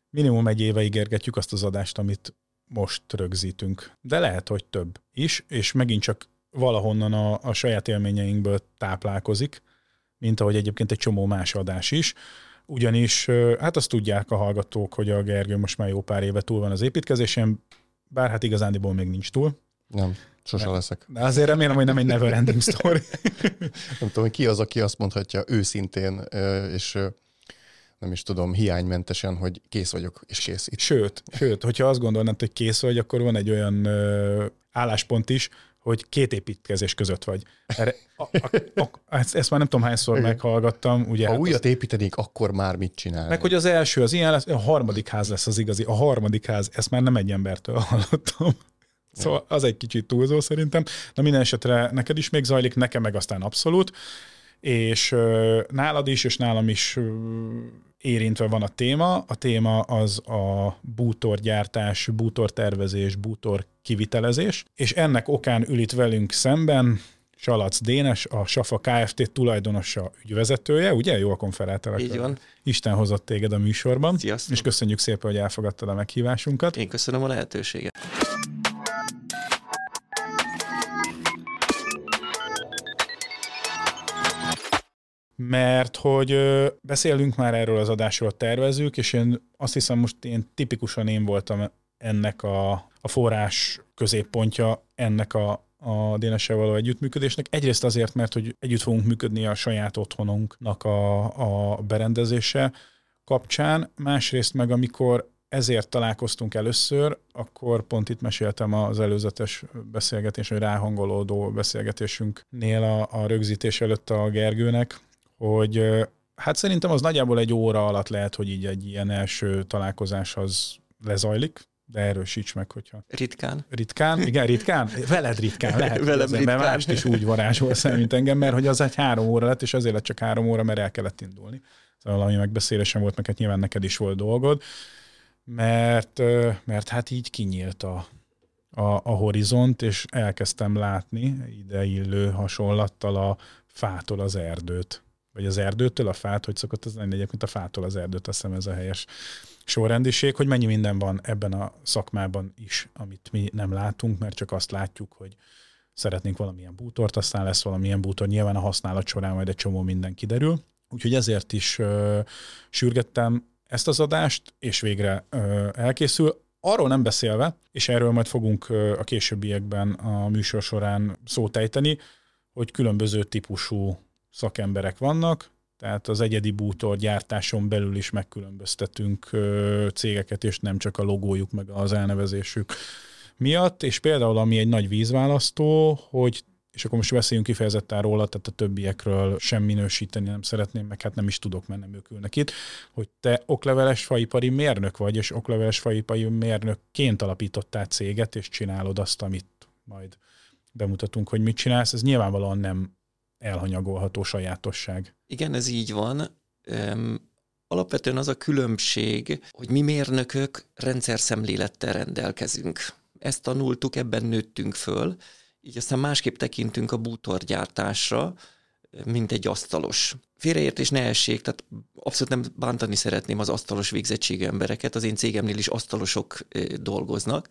minimum egy éve ígérgetjük azt az adást, amit most rögzítünk. De lehet, hogy több is, és megint csak valahonnan a saját élményeinkből táplálkozik, mint ahogy egyébként egy csomó más adás is. Ugyanis, hát azt tudják a hallgatók, hogy a Gergő most már jó pár éve túl van az építkezésen, bár hát igazándiból még nincs túl. Nem, sose leszek. De azért remélem, hogy nem egy never ending story. Nem tudom, ki az, aki azt mondhatja őszintén, és nem is tudom, hiánymentesen, hogy kész vagyok, és kész itt. Sőt, hogyha azt gondolnád, hogy kész vagy, akkor van egy olyan álláspont is, hogy 2 építkezés között vagy. Ezt már nem tudom hányszor meghallgattam. Ugye, ha újat építenék, akkor már mit csinálni? Meg hogy az első az ilyen lesz, a harmadik ház lesz az igazi. A harmadik ház, ezt már nem egy embertől hallottam. Szóval az egy kicsit túlzó szerintem. Na minden esetre neked is még zajlik, nekem meg aztán abszolút. És nálad is, és nálam is érintve van a téma. A téma az a bútorgyártás, bútortervezés, bútor kivitelezés, és ennek okán ül itt velünk szemben Salac Dénes, a Safa Kft. Tulajdonosa, ügyvezetője, ugye? Jól konferáltalak. Így van. Isten hozott téged a műsorban. Sziasztok. És köszönjük szépen, hogy elfogadtad a meghívásunkat. Én köszönöm a lehetőséget. Mert hogy beszélünk már erről az adásról, tervezzük, és én azt hiszem most tipikusan én voltam ennek a forrás középpontja ennek a Dénessel való együttműködésnek. Egyrészt azért, mert hogy együtt fogunk működni a saját otthonunknak a berendezése kapcsán, másrészt meg amikor ezért találkoztunk először, akkor pont itt meséltem az előzetes beszélgetés, vagy ráhangolódó beszélgetésünknél a rögzítés előtt a Gergőnek, hogy hát szerintem az nagyjából egy óra alatt lehet, hogy így egy ilyen első találkozás az lezajlik, de erősíts meg, hogyha... Ritkán? Igen, ritkán? Veled ritkán lehet. Velem ritkán. Mert mást is úgy varázsolsz el, mint engem, mert hogy az egy 3 óra lett, és azért lett csak 3 óra, mert el kellett indulni. Szóval valami megbeszélésem volt, meg hát nyilván neked is volt dolgod, mert hát így kinyílt a horizont, és elkezdtem látni ideillő hasonlattal a fától az erdőt. Vagy az erdőtől a fát, hogy szokott ez lenni, egyébként a fától az erdőt, azt hiszem ez a helyes sorrendiség, hogy mennyi minden van ebben a szakmában is, amit mi nem látunk, mert csak azt látjuk, hogy szeretnénk valamilyen bútort, aztán lesz valamilyen bútor, nyilván a használat során majd egy csomó minden kiderül. Úgyhogy ezért is sürgettem ezt az adást, és végre elkészül. Arról nem beszélve, és erről majd fogunk a későbbiekben a műsor során szót ejteni, hogy különböző típusú szakemberek vannak, tehát az egyedi bútor gyártáson belül is megkülönböztetünk cégeket, és nem csak a logójuk meg az elnevezésük miatt, és például ami egy nagy vízválasztó, hogy, és akkor most beszéljünk kifejezetten róla, tehát a többiekről sem minősíteni nem szeretném, meg hát nem is tudok, mert nem ők ülnek itt, hogy te okleveles faipari mérnök vagy, és okleveles faipari mérnökként alapítottál céget, és csinálod azt, amit majd bemutatunk, hogy mit csinálsz. Ez nyilvánvalóan nem elhanyagolható sajátosság. Igen, ez így van. Alapvetően az a különbség, hogy mi mérnökök rendszerszemlélettel rendelkezünk. Ezt tanultuk, ebben nőttünk föl, így aztán másképp tekintünk a bútorgyártásra, mint egy asztalos. Félreértés ne essék, tehát abszolút nem bántani szeretném az asztalos végzettségű embereket, az én cégemnél is asztalosok dolgoznak.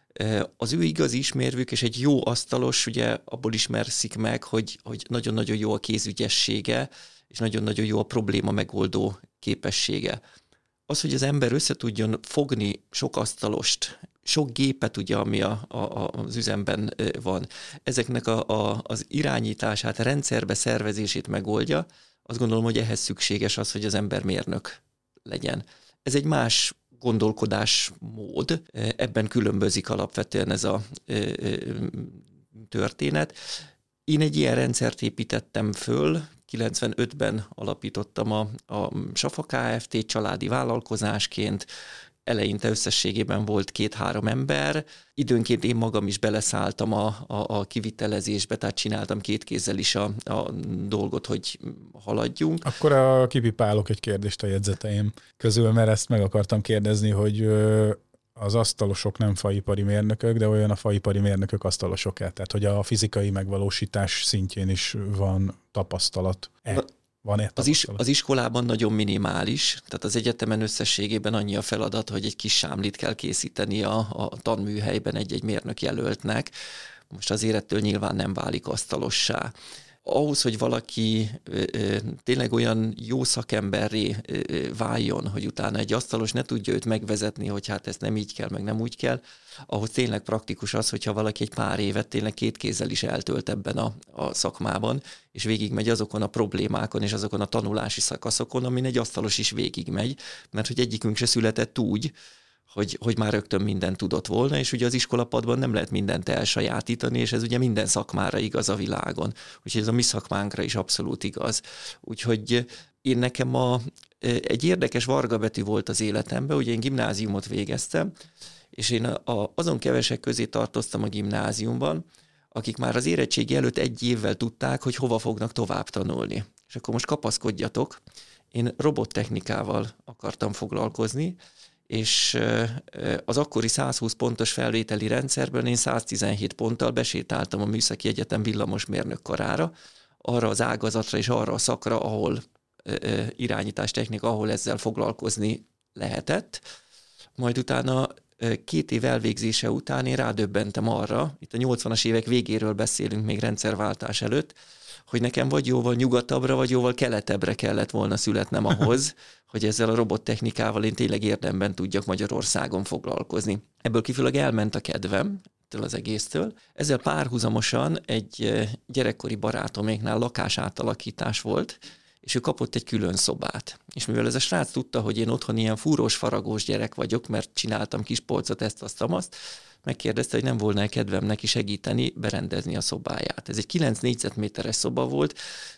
Az ő igazi ismérvük, és egy jó asztalos, ugye abból ismerszik meg, hogy nagyon-nagyon jó a kézügyessége, és nagyon-nagyon jó a probléma megoldó képessége. Az, hogy az ember össze tudjon fogni sok asztalost, sok gépet, ugye, ami az üzemben van, ezeknek az irányítását, rendszerbe szervezését megoldja, azt gondolom, hogy ehhez szükséges az, hogy az ember mérnök legyen. Ez egy más gondolkodásmód, ebben különbözik alapvetően ez a történet. Én egy ilyen rendszert építettem föl, 95-ben alapítottam a Safa Kft. Családi vállalkozásként, eleinte összességében volt 2-3 ember, időnként én magam is beleszálltam a kivitelezésbe, tehát csináltam 2 kézzel is a dolgot, hogy haladjunk. Akkor kipipálok egy kérdést a jegyzeteim közül, mert ezt meg akartam kérdezni, hogy az asztalosok nem faipari mérnökök, de olyan a faipari mérnökök asztalosok-e? Tehát, hogy a fizikai megvalósítás szintjén is van tapasztalat. Van-e tapasztalat? Az iskolában nagyon minimális, tehát az egyetemen összességében annyi a feladat, hogy egy kis sámlit kell készíteni a tanműhelyben egy mérnök jelöltnek. Most azért ettől nyilván nem válik asztalossá. Ahhoz, hogy valaki tényleg olyan jó szakemberré váljon, hogy utána egy asztalos ne tudja őt megvezetni, hogy hát ez nem így kell, meg nem úgy kell, ahhoz tényleg praktikus az, hogyha valaki egy pár évet tényleg 2 kézzel is eltölt ebben a szakmában, és végigmegy azokon a problémákon és azokon a tanulási szakaszokon, amin egy asztalos is végigmegy, mert hogy egyikünk se született úgy, hogy már rögtön mindent tudott volna, és ugye az iskolapadban nem lehet mindent elsajátítani, és ez ugye minden szakmára igaz a világon. Úgyhogy ez a mi szakmánkra is abszolút igaz. Úgyhogy én nekem egy érdekes vargabetű volt az életemben, ugye én gimnáziumot végeztem, és én azon kevesek közé tartoztam a gimnáziumban, akik már az érettségi előtt 1 évvel tudták, hogy hova fognak tovább tanulni. És akkor most kapaszkodjatok, én robottechnikával akartam foglalkozni, és az akkori 120 pontos felvételi rendszerben én 117 ponttal besétáltam a Műszaki Egyetem villamosmérnök karára, arra az ágazatra és arra a szakra, ahol irányítástechnika, ahol ezzel foglalkozni lehetett. Majd utána 2 év elvégzése után én rádöbbentem arra, itt a 80-as évek végéről beszélünk még rendszerváltás előtt, hogy nekem vagy jóval nyugatabbra, vagy jóval keletebbre kellett volna születnem ahhoz, hogy ezzel a robottechnikával én tényleg érdemben tudjak Magyarországon foglalkozni. Ebből kifolyólag elment a kedvem ettől az egésztől. Ezzel párhuzamosan egy gyerekkori barátoméknál lakásátalakítás volt, és ő kapott egy külön szobát. És mivel ez a srác tudta, hogy én otthon ilyen fúrós, faragós gyerek vagyok, mert csináltam kis polcot, ezt, azt, megkérdezte, hogy nem volna kedvem neki segíteni berendezni a szobáját. Ez egy 9 négyzetméteres szoba volt,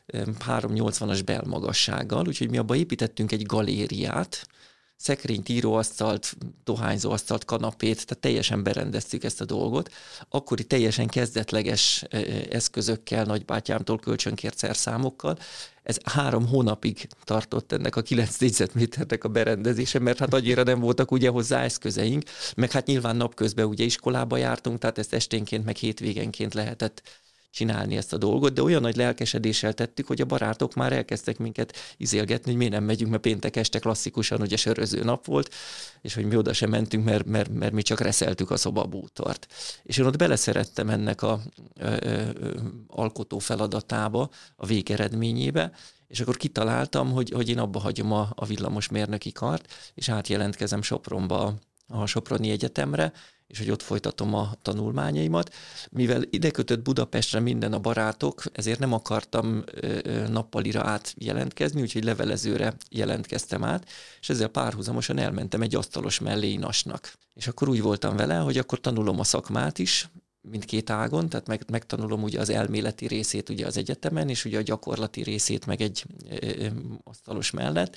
3,80-as belmagassággal, úgyhogy mi abba építettünk egy galériát, szekrényt, íróasztalt, dohányzóasztalt, kanapét, tehát teljesen berendeztük ezt a dolgot. Akkori teljesen kezdetleges eszközökkel, nagybátyámtól kölcsönkért szerszámokkal. Ez 3 hónapig tartott ennek a 9 négyzetméternek a berendezése, mert hát annyira nem voltak ugye hozzá eszközeink, meg hát nyilván napközben ugye iskolába jártunk, tehát ezt esténként meg hétvégenként lehetett csinálni ezt a dolgot, de olyan nagy lelkesedéssel tettük, hogy a barátok már elkezdtek minket izélgetni, hogy miért nem megyünk, mert péntek este klasszikusan ugye söröző nap volt, és hogy mi oda sem mentünk, mert mi csak reszeltük a szobabútort. És én ott beleszerettem ennek a alkotó feladatába, a végeredményébe, és akkor kitaláltam, hogy én abba hagyom a villamosmérnöki kart, és átjelentkezem Sopronba, a Soproni Egyetemre, és hogy ott folytatom a tanulmányaimat. Mivel ide kötött Budapestre minden a barátok, ezért nem akartam nappalira átjelentkezni, úgyhogy levelezőre jelentkeztem át, és ezzel párhuzamosan elmentem egy asztalos mellé inasnak. És akkor úgy voltam vele, hogy akkor tanulom a szakmát is, mindkét ágon, tehát megtanulom ugye az elméleti részét ugye az egyetemen, és ugye a gyakorlati részét meg egy asztalos mellett.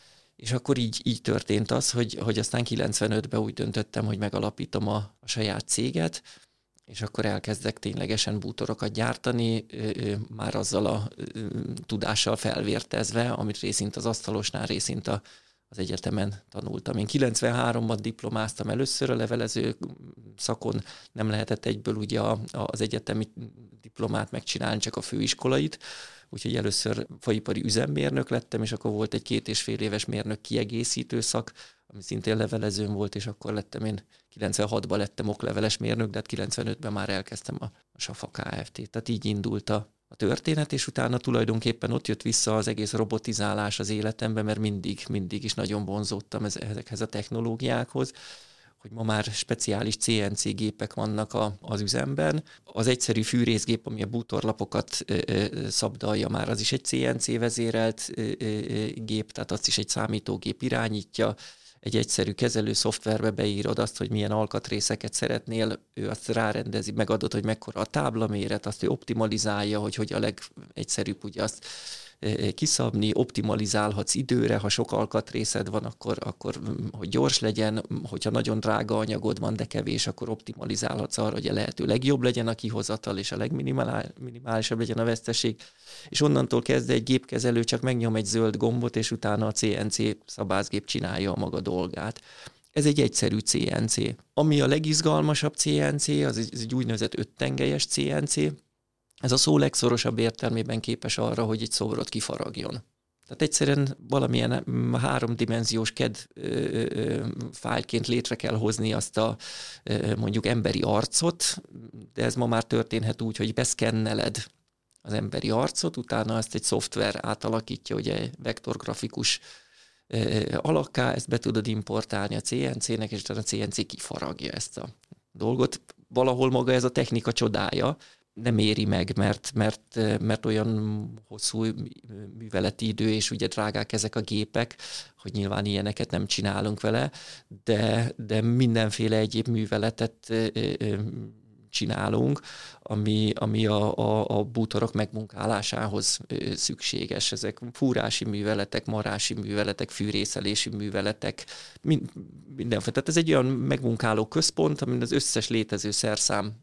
És akkor így történt az, hogy aztán 95-ben úgy döntöttem, hogy megalapítom a saját céget, és akkor elkezdek ténylegesen bútorokat gyártani, már azzal a tudással felvértezve, amit részint az asztalosnál, részint az egyetemen tanultam. Én 93-ban diplomáztam először, a levelező szakon nem lehetett egyből ugye az egyetemi diplomát megcsinálni, csak a főiskolait, úgyhogy először faipari üzemmérnök lettem, és akkor volt egy 2,5 éves mérnök kiegészítő szak, ami szintén levelezőn volt, és akkor lettem én 96-ban lettem okleveles mérnök, de hát 95-ben már elkezdtem a SAFA Kft. Tehát így indult a történet, és utána tulajdonképpen ott jött vissza az egész robotizálás az életembe, mert mindig is nagyon vonzódtam ezekhez a technológiákhoz, hogy ma már speciális CNC gépek vannak az üzemben. Az egyszerű fűrészgép, ami a bútorlapokat szabdalja már, az is egy CNC vezérelt gép, tehát azt is egy számítógép irányítja. Egy egyszerű kezelő szoftverbe beírod azt, hogy milyen alkatrészeket szeretnél, ő azt rárendezi, megadod, hogy mekkora a táblaméret, azt ő optimalizálja, hogy a legegyszerűbb ugye azt kiszabni, optimalizálhatsz időre, ha sok alkatrészed van, akkor hogy gyors legyen, hogyha nagyon drága anyagod van, de kevés, akkor optimalizálhatsz arra, hogy a lehető legjobb legyen a kihozatal, és a legminimálisabb legyen a veszteség. És onnantól kezdve egy gépkezelő csak megnyom egy zöld gombot, és utána a CNC szabászgép csinálja a maga dolgát. Ez egy egyszerű CNC. Ami a legizgalmasabb CNC, az egy úgynevezett 5 tengelyes CNC. Ez a szó legszorosabb értelmében képes arra, hogy egy szobrot kifaragjon. Tehát egyszerűen valamilyen háromdimenziós CAD fájlként létre kell hozni azt a mondjuk emberi arcot, de ez ma már történhet úgy, hogy beszkenneled az emberi arcot, utána ezt egy szoftver átalakítja, ugye vektorgrafikus alakká, ezt be tudod importálni a CNC-nek, és utána a CNC kifaragja ezt a dolgot. Valahol maga ez a technika csodája, nem éri meg, mert olyan hosszú műveleti idő, és ugye drágák ezek a gépek, hogy nyilván ilyeneket nem csinálunk vele, de mindenféle egyéb műveletet csinálunk, ami a bútorok megmunkálásához szükséges. Ezek fúrási műveletek, marási műveletek, fűrészelési műveletek, mindenféle. Tehát ez egy olyan megmunkáló központ, amin az összes létező szerszám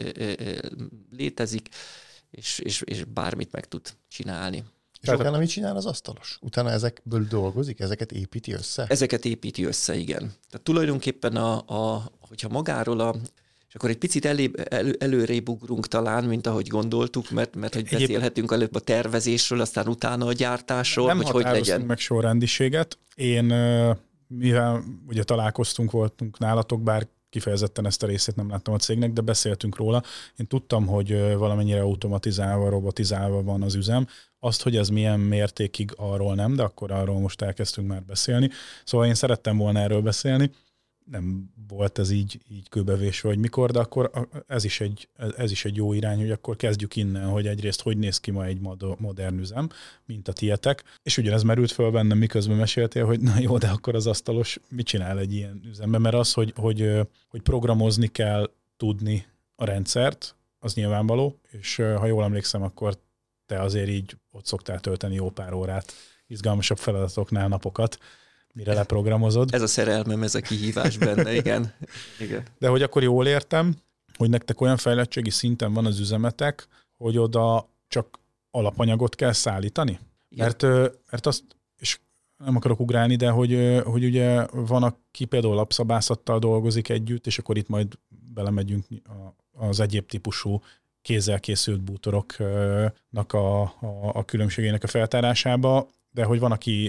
létezik, és bármit meg tud csinálni. És utána mit csinál az asztalos? Utána ezekből dolgozik, ezeket építi össze? Ezeket építi össze, igen. Tehát tulajdonképpen, hogyha magáról és akkor egy picit előrébb ugrunk talán, mint ahogy gondoltuk, mert hogy beszélhetünk előbb a tervezésről, aztán utána a gyártásról, nem hogy hogy legyen. Nem meg sorrendiséget. Én, mivel ugye találkoztunk, voltunk nálatok, bár kifejezetten ezt a részét nem láttam a cégnek, de beszéltünk róla. Én tudtam, hogy valamennyire automatizálva, robotizálva van az üzem. Azt, hogy ez milyen mértékig, arról nem, de akkor arról most elkezdtünk már beszélni. Szóval én szerettem volna erről beszélni. Nem volt ez így kőbevésve, hogy mikor, de akkor ez is egy jó irány, hogy akkor kezdjük innen, hogy egyrészt hogy néz ki ma egy modern üzem, mint a tietek, és ugyanez merült föl bennem, miközben meséltél, hogy na jó, de akkor az asztalos mit csinál egy ilyen üzemben, mert az, hogy programozni kell tudni a rendszert, az nyilvánvaló, és ha jól emlékszem, akkor te azért így ott szoktál tölteni jó pár órát, izgalmasabb feladatoknál napokat, mire leprogramozod. Ez a szerelmem, ez a kihívás benne, igen. De hogy akkor jól értem, hogy nektek olyan fejlettségi szinten van az üzemetek, hogy oda csak alapanyagot kell szállítani? Mert azt, és nem akarok ugrálni, de hogy ugye van, aki például lapszabászattal dolgozik együtt, és akkor itt majd belemegyünk az egyéb típusú kézzel készült bútoroknak a különbségének a feltárásába, de hogy van, aki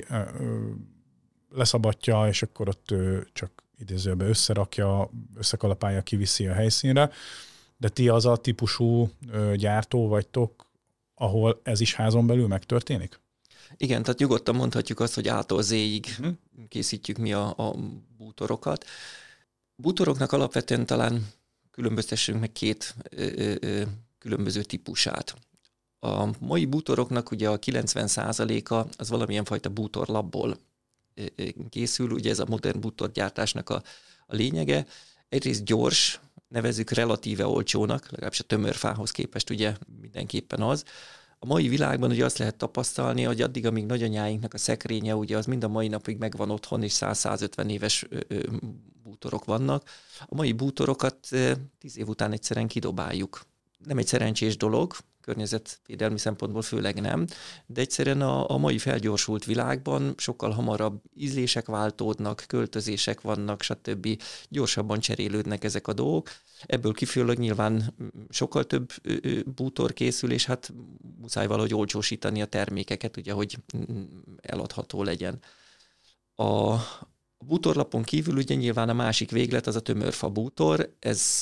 leszabatja, és akkor ott csak idézőben összerakja, összekalapálja, kiviszi a helyszínre. De ti az a típusú gyártó vagytok, ahol ez is házon belül megtörténik? Igen, tehát nyugodtan mondhatjuk azt, hogy A-tól Z-ig készítjük mi a bútorokat. Bútoroknak alapvetően talán különböztessünk meg két különböző típusát. A mai bútoroknak ugye a 90%-a az valamilyen fajta bútorlapból készül, ugye ez a modern bútorgyártásnak a lényege. Egyrészt gyors, nevezzük relatíve olcsónak, legalábbis a tömörfához képest ugye mindenképpen az. A mai világban ugye azt lehet tapasztalni, hogy addig, amíg nagyanyáinknak a szekrénye, ugye az mind a mai napig megvan otthon, és 100-150 éves bútorok vannak. A mai bútorokat 10 év után egyszerűen kidobáljuk. Nem egy szerencsés dolog, környezetvédelmi szempontból főleg nem, de egyszerűen a mai felgyorsult világban sokkal hamarabb ízlések váltódnak, költözések vannak, stb. Gyorsabban cserélődnek ezek a dolgok. Ebből kifolyólag nyilván sokkal több bútor készül, és hát muszáj valahogy olcsósítani a termékeket, ugye, hogy eladható legyen. A bútorlapon kívül ugye nyilván a másik véglet az a tömörfa bútor, ez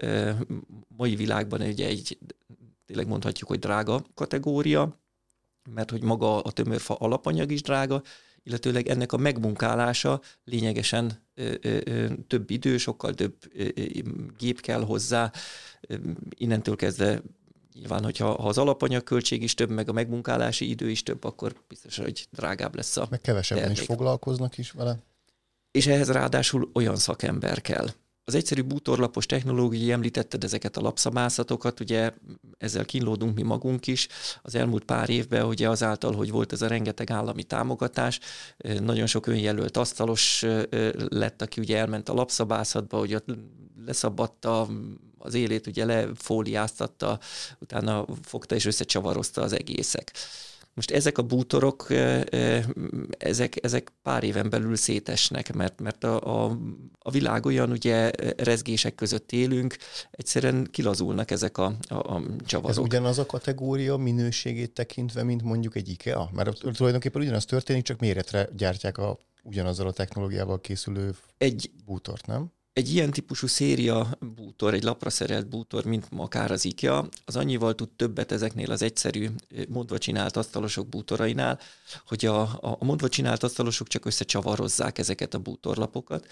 mai világban ugye tényleg mondhatjuk, hogy drága kategória, mert hogy maga a tömörfa alapanyag is drága, illetőleg ennek a megmunkálása lényegesen több idő, sokkal több gép kell hozzá. Innentől kezdve nyilván, hogyha az alapanyagköltség is több, meg a megmunkálási idő is több, akkor biztos, hogy drágább lesz a meg kevesebben termék. is foglalkoznak is vele. És ehhez ráadásul olyan szakember kell. Az egyszerű bútorlapos technológia, említetted ezeket a lapszabászatokat, ugye ezzel kínlódunk mi magunk is. Az elmúlt pár évben ugye azáltal, hogy volt ez a rengeteg állami támogatás, nagyon sok önjelölt asztalos lett, aki ugye elment a lapszabászatba, hogy ott leszabadta az élét, ugye lefóliáztatta, utána fogta és összecsavarozta az egészek. Most ezek a bútorok, ezek pár éven belül szétesnek, mert a világ olyan, ugye rezgések között élünk, egyszerűen kilazulnak ezek a csavarok. Ez ugyanaz a kategória minőségét tekintve, mint mondjuk egy IKEA? Mert tulajdonképpen ugyanaz történik, csak méretre gyártják ugyanazzal a technológiával készülő bútort, nem? Egy ilyen típusú széria bútor, egy lapra szerelt bútor, mint akár az IKEA, az annyival tud többet ezeknél az egyszerű mondva csinált asztalosok bútorainál, hogy a mondva csinált asztalosok csak összecsavarozzák ezeket a bútorlapokat.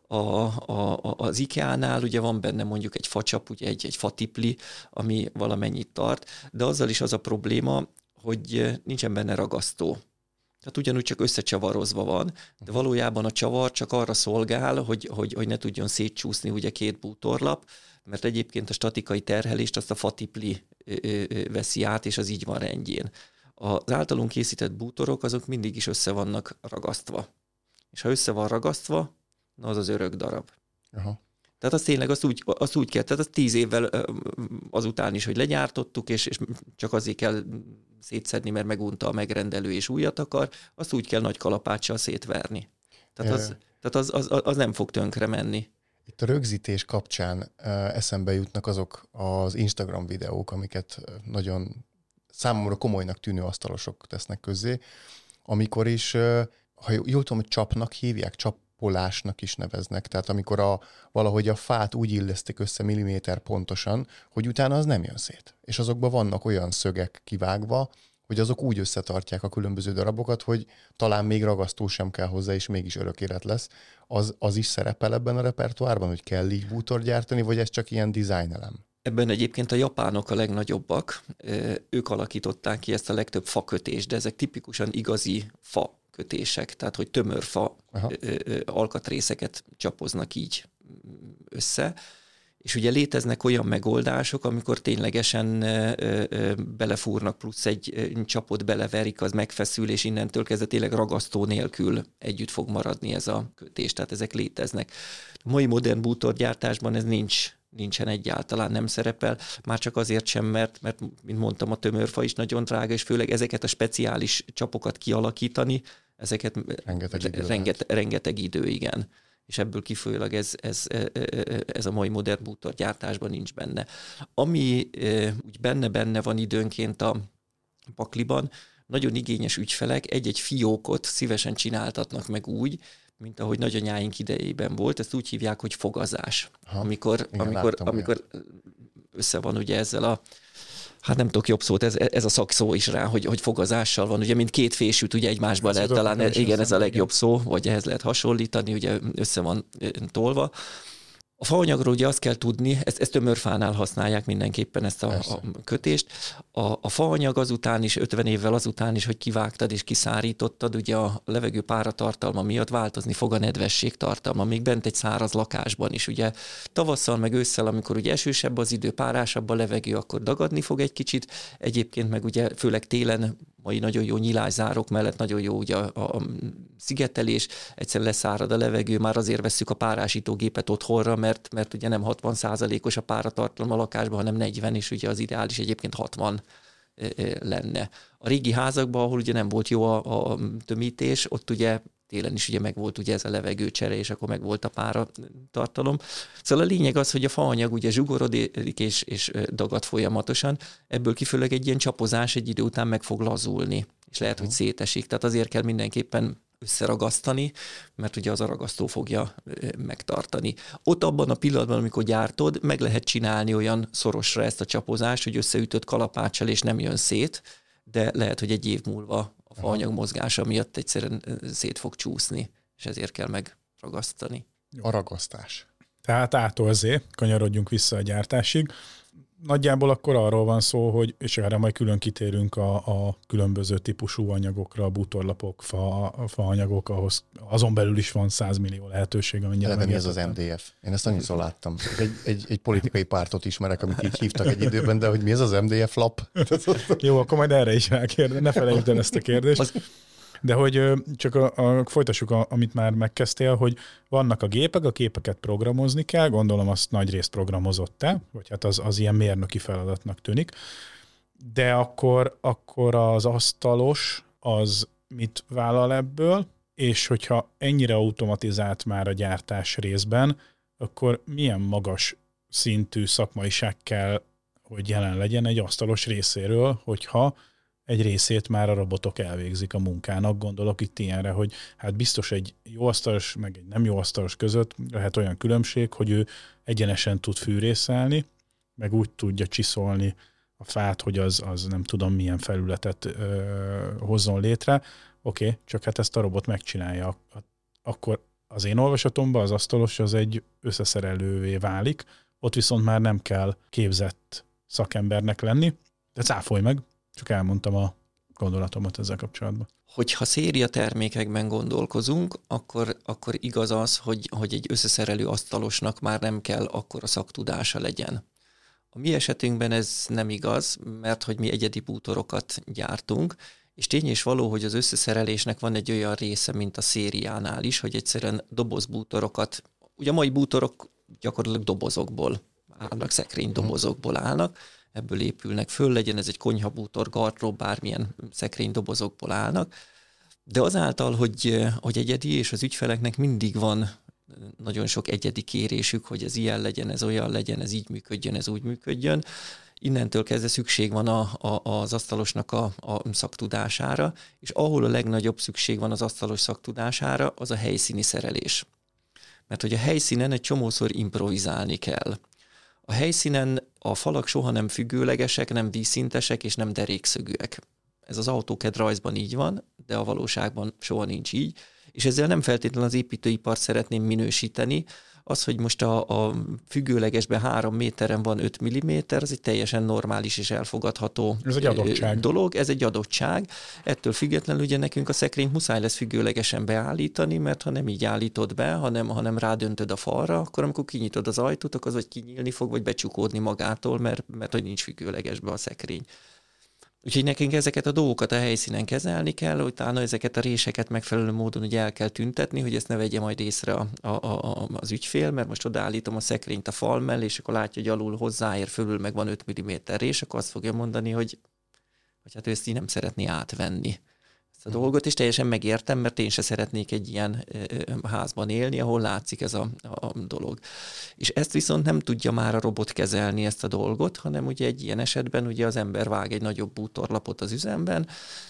Az IKEA-nál ugye van benne mondjuk egy facsap, ugye egy fatipli, ami valamennyit tart, de azzal is az a probléma, hogy nincsen benne ragasztó. Tehát ugyanúgy csak összecsavarozva van, de valójában a csavar csak arra szolgál, hogy ne tudjon szétcsúszni ugye két bútorlap, mert egyébként a statikai terhelést azt a fatipli veszi át, és az így van rendjén. Az általunk készített bútorok azok mindig is össze vannak ragasztva. És ha össze van ragasztva, na az örök darab. Aha. Tehát az tényleg azt úgy kell, tehát az 10 évvel azután is, hogy legyártottuk, és csak azért kell szétszedni, mert megunta a megrendelő és újat akar, azt úgy kell nagy kalapáccsal szétverni. Tehát az nem fog tönkre menni. Itt a rögzítés kapcsán eszembe jutnak azok az Instagram videók, amiket nagyon számomra komolynak tűnő asztalosok tesznek közzé, amikor is, ha jól tudom, hogy csapnak hívják, polásnak is neveznek, tehát amikor valahogy a fát úgy illesztik össze milliméter pontosan, hogy utána az nem jön szét. És azokban vannak olyan szögek kivágva, hogy azok úgy összetartják a különböző darabokat, hogy talán még ragasztó sem kell hozzá, és mégis örök élet lesz. Az is szerepel ebben a repertoárban, hogy kell így bútort gyártani, vagy ez csak ilyen design elem? Ebben egyébként a japánok a legnagyobbak. Ők alakították ki ezt a legtöbb fakötést, de ezek tipikusan igazi fa kötések, tehát hogy tömör fa alkatrészeket csapoznak így össze. És ugye léteznek olyan megoldások, amikor ténylegesen belefúrnak, plusz egy csapot beleverik, az megfeszül, és innentől kezdve tényleg ragasztó nélkül együtt fog maradni ez a kötés. Tehát ezek léteznek. A mai modern bútorgyártásban ez nincsen egyáltalán, nem szerepel, már csak azért sem, mert mint mondtam, a tömörfa is nagyon drága, és főleg ezeket a speciális csapokat kialakítani, ezeket rengeteg idő, igen. És ebből kifolyólag ez a mai modern bútorgyártásban nincs benne. Ami úgy benne van időnként a pakliban, nagyon igényes ügyfelek egy-egy fiókot szívesen csináltatnak meg úgy, mint ahogy nagyanyáink idejében volt, ezt úgy hívják, hogy fogazás. Amikor össze van ugye ezzel a, hát nem tudok jobb szót, ez a szakszó is rá, hogy fogazással van, ugye mint két fésűt ugye egymásban lehet talán, igen, ez a legjobb szó, vagy ehhez lehet hasonlítani, ugye össze van tolva. A faanyagról ugye azt kell tudni, ezt tömörfánál használják mindenképpen ezt a kötést. A faanyag azután is, 50 évvel azután is, hogy kivágtad és kiszárítottad, ugye a levegő páratartalma miatt változni fog a nedvesség tartalma, még bent egy száraz lakásban is. Ugye tavasszal meg ősszel, amikor ugye esősebb az idő, párásabb a levegő, akkor dagadni fog egy kicsit. Egyébként meg ugye főleg télen, mai nagyon jó nyilászárók mellett nagyon jó ugye a szigetelés, egyszerűen leszárad a levegő, már azért vesszük a párásítógépet otthonra, mert ugye nem 60%-os a páratartalom a lakásban, hanem 40, és ugye az ideális egyébként 60 lenne. A régi házakban, ahol ugye nem volt jó a tömítés, ott ugye télen is ugye meg volt ugye ez a levegőcsere, és akkor meg volt a páratartalom. Szóval a lényeg az, hogy a faanyag ugye zsugorodik és dagad folyamatosan, ebből kifolyólag egy ilyen csapozás egy idő után meg fog lazulni, és lehet, hogy szétesik. Tehát azért kell mindenképpen összeragasztani, mert ugye az a ragasztó fogja megtartani. Ott abban a pillanatban, amikor gyártod, meg lehet csinálni olyan szorosra ezt a csapozást, hogy összeütött kalapáccsal és nem jön szét, de lehet, hogy egy év múlva a faanyag mozgása miatt egyszerűen szét fog csúszni, és ezért kell megragasztani. A ragasztás. Tehát A-tól Z, kanyarodjunk vissza a gyártásig. Nagyjából akkor arról van szó, hogy, és erre majd külön kitérünk a különböző típusú anyagokra, a bútorlapok, faanyagok, ahhoz azon belül is van 100 millió lehetőség, amennyire mi ez az MDF? Én ezt annyiszor láttam. Egy politikai pártot ismerek, amit így hívtak egy időben, de hogy mi ez az MDF lap? Jó, akkor majd erre is rákérdez, ne felejtsd el ezt a kérdést. De hogy csak folytassuk, amit már megkezdtél, hogy vannak a gépek, a képeket programozni kell, gondolom azt nagy részt programozott-e, vagy hát az ilyen mérnöki feladatnak tűnik. de akkor az asztalos az mit vállal ebből, és hogyha ennyire automatizált már a gyártás részben, akkor milyen magas szintű szakmaiság kell, hogy jelen legyen egy asztalos részéről, hogyha egy részét már a robotok elvégzik a munkának. Gondolok itt ilyenre, hogy hát biztos egy jó asztalos, meg egy nem jó asztalos között lehet olyan különbség, hogy ő egyenesen tud fűrészelni, meg úgy tudja csiszolni a fát, hogy az nem tudom milyen felületet hozzon létre. Oké, csak hát ezt a robot megcsinálja. Akkor az én olvasatomban az asztalos az egy összeszerelővé válik, ott viszont már nem kell képzett szakembernek lenni, de cáfolj meg, csak elmondtam a gondolatomat ezzel kapcsolatban. Hogyha széria termékekben gondolkozunk, akkor igaz az, hogy egy összeszerelő asztalosnak már nem kell akkora szaktudása legyen. A mi esetünkben ez nem igaz, mert hogy mi egyedi bútorokat gyártunk, és tény és való, hogy az összeszerelésnek van egy olyan része, mint a szériánál is, hogy egyszerűen dobozbútorokat, ugye a mai bútorok gyakorlatilag dobozokból állnak, szekrénydobozokból állnak, ebből épülnek föl, legyen ez egy konyhabútor, gardrób, bármilyen szekrénydobozokból állnak, de azáltal, hogy egyedi, és az ügyfeleknek mindig van nagyon sok egyedi kérésük, hogy ez ilyen legyen, ez olyan legyen, ez így működjön, ez úgy működjön, innentől kezdve szükség van az asztalosnak a szaktudására, és ahol a legnagyobb szükség van az asztalos szaktudására, az a helyszíni szerelés. Mert hogy a helyszínen egy csomószor improvizálni kell. A helyszínen a falak soha nem függőlegesek, nem vízszintesek és nem derékszögűek. Ez az AutoCAD rajzban így van, de a valóságban soha nincs így, és ezzel nem feltétlenül az építőipart szeretném minősíteni. Az, hogy most a függőlegesben 3 méteren van 5 mm, az egy teljesen normális és elfogadható ez egy adottság. Dolog. Ez egy adottság. Ettől függetlenül ugye nekünk a szekrényt muszáj lesz függőlegesen beállítani, mert ha nem így állítod be, hanem rádöntöd a falra, akkor amikor kinyitod az ajtót, akkor az vagy kinyílni fog, vagy becsukódni magától, mert hogy nincs függőlegesbe a szekrény. Úgyhogy nekünk ezeket a dolgokat a helyszínen kezelni kell, utána ezeket a réseket megfelelő módon ugye el kell tüntetni, hogy ezt ne vegye majd észre az ügyfél, mert most odaállítom a szekrényt a fal mellé, és akkor látja, hogy alul hozzáér, fölül meg van 5 mm rés, akkor azt fogja mondani, hogy hát ő ezt így nem szeretné átvenni ezt a dolgot, és teljesen megértem, mert én se szeretnék egy ilyen házban élni, ahol látszik ez a dolog. És ezt viszont nem tudja már a robot kezelni, ezt a dolgot, hanem ugye egy ilyen esetben ugye az ember vág egy nagyobb bútorlapot az üzemben,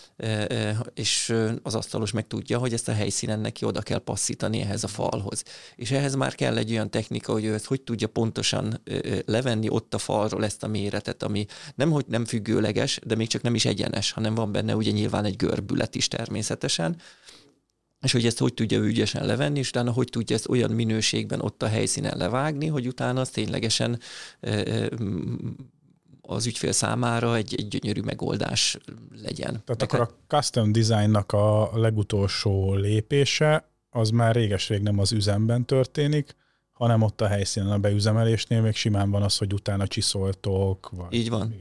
és az asztalos meg tudja, hogy ezt a helyszínen neki oda kell passzítani ehhez a falhoz. És ehhez már kell egy olyan technika, hogy ő ezt hogy tudja pontosan levenni ott a falról ezt a méretet, ami hogy nem függőleges, de még csak nem is egyenes, hanem van benne ugye nyilván egy görbület is természetesen, és hogy ezt hogy tudja ügyesen levenni, és utána hogy tudja ezt olyan minőségben ott a helyszínen levágni, hogy utána az ténylegesen az ügyfél számára egy gyönyörű megoldás legyen. Tehát akkor a custom designnak a legutolsó lépése az már réges-rég nem az üzemben történik, hanem ott a helyszínen a beüzemelésnél még simán van az, hogy utána csiszoltok, vagy így van.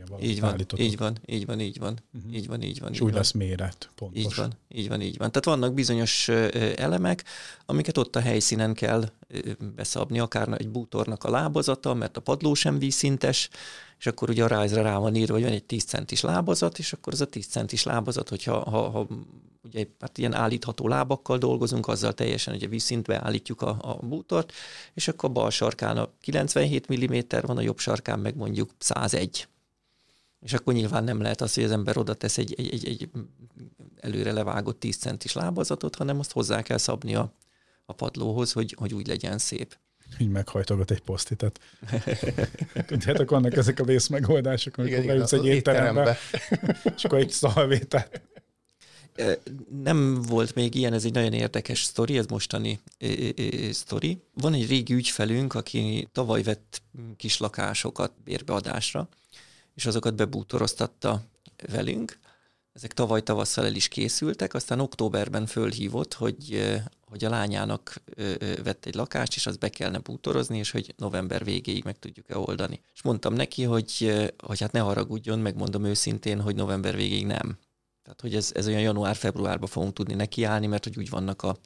És úgy lesz méret, pontos. Így van. Tehát vannak bizonyos elemek, amiket ott a helyszínen kell beszabni, akár egy bútornak a lábazata, mert a padló sem vízszintes, és akkor ugye a rajzra rá van írva, hogy van egy 10 centis lábazat, és akkor ez a 10 centis lábazat, hogyha ugye hát ilyen állítható lábakkal dolgozunk, azzal teljesen ugye vízszintbe állítjuk a bútort, és akkor a bal sarkán a 97 mm van, a jobb sarkán meg mondjuk 101. És akkor nyilván nem lehet az, hogy az ember oda tesz egy előre levágott 10 centis lábazatot, hanem azt hozzá kell szabni a padlóhoz, hogy úgy legyen szép. Így meghajtogat egy posztitet. Tudjátok, vannak ezek a vészmegoldások, amikor bejössz egy étterembe, és akkor egy szalvétát. Nem volt még ilyen, ez egy nagyon érdekes sztori, ez mostani sztori. Van egy régi ügyfelünk, aki tavaly vett kis lakásokat bérbeadásra, és azokat bebútoroztatta velünk. Ezek tavaly tavasszal el is készültek, aztán októberben fölhívott, hogy a lányának vett egy lakást, és azt be kellene bútorozni, és hogy november végéig meg tudjuk-e oldani. És mondtam neki, hogy hát ne haragudjon, megmondom őszintén, hogy november végéig nem. Tehát, hogy ez olyan január-februárban fogunk tudni nekiállni, mert hogy úgy vannak a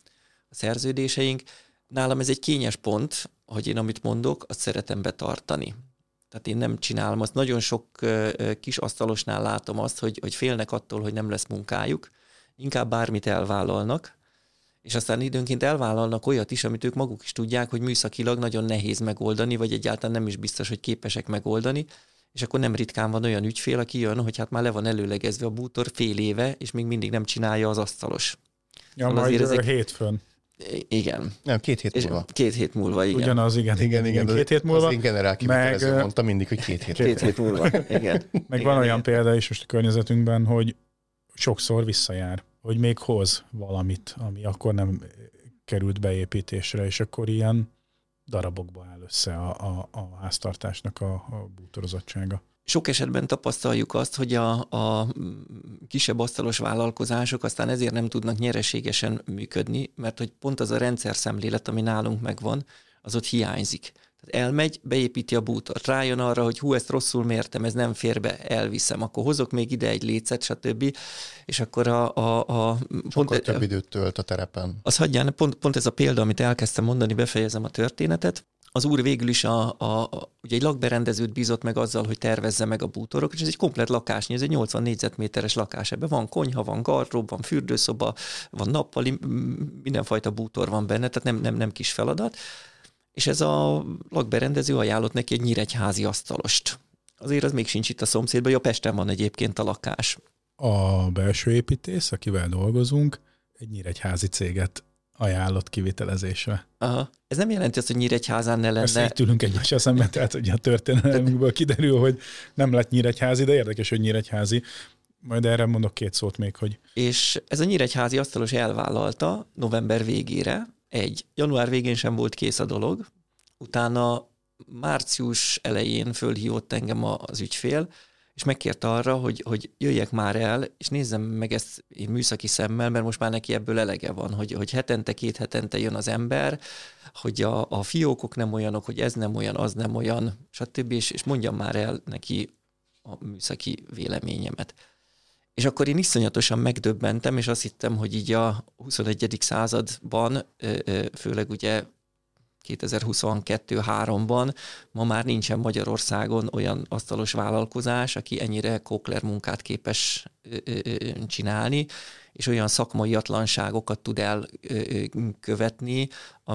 szerződéseink. Nálam ez egy kényes pont, hogy én amit mondok, azt szeretem betartani. Tehát én nem csinálom azt. Nagyon sok kis asztalosnál látom azt, hogy félnek attól, hogy nem lesz munkájuk, inkább bármit elvállalnak, és aztán időnként elvállalnak olyat is, amit ők maguk is tudják, hogy műszakilag nagyon nehéz megoldani, vagy egyáltalán nem is biztos, hogy képesek megoldani, és akkor nem ritkán van olyan ügyfél, aki jön, hogy hát már le van előlegezve a bútor fél éve, és még mindig nem csinálja az asztalos. Ja, majd hétfőn. Igen. Nem, 2 hét múlva. 2 hét múlva, igen. Ugyanaz, igen. 2 hét múlva. Az én generál kivitelező mondta mindig, hogy 2 hét. 2 hét múlva, igen. Meg igen, van olyan példa is most a környezetünkben, hogy sokszor visszajár, hogy még hoz valamit, ami akkor nem került beépítésre, és akkor ilyen darabokba áll össze a háztartásnak a bútorozottsága. Sok esetben tapasztaljuk azt, hogy a kisebb asztalos vállalkozások aztán ezért nem tudnak nyereségesen működni, mert hogy pont az a rendszerszemlélet, ami nálunk megvan, az ott hiányzik. Tehát elmegy, beépíti a bútort, rájön arra, hogy ezt rosszul mértem, ez nem fér be, elviszem, akkor hozok még ide egy lécet, stb. És akkor sokkal több időt tölt a terepen. Az hagyján, pont ez a példa, amit elkezdtem mondani, befejezem a történetet. Az úr végül is ugye egy lakberendezőt bízott meg azzal, hogy tervezze meg a bútorokat, és ez egy komplett lakásnyi, ez egy 80 négyzetméteres lakás. Ebben van konyha, van gardrób, van fürdőszoba, van nappali, mindenfajta bútor van benne, tehát nem kis feladat. És ez a lakberendező ajánlott neki egy nyíregyházi asztalost. Azért az még sincs itt a szomszédban, ja, Pesten van egyébként a lakás. A belső építész, akivel dolgozunk, egy nyíregyházi céget ajánlott kivitelezésre. Aha. Ez nem jelenti azt, hogy Nyíregyházán ne lenne... Ezt így ülünk egymással szemben, tehát ugye a történelmünkből kiderül, hogy nem lett nyíregyházi, de érdekes, hogy nyíregyházi. Majd erre mondok 2 szót még, hogy... És ez a nyíregyházi asztalos elvállalta november végére. Január végén sem volt kész a dolog. Utána március elején fölhívott engem az ügyfél, és megkérte arra, hogy jöjjek már el, és nézzem meg ezt én műszaki szemmel, mert most már neki ebből elege van, hogy hetente, 2 hetente jön az ember, hogy a fiókok nem olyanok, hogy ez nem olyan, az nem olyan, stb. És mondjam már el neki a műszaki véleményemet. És akkor én iszonyatosan megdöbbentem, és azt hittem, hogy így a 21. században, főleg ugye 2022-3-ban ma már nincsen Magyarországon olyan asztalos vállalkozás, aki ennyire Kokler munkát képes csinálni, és olyan szakmaiatlanságokat tud elkövetni,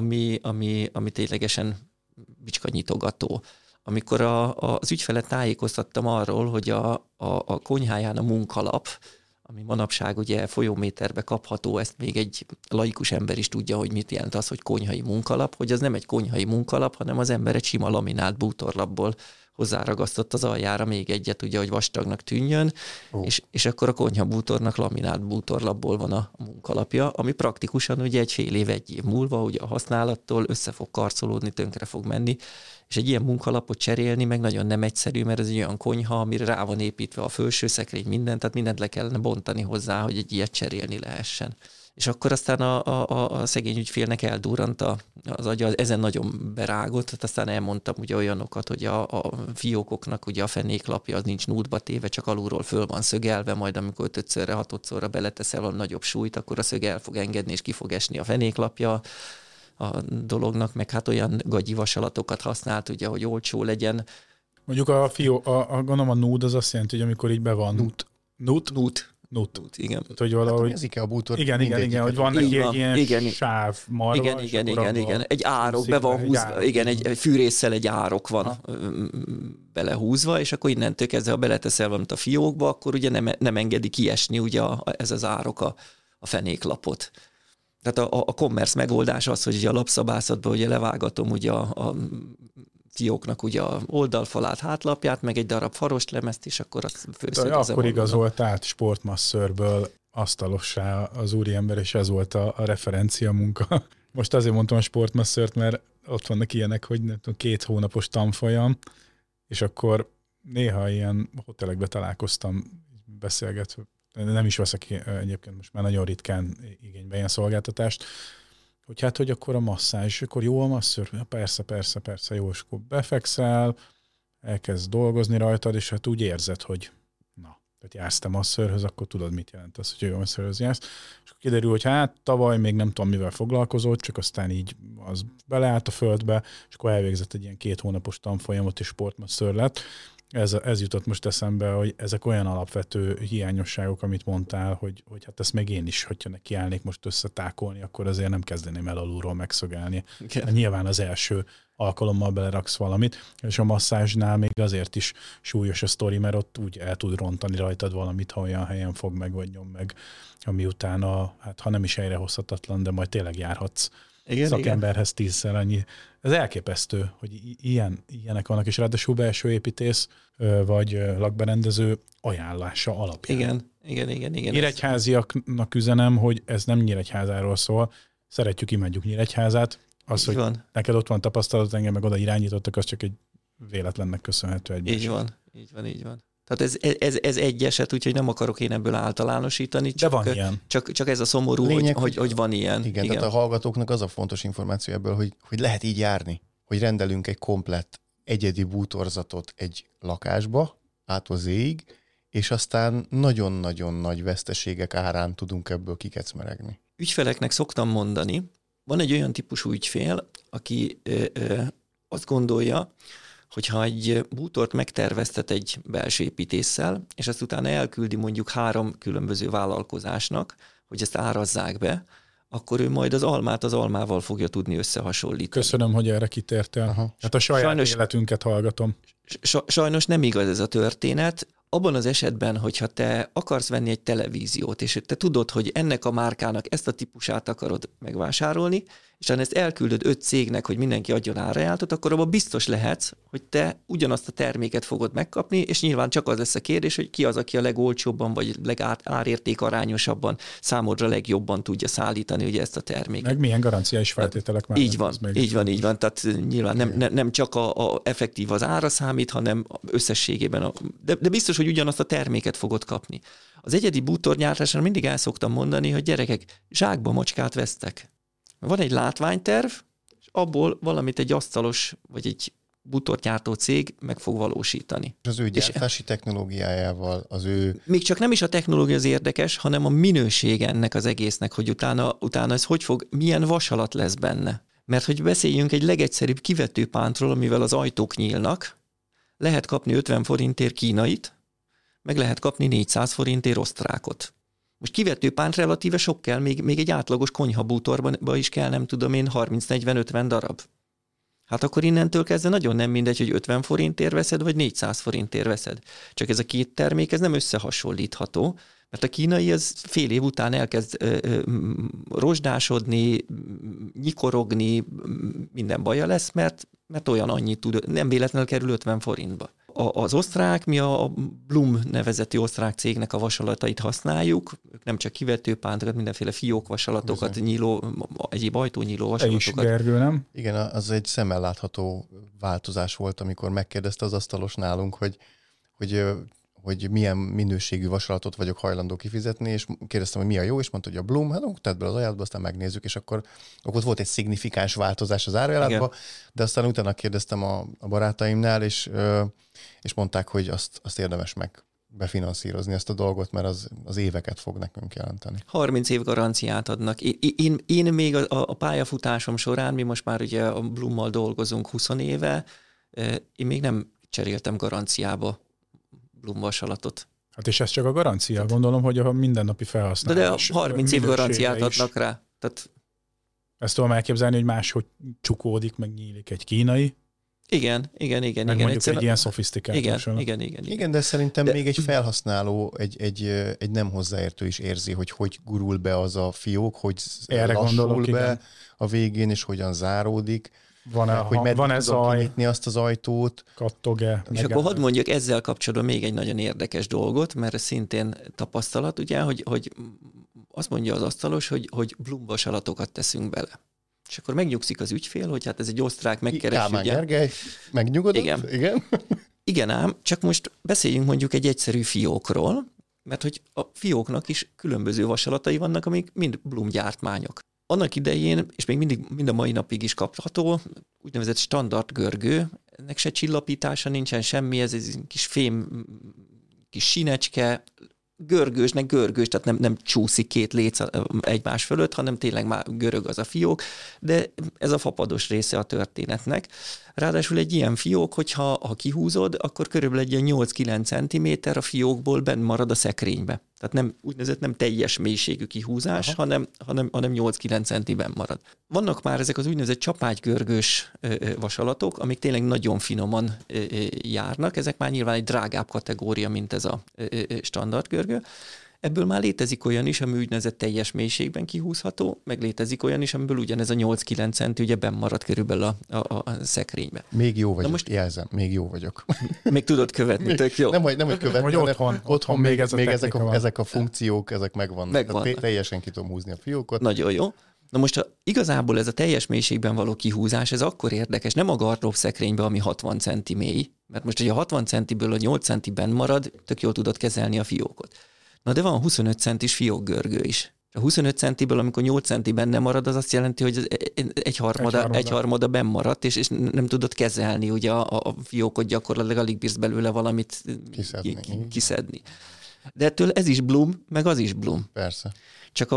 ami ténylegesen bicskanyitogató. Amikor az ügyfelet tájékoztattam arról, hogy a konyháján a munkalap, ami manapság ugye folyóméterbe kapható, ezt még egy laikus ember is tudja, hogy mit jelent az, hogy konyhai munkalap, hogy az nem egy konyhai munkalap, hanem az ember egy sima laminált bútorlapból hozzáragasztott az aljára még egyet, ugye, hogy vastagnak tűnjön, és akkor a konyhabútornak laminált bútorlapból van a munkalapja, ami praktikusan ugye egy fél év, 1 év múlva ugye a használattól össze fog karcolódni, tönkre fog menni, és egy ilyen munkalapot cserélni meg nagyon nem egyszerű, mert ez egy olyan konyha, amire rá van építve a felső szekrény, mindent, tehát mindent le kellene bontani hozzá, hogy egy ilyet cserélni lehessen. És akkor aztán a szegény ügyfélnek eldurrant az agya, ezen nagyon berágott, tehát aztán elmondtam ugye olyanokat, hogy a fiókoknak ugye a fenéklapja az nincs nútba téve, csak alulról föl van szögelve, majd amikor 5-szörre, 6-szorra beleteszel a nagyobb súlyt, akkor a szög el fog engedni, és ki fog esni a fenéklapja a dolognak, meg hát olyan gagyi vasalatokat használt, ugye, hogy olcsó legyen. Mondjuk gondolom a núd az azt jelenti, hogy amikor így be van. Nút, igen. Hogy valahogy... Hát, a bútor. Igen, hogy van neki egy ilyen sáv marva. Igen. Egy árok be van húzva, egy fűrésszel egy árok van belehúzva, és akkor innentől kezdve, ha beleteszel valamit a fiókba, akkor ugye nem engedi kiesni ugye ez az árok a fenéklapot. Tehát a commerce megoldás az, hogy ugye a lapszabászatban ugye levágatom ugye a fióknak ugye a oldalfalát, hátlapját, meg egy darab farostlemezt, és akkor azt főszögezem. Akkor igazolt át sportmasszörből asztalossá az úriember, és ez volt a referencia munka. Most azért mondtam a sportmasszört, mert ott vannak ilyenek, hogy nem tudom, 2 hónapos tanfolyam, és akkor néha ilyen hotelekbe találkoztam, beszélgetve, nem is veszek egyébként most már nagyon ritkán igénybe ilyen szolgáltatást, hogy hát, hogy akkor a masszázs, és akkor jó a masször? Persze, jó, és akkor befekszel, elkezd dolgozni rajtad, és hát úgy érzed, hogy na, tehát jársz te masszörhöz, akkor tudod, mit jelent az, hogy jó masszörhöz jársz. És akkor kiderül, hogy hát tavaly még nem tudom, mivel foglalkozott, csak aztán így az beleállt a földbe, és akkor elvégzett egy ilyen 2 hónapos tanfolyamot, és sportmasször lett. Ez jutott most eszembe, hogy ezek olyan alapvető hiányosságok, amit mondtál, hogy hát ezt meg én is, hogyha nekiállnék most összetákolni, akkor azért nem kezdeném el alulról megszögelni. Hát nyilván az első alkalommal beleraksz valamit, és a masszázsnál még azért is súlyos a sztori, mert ott úgy el tud rontani rajtad valamit, ha olyan helyen fog meg, vagy nyom meg, ami utána, hát ha nem is helyrehozhatatlan, de majd tényleg járhatsz szakemberhez 10-szer annyi. Ez elképesztő, hogy ilyenek vannak, és ráadásul belső építész vagy lakberendező ajánlása alapján. Igen. Nyíregyháziaknak üzenem, hogy ez nem Nyíregyházáról szól. Szeretjük, imádjuk Nyíregyházát. Az, hogy neked ott van tapasztalat, engem meg oda irányítottak, az csak egy véletlennek köszönhető egymáshoz. Így van. Tehát ez egy eset, úgyhogy nem akarok én ebből általánosítani. De van ilyen. Csak ez a szomorú, lényeg, hogy van ilyen. Igen, tehát a hallgatóknak az a fontos információ ebből, hogy lehet így járni. Hogy rendelünk egy komplett egyedi bútorzatot egy lakásba, ától Z-ig, és aztán nagyon-nagyon nagy veszteségek árán tudunk ebből kikecmeregni. Ügyfeleknek szoktam mondani, van egy olyan típusú ügyfél, aki azt gondolja, hogyha egy bútort megterveztet egy belső építéssel, és ezt utána elküldi mondjuk 3 különböző vállalkozásnak, hogy ezt árazzák be, akkor ő majd az almát az almával fogja tudni összehasonlítani. Köszönöm, hogy erre kitértél. Aha. Hát a saját életünket hallgatom. Sajnos nem igaz ez a történet. Abban az esetben, hogyha te akarsz venni egy televíziót, és te tudod, hogy ennek a márkának ezt a típusát akarod megvásárolni, és ha ezt elküldöd 5 cégnek, hogy mindenki adjon árajánlatot, akkor abban biztos lehetsz, hogy te ugyanazt a terméket fogod megkapni, és nyilván csak az lesz a kérdés, hogy ki az, aki a legolcsóbban, vagy legárérték arányosabban számodra legjobban tudja szállítani ugye ezt a terméket. Meg milyen garanciális feltételek már. Így van. Tehát nyilván nem csak a effektív az ára számít, hanem összességében. De biztos, hogy ugyanazt a terméket fogod kapni. Az egyedi bútorgyártásra mindig el szoktam mondani, hogy gyerekek, zsákba macskát vesztek. Van egy látványterv, és abból valamit egy asztalos, vagy egy bútorgyártó cég meg fog valósítani. Az ő gyártási technológiájával, az ő... Még csak nem is a technológia az érdekes, hanem a minőség ennek az egésznek, hogy utána ez hogy fog, milyen vasalat lesz benne. Mert hogy beszéljünk egy legegyszerűbb kivetőpántról, amivel az ajtók nyílnak, lehet kapni 50 forintért kínait, meg lehet kapni 400 forintért osztrákot. Most kivetőpánt relatíve sok kell, még egy átlagos konyhabútorban is kell, nem tudom én, 30-40-50 darab. Hát akkor innentől kezdve nagyon nem mindegy, hogy 50 forintért veszed, vagy 400 forintért veszed. Csak ez a két termék, ez nem összehasonlítható, mert a kínai az fél év után elkezd rozsdásodni, nyikorogni, minden baja lesz, mert olyan annyit tud, nem véletlenül kerül 50 forintba. Az osztrák, mi a Blum nevezetű osztrák cégnek a vasalatait használjuk, ők nem csak kivetőpántokat, mindenféle fiókvasalatokat, egyéb ajtónyíló vasalatokat. Gergő, nem? Igen, az egy szemmel látható változás volt, amikor megkérdezte az asztalos nálunk, hogy milyen minőségű vasalatot vagyok hajlandó kifizetni, és kérdeztem, hogy mi a jó, és mondta, hogy a Blum, hát tedd be az ajánlatba, aztán megnézzük, és akkor ott volt egy szignifikáns változás az árajánlatban, de aztán utána kérdeztem a barátaimnál, és mondták, hogy azt érdemes meg befinanszírozni ezt a dolgot, mert az éveket fog nekünk jelenteni. 30 év garanciát adnak. Én még a pályafutásom során, mi most már ugye a Blummal dolgozunk 20 éve, én még nem cseréltem garanciába Blum vasalatot. Hát és ez csak a garancia, gondolom, hogy a mindennapi felhasználás. De 30 év garanciát adnak rá. Tehát... Ezt tudom elképzelni, hogy máshogy csukódik, meg nyílik egy kínai. Igen. Meg mondjuk egy ilyen szofisztikált. Igen. Igen, de szerintem még egy felhasználó, egy nem hozzáértő is érzi, hogy gurul be az a fiók, hogy erre lassul be igen. A végén, és hogyan záródik. Van ez kinyitni azt az ajtót. Kattog-e. És akkor hadd mondjak ezzel kapcsolatban még egy nagyon érdekes dolgot, mert ez szintén tapasztalat, ugye, hogy azt mondja az asztalos, hogy Blum vasalatokat teszünk bele. És akkor megnyugszik az ügyfél, hogy hát ez egy osztrák, megkeres. Kálmán Gergely, megnyugodott? Igen. Igen ám, csak most beszéljünk mondjuk egy egyszerű fiókról, mert hogy a fióknak is különböző vasalatai vannak, amik mind Blum gyártmányok. Annak idején, és még mind a mai napig is kapható, úgynevezett standard görgő, ennek se csillapítása nincsen semmi, ez egy kis fém kis sínecske, görgős, tehát nem csúszik két léc egymás fölött, hanem tényleg már görög az a fiók, de ez a fapados része a történetnek. Ráadásul egy ilyen fiók, hogyha kihúzod, akkor körülbelül egy 8-9 cm a fiókból benn marad a szekrénybe. Tehát nem teljes mélységű kihúzás, hanem 8-9 cm marad. Vannak már ezek az úgynevezett csapágygörgős vasalatok, amik tényleg nagyon finoman járnak. Ezek már nyilván egy drágább kategória, mint ez a standard görgő. Ebből már létezik olyan is, ami úgynevezett teljes mélységben kihúzható, meg létezik olyan is, amiből ugyanez a 8-9 centi ugye benn marad körülbelül a szekrénybe. Még jó vagyok, most jelzem, még jó vagyok. Még tudod követni, tök jó. Nem, hogy követni, vagy otthon még ezek a funkciók, ezek megvannak. Teljesen ki tudom húzni a fiókot. Nagyon jó. Na most igazából ez a teljes mélységben való kihúzás, ez akkor érdekes, nem a gardrób szekrénybe, ami 60 centi mély, mert most, hogy a 60 centiből a 8 centi benn marad, tök jól tudod kezelni a fiókot. Na de van 25 centis fiókgörgő is. A 25 centiből, amikor 8 centi benne marad, az azt jelenti, hogy egyharmada benn maradt, és nem tudod kezelni, ugye a fiókot gyakorlatilag alig bírsz belőle valamit kiszedni. De ettől ez is blum, meg az is blum. Persze. Csak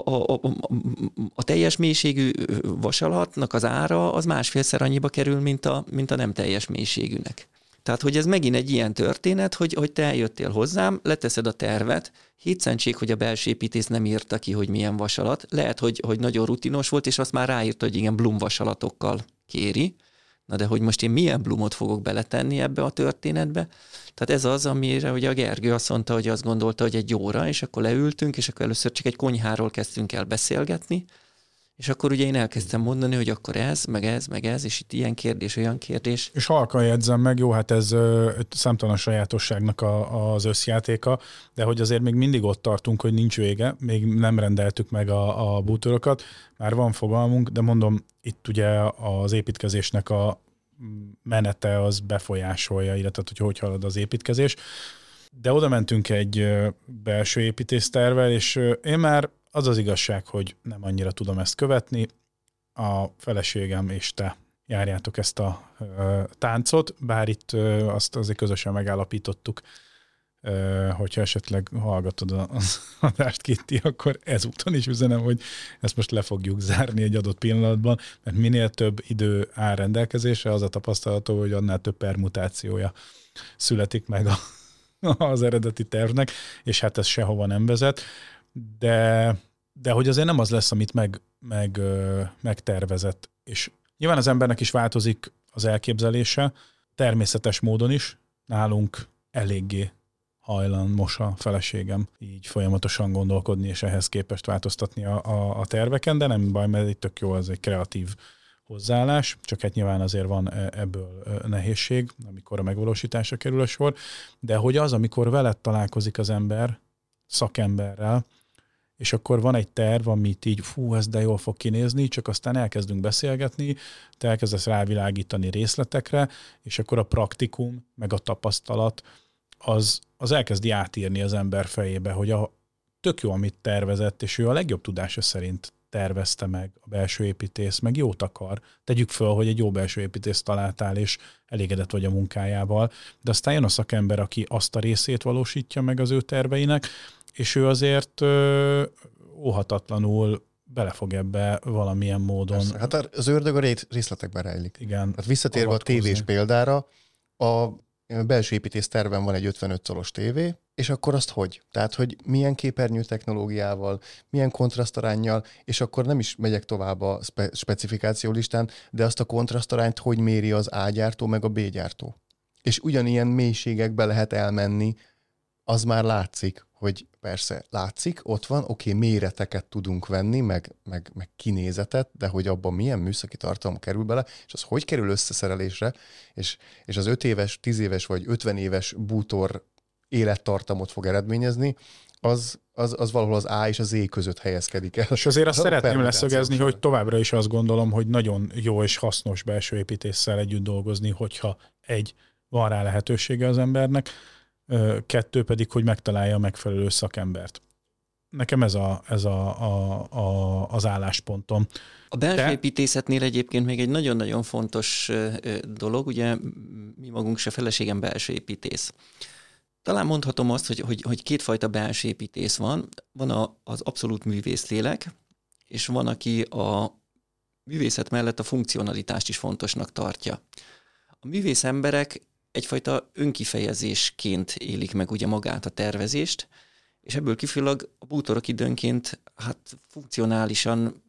a teljes mélységű vasalatnak az ára az másfélszer annyiba kerül, mint a nem teljes mélységűnek. Tehát, hogy ez megint egy ilyen történet, hogy te eljöttél hozzám, leteszed a tervet, hétszentség, hogy a belső építész nem írta ki, hogy milyen vasalat. Lehet, hogy nagyon rutinos volt, és azt már ráírta, hogy igen, blum vasalatokkal kéri. Na de hogy most én milyen blumot fogok beletenni ebbe a történetbe? Tehát ez az, amire ugye a Gergő azt mondta, hogy azt gondolta, hogy egy óra, és akkor leültünk, és akkor először csak egy konyháról kezdtünk el beszélgetni, és akkor ugye én elkezdtem mondani, hogy akkor ez, és itt ilyen kérdés, olyan kérdés. És halkan jegyzem meg, jó, hát ez számtalan sajátosságnak az összjátéka, de hogy azért még mindig ott tartunk, hogy nincs vége, még nem rendeltük meg a bútorokat, már van fogalmunk, de mondom, itt ugye az építkezésnek a menete az befolyásolja, illetve hogy halad az építkezés. De oda mentünk egy belső építésztervvel, és én már az az igazság, hogy nem annyira tudom ezt követni. A feleségem és te járjátok ezt a táncot, bár itt azt azért közösen megállapítottuk, hogyha esetleg hallgatod az adást, Kitti, akkor ezúton is üzenem, hogy ezt most le fogjuk zárni egy adott pillanatban, mert minél több idő áll rendelkezésre, az a tapasztalató, hogy annál több permutációja születik meg az eredeti tervnek, és hát ez sehova nem vezet. De hogy azért nem az lesz, amit megtervezett. És nyilván az embernek is változik az elképzelése, természetes módon is. Nálunk eléggé hajlamos a feleségem így folyamatosan gondolkodni, és ehhez képest változtatni a terveken, de nem baj, mert egy tök jó, az egy kreatív hozzáállás, csak hát nyilván azért van ebből nehézség, amikor a megvalósításra kerül a sor, de hogy az, amikor veled találkozik az ember, szakemberrel, és akkor van egy terv, amit így, ez de jól fog kinézni, csak aztán elkezdünk beszélgetni, te elkezdesz rávilágítani részletekre, és akkor a praktikum, meg a tapasztalat, az elkezdi átírni az ember fejébe, hogy tök jó, amit tervezett, és ő a legjobb tudása szerint tervezte meg a belső építész, meg jót akar. Tegyük föl, hogy egy jó belső építész találtál, és elégedett vagy a munkájával, de aztán jön a szakember, aki azt a részét valósítja meg az ő terveinek, és ő azért óhatatlanul belefog ebbe valamilyen módon. Persze. Hát az ördög a részletekben rejlik. Igen. Hát visszatérve a tévés példára, a belső építész terven van egy 55 colos tévé, és akkor azt hogy? Tehát, hogy milyen képernyő technológiával, milyen kontrasztaránnyal, és akkor nem is megyek tovább a specifikáció listán, de azt a kontrasztarányt hogy méri az A-gyártó meg a B-gyártó. És ugyanilyen mélységekbe lehet elmenni, az már látszik, hogy persze látszik, ott van, oké, méreteket tudunk venni, meg kinézetet, de hogy abban milyen műszaki tartalom kerül bele, és az hogy kerül összeszerelésre, és az 5 éves, 10 éves vagy 50 éves bútor élettartamot fog eredményezni, az valahol az A és az Z között helyezkedik el. És azért azt szeretném leszögezni, hogy továbbra is azt gondolom, hogy nagyon jó és hasznos belső építéssel együtt dolgozni, hogyha van rá lehetősége az embernek, 2 pedig, hogy megtalálja a megfelelő szakembert. Nekem ez az álláspontom. A belső építészetnél egyébként még egy nagyon-nagyon fontos dolog, ugye mi magunk se, feleségem belső építész. talán mondhatom azt, hogy kétfajta belső építész van. Van az abszolút művészlélek, és van, aki a művészet mellett a funkcionalitást is fontosnak tartja. A művész emberek egyfajta önkifejezésként élik meg ugye magát a tervezést, és ebből kifolyólag a bútorok időnként hát funkcionálisan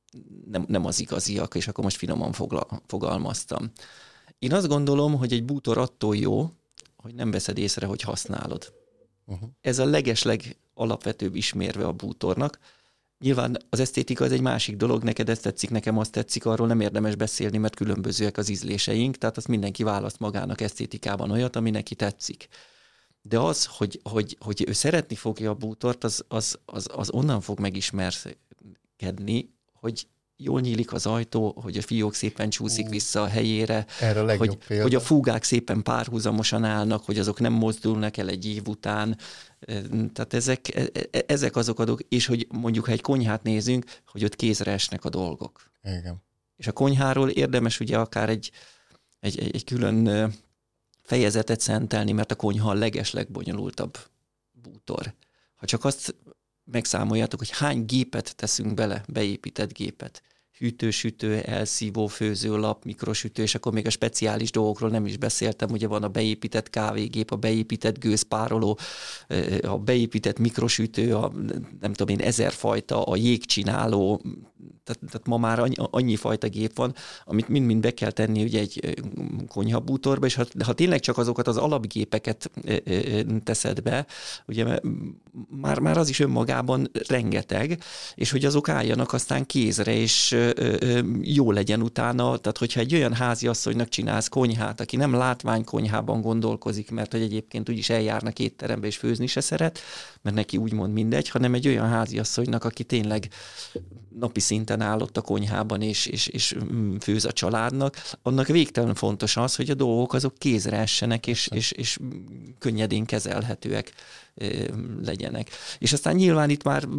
nem az igaziak, és akkor most finoman fogalmaztam. Én azt gondolom, hogy egy bútor attól jó, hogy nem veszed észre, hogy használod. Ez a legesleg alapvetőbb ismérve a bútornak. Nyilván az esztétika az egy másik dolog, neked ezt tetszik, nekem azt tetszik, arról nem érdemes beszélni, mert különbözőek az ízléseink, tehát azt mindenki választ magának esztétikában olyat, ami neki tetszik. De az, hogy ő szeretni fogja a bútort, az onnan fog megismerkedni, hogy jól nyílik az ajtó, hogy a fiók szépen csúszik vissza a helyére, hogy a fúgák szépen párhuzamosan állnak, hogy azok nem mozdulnak el egy év után. Tehát ezek azok a dolgok, és hogy mondjuk, ha egy konyhát nézünk, hogy ott kézre esnek a dolgok. Igen. És a konyháról érdemes ugye akár egy külön fejezetet szentelni, mert a konyha a legeslegbonyolultabb bútor. Ha csak azt megszámoljátok, hogy hány gépet teszünk bele, beépített gépet. Hűtő-sütő, elszívó, főzőlap, mikrosütő, és akkor még a speciális dolgokról nem is beszéltem, ugye van a beépített kávégép, a beépített gőzpároló, a beépített mikrosütő, nem tudom én, 1000 fajta, a jégcsináló, tehát ma már annyi fajta gép van, amit mind-mind be kell tenni ugye egy konyhabútorba, és ha tényleg csak azokat az alapgépeket teszed be, ugye már az is önmagában rengeteg, és hogy azok álljanak aztán kézre, és jó legyen utána, tehát hogyha egy olyan háziasszonynak csinálsz konyhát, aki nem látványkonyhában gondolkozik, mert hogy egyébként úgyis eljárnak étterembe és főzni se szeret, mert neki úgymond mindegy, hanem egy olyan háziasszonynak, aki tényleg napi szinten állott a konyhában és főz a családnak, annak végtelen fontos az, hogy a dolgok azok kézre essenek, és könnyedén kezelhetőek legyenek. És aztán nyilván itt már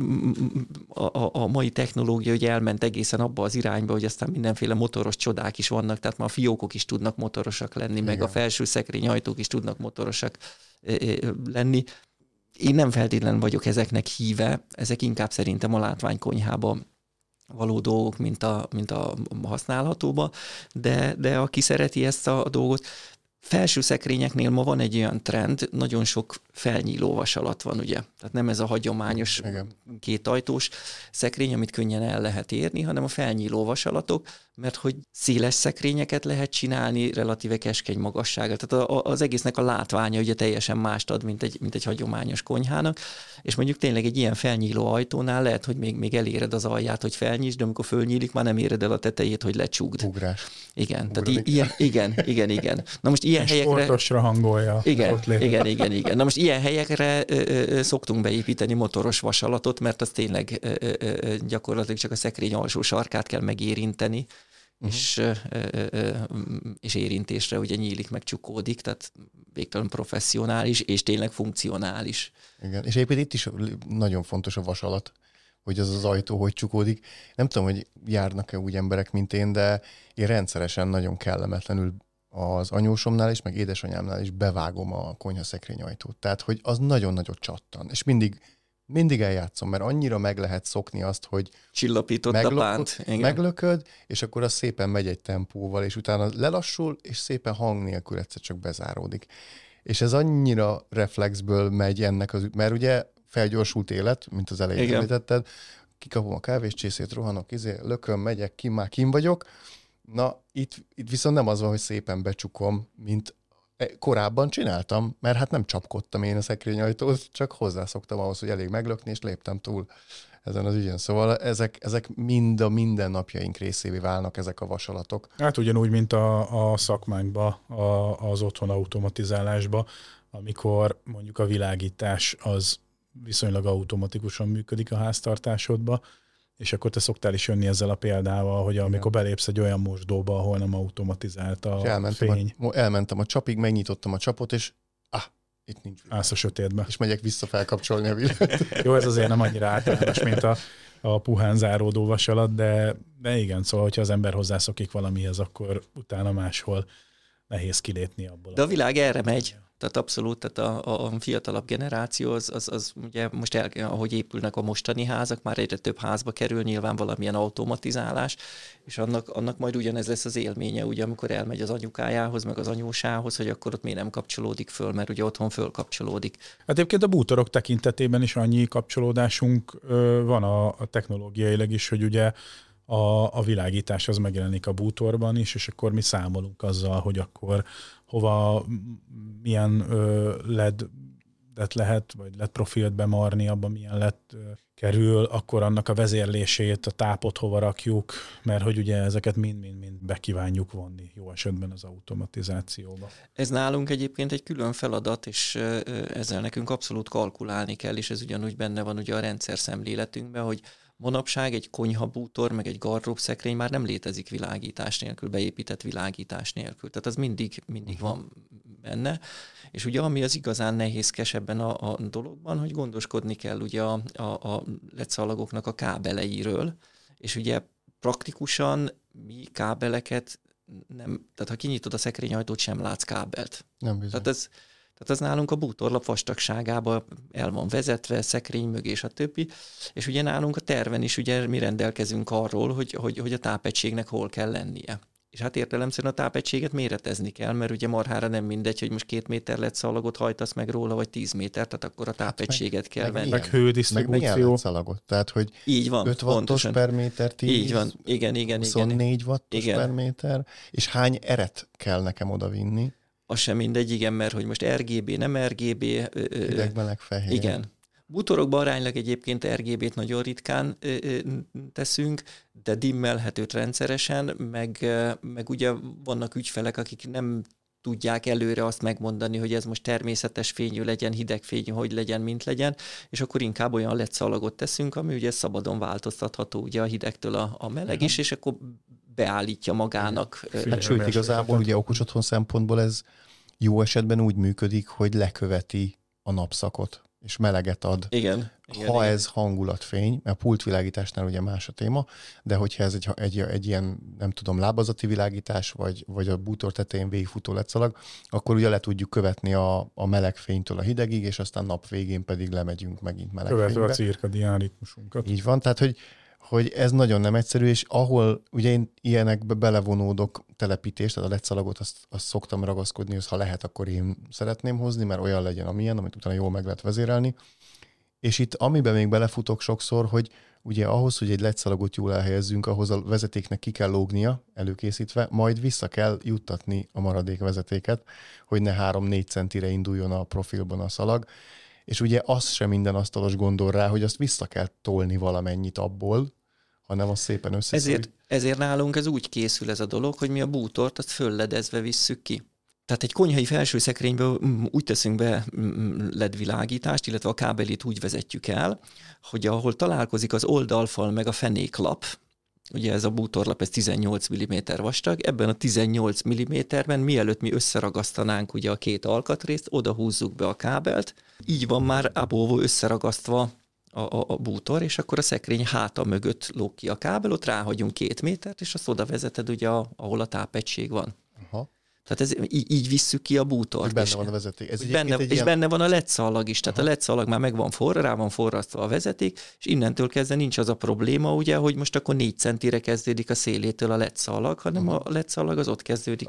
a mai technológia ugye elment egészen abba az irányba, hogy aztán mindenféle motoros csodák is vannak, tehát már a fiókok is tudnak motorosak lenni, igen, meg a felső szekrényajtók is tudnak motorosak lenni. Én nem feltétlenül vagyok ezeknek híve, ezek inkább szerintem a látványkonyhában való dolgok, mint a használhatóba, de aki szereti ezt a dolgot, felső szekrényeknél ma van egy olyan trend, nagyon sok felnyíló vasalat van, ugye? Tehát nem ez a hagyományos kétajtós szekrény, amit könnyen el lehet érni, hanem a felnyíló vasalatok, mert hogy széles szekrényeket lehet csinálni, relatíve keskeny magassággal. Tehát az egésznek a látványa ugye teljesen mást ad, mint egy hagyományos konyhának, és mondjuk tényleg egy ilyen felnyíló ajtónál lehet, hogy még eléred az alját, hogy felnyisd, de amikor fölnyílik, már nem éred el a tetejét, hogy lecsukd. Ugrás. Igen, tehát igen. Na most ilyen helyekre... Sportosra hangolja. Igen. Na most ilyen helyekre szoktunk beépíteni motoros vasalatot, mert az tényleg gyakorlatilag csak a szekrény alsó sarkát kell megérinteni, és érintésre ugye nyílik, meg csukódik, tehát végtelen professzionális, és tényleg funkcionális. Igen, és éppen itt is nagyon fontos a vasalat, hogy az ajtó hogy csukódik. Nem tudom, hogy járnak-e úgy emberek, mint én, de én rendszeresen nagyon kellemetlenül az anyósomnál is, meg édesanyámnál is bevágom a konyhaszekrény ajtót. Tehát, hogy az nagyon nagyot csattan. És mindig eljátszom, mert annyira meg lehet szokni azt, hogy csillapított a pánt. Meglököd, és akkor az szépen megy egy tempóval, és utána lelassul, és szépen hang nélkül egyszer csak bezáródik. És ez annyira reflexből megy ennek mert ugye felgyorsult élet, mint az elején említetted, kikapom a kávéscsészét, rohanok, lököm, megyek, már kim vagyok. Na, itt viszont nem az van, hogy szépen becsukom, mint korábban csináltam, mert hát nem csapkodtam én a szekrényajtót, csak hozzászoktam ahhoz, hogy elég meglökni, és léptem túl ezen az ügyen. Szóval ezek mind a mindennapjaink részévé válnak ezek a vasalatok. Hát ugyanúgy, mint a szakmánkban, az otthon automatizálásban, amikor mondjuk a világítás az viszonylag automatikusan működik a háztartásodba, és akkor te szoktál is jönni ezzel a példával, hogy amikor belépsz egy olyan mosdóba, ahol nem automatizált a fény. Elmentem a csapig, megnyitottam a csapot, és itt nincs világ. Állsz a sötétben. És megyek vissza felkapcsolni a villant. Jó, ez azért nem annyira általános, mint a puhán záródó vasalat, de igen, szóval, hogyha az ember hozzászokik valamihez, akkor utána máshol nehéz kilépni abból. De a világ erre megy. Tehát abszolút, tehát a fiatalabb generáció az ugye most ahogy épülnek a mostani házak, már egyre több házba kerül nyilván valamilyen automatizálás, és annak majd ugyanez lesz az élménye, ugye, amikor elmegy az anyukájához, meg az anyósához, hogy akkor ott miért nem kapcsolódik föl, mert ugye otthon fölkapcsolódik. Hát egyébként a bútorok tekintetében is annyi kapcsolódásunk van a technológiailag is, hogy ugye a világítás az megjelenik a bútorban is, és akkor mi számolunk azzal, hogy akkor hova, milyen LED-et lehet, vagy LED profilt bemarni, abban milyen LED kerül, akkor annak a vezérlését, a tápot hova rakjuk, mert hogy ugye ezeket mind bekívánjuk vonni jó esetben az automatizációba. Ez nálunk egyébként egy külön feladat, és ezzel nekünk abszolút kalkulálni kell, és ez ugyanúgy benne van ugye a rendszer szemléletünkben, hogy manapság egy konyhabútor, meg egy gardróbszekrény már nem létezik világítás nélkül, beépített világítás nélkül. Tehát az mindig van benne. És ugye ami az igazán nehézkes ebben a dologban, hogy gondoskodni kell ugye a LED-szalagoknak a kábeleiről, és ugye praktikusan mi kábeleket nem, tehát ha kinyitod a szekrényajtót, sem látsz kábelt. Nem bizony. Tehát az nálunk a bútorlap vastagságába el van vezetve, szekrény mögé, stb. És ugye nálunk a terven is ugye mi rendelkezünk arról, hogy a tápegységnek hol kell lennie. És hát értelemszerűen a tápegységet méretezni kell, mert ugye marhára nem mindegy, hogy most 2 méter LED-szalagot hajtasz meg róla, vagy 10 méter, tehát akkor a tápegységet kell venni. Meg hődisztribúció. LED-szalagot. Tehát, hogy így van, 5 wattos per méter, 10, így van. Igen, 24 wattos per méter, és hány eret kell nekem odavinni? Az sem mindegy, igen, mert hogy most RGB, nem RGB. Hideg, meleg, fehér. Igen. Bútorokban aránylag egyébként RGB-t nagyon ritkán teszünk, de dimmelhetőt rendszeresen, meg ugye vannak ügyfelek, akik nem tudják előre azt megmondani, hogy ez most természetes fényű legyen, hideg fényű, hogy legyen, mint legyen, és akkor inkább olyan LED-szalagot teszünk, ami ugye szabadon változtatható ugye a hidegtől a meleg is, és akkor beállítja magának. Hát sőt, igazából ugye okos otthon szempontból ez jó esetben úgy működik, hogy leköveti a napszakot, és meleget ad. Igen. Ez hangulatfény, mert a pultvilágításnál ugye más a téma, de hogyha ez egy ilyen, nem tudom, lábazati világítás, vagy a bútor tetején végigfutó LED-szalag, akkor ugye le tudjuk követni a meleg fénytől a hidegig, és aztán nap végén pedig lemegyünk megint meleg fénybe. Követve a cirkadián ritmusunkat. Így van, tehát hogy ez nagyon nem egyszerű, és ahol ugye én ilyenekbe belevonódok telepítést, tehát a LED-szalagot azt szoktam ragaszkodni, hogy ha lehet, akkor én szeretném hozni, mert olyan legyen, amilyen, amit utána jól meg lehet vezérelni. És itt amiben még belefutok sokszor, hogy ugye ahhoz, hogy egy LED-szalagot jól elhelyezzünk, ahhoz a vezetéknek ki kell lógnia előkészítve, majd vissza kell juttatni a maradék vezetéket, hogy ne 3-4 centire induljon a profilban a szalag. És ugye az sem minden asztalos gondol rá, hogy azt vissza kell tolni valamennyit abból, hanem az szépen összeszorít. Ezért nálunk ez úgy készül ez a dolog, hogy mi a bútort azt fölledezve visszük ki. Tehát egy konyhai felsőszekrényből úgy teszünk be LED világítást, illetve a kábelit úgy vezetjük el, hogy ahol találkozik az oldalfal meg a fenéklap, ugye ez a bútorlap, ez 18 mm vastag, ebben a 18 mm-ben mielőtt mi összeragasztanánk ugye a két alkatrészt, oda húzzuk be a kábelt, így van már abóvó összeragasztva a bútor, és akkor a szekrény háta mögött lóg ki a kábel, ott ráhagyunk 2 métert, és azt oda vezeted ugye, ahol a tápegység van. Aha. Tehát így visszük ki a bútort. Benne van a vezeték. Benne van a LED-szalag is. Tehát a LED-szalag már megvan rá van forrasztva a vezeték, és innentől kezdve nincs az a probléma, ugye, hogy most akkor 4 centire kezdődik a szélétől a LED-szalag, hanem a LED-szalag az ott kezdődik,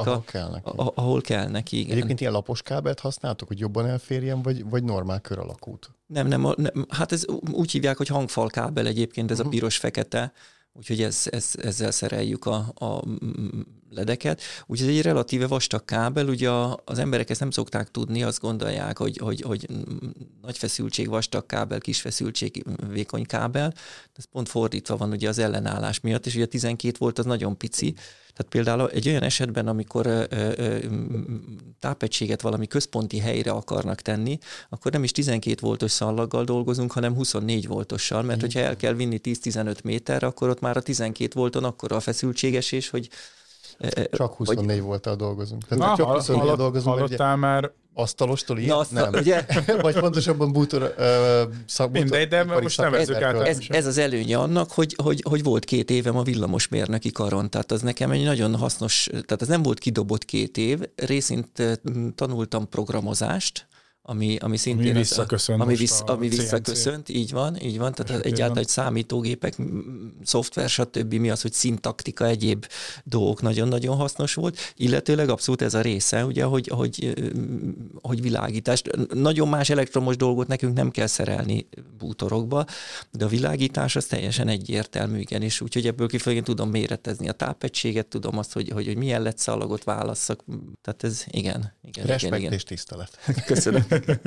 ahol kell neki. Igen. Egyébként ilyen lapos kábelt használtok, hogy jobban elférjen, vagy normál kör alakút? Nem, hát ez úgy hívják, hogy hangfalkábel egyébként, ez a piros-fekete, úgyhogy ezzel szereljük a ledeket. Úgyhogy ez egy relatíve vastag kábel, ugye az emberek ezt nem szokták tudni, azt gondolják, hogy nagy feszültség vastag kábel, kis feszültség vékony kábel. Ez pont fordítva van ugye az ellenállás miatt, és ugye a 12 volt az nagyon pici. Tehát például egy olyan esetben, amikor tápegységet valami központi helyre akarnak tenni, akkor nem is 12 voltos szallaggal dolgozunk, hanem 24 voltossal, mert hogyha el kell vinni 10-15 méterre, akkor ott már a 12 volton akkora a feszültségesés, hogy csak 24 volttal dolgozunk. Tehát csak 24 dolgozunk. Hallottál már asztalostól ilyen? Nem. Ugye? Vagy pontosabban bútor szakbútor. Mindegy, de most nevezzük át. Ez az előnye annak, hogy volt 2 évem a villamosmérnöki karon, tehát az nekem egy nagyon hasznos, tehát ez nem volt kidobott 2 év, részint tanultam programozást, ami szintén ami visszaköszönt, így van, tehát egyáltalán egy számítógépek, szoftver, stb. Mi az, hogy szintaktika, egyéb dolgok nagyon-nagyon hasznos volt, illetőleg abszolút ez a része, ugye, hogy világítás. Nagyon más elektromos dolgot nekünk nem kell szerelni bútorokba, de a világítás az teljesen egyértelmű, igen, és úgyhogy ebből kifolyólag tudom méretezni a tápegységet, tudom azt, hogy milyen LED-szalagot válasszak, tehát ez igen. Respekt és tisztelet. Köszönöm.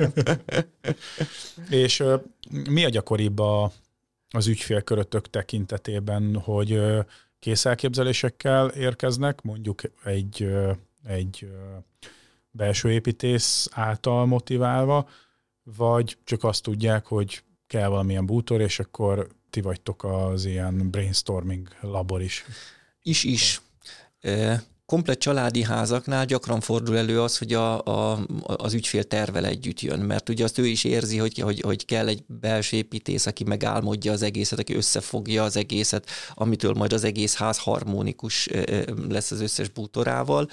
És mi a gyakoribb az ügyfélkörötök tekintetében, hogy kész elképzelésekkel érkeznek, mondjuk egy belső építész által motiválva, vagy csak azt tudják, hogy kell valamilyen bútor, és akkor ti vagytok az ilyen brainstorming labor is? Is. Komplett családi házaknál gyakran fordul elő az, hogy az ügyfél tervel együtt jön, mert ugye azt ő is érzi, hogy kell egy belső építész, aki megálmodja az egészet, aki összefogja az egészet, amitől majd az egész ház harmonikus lesz az összes bútorával.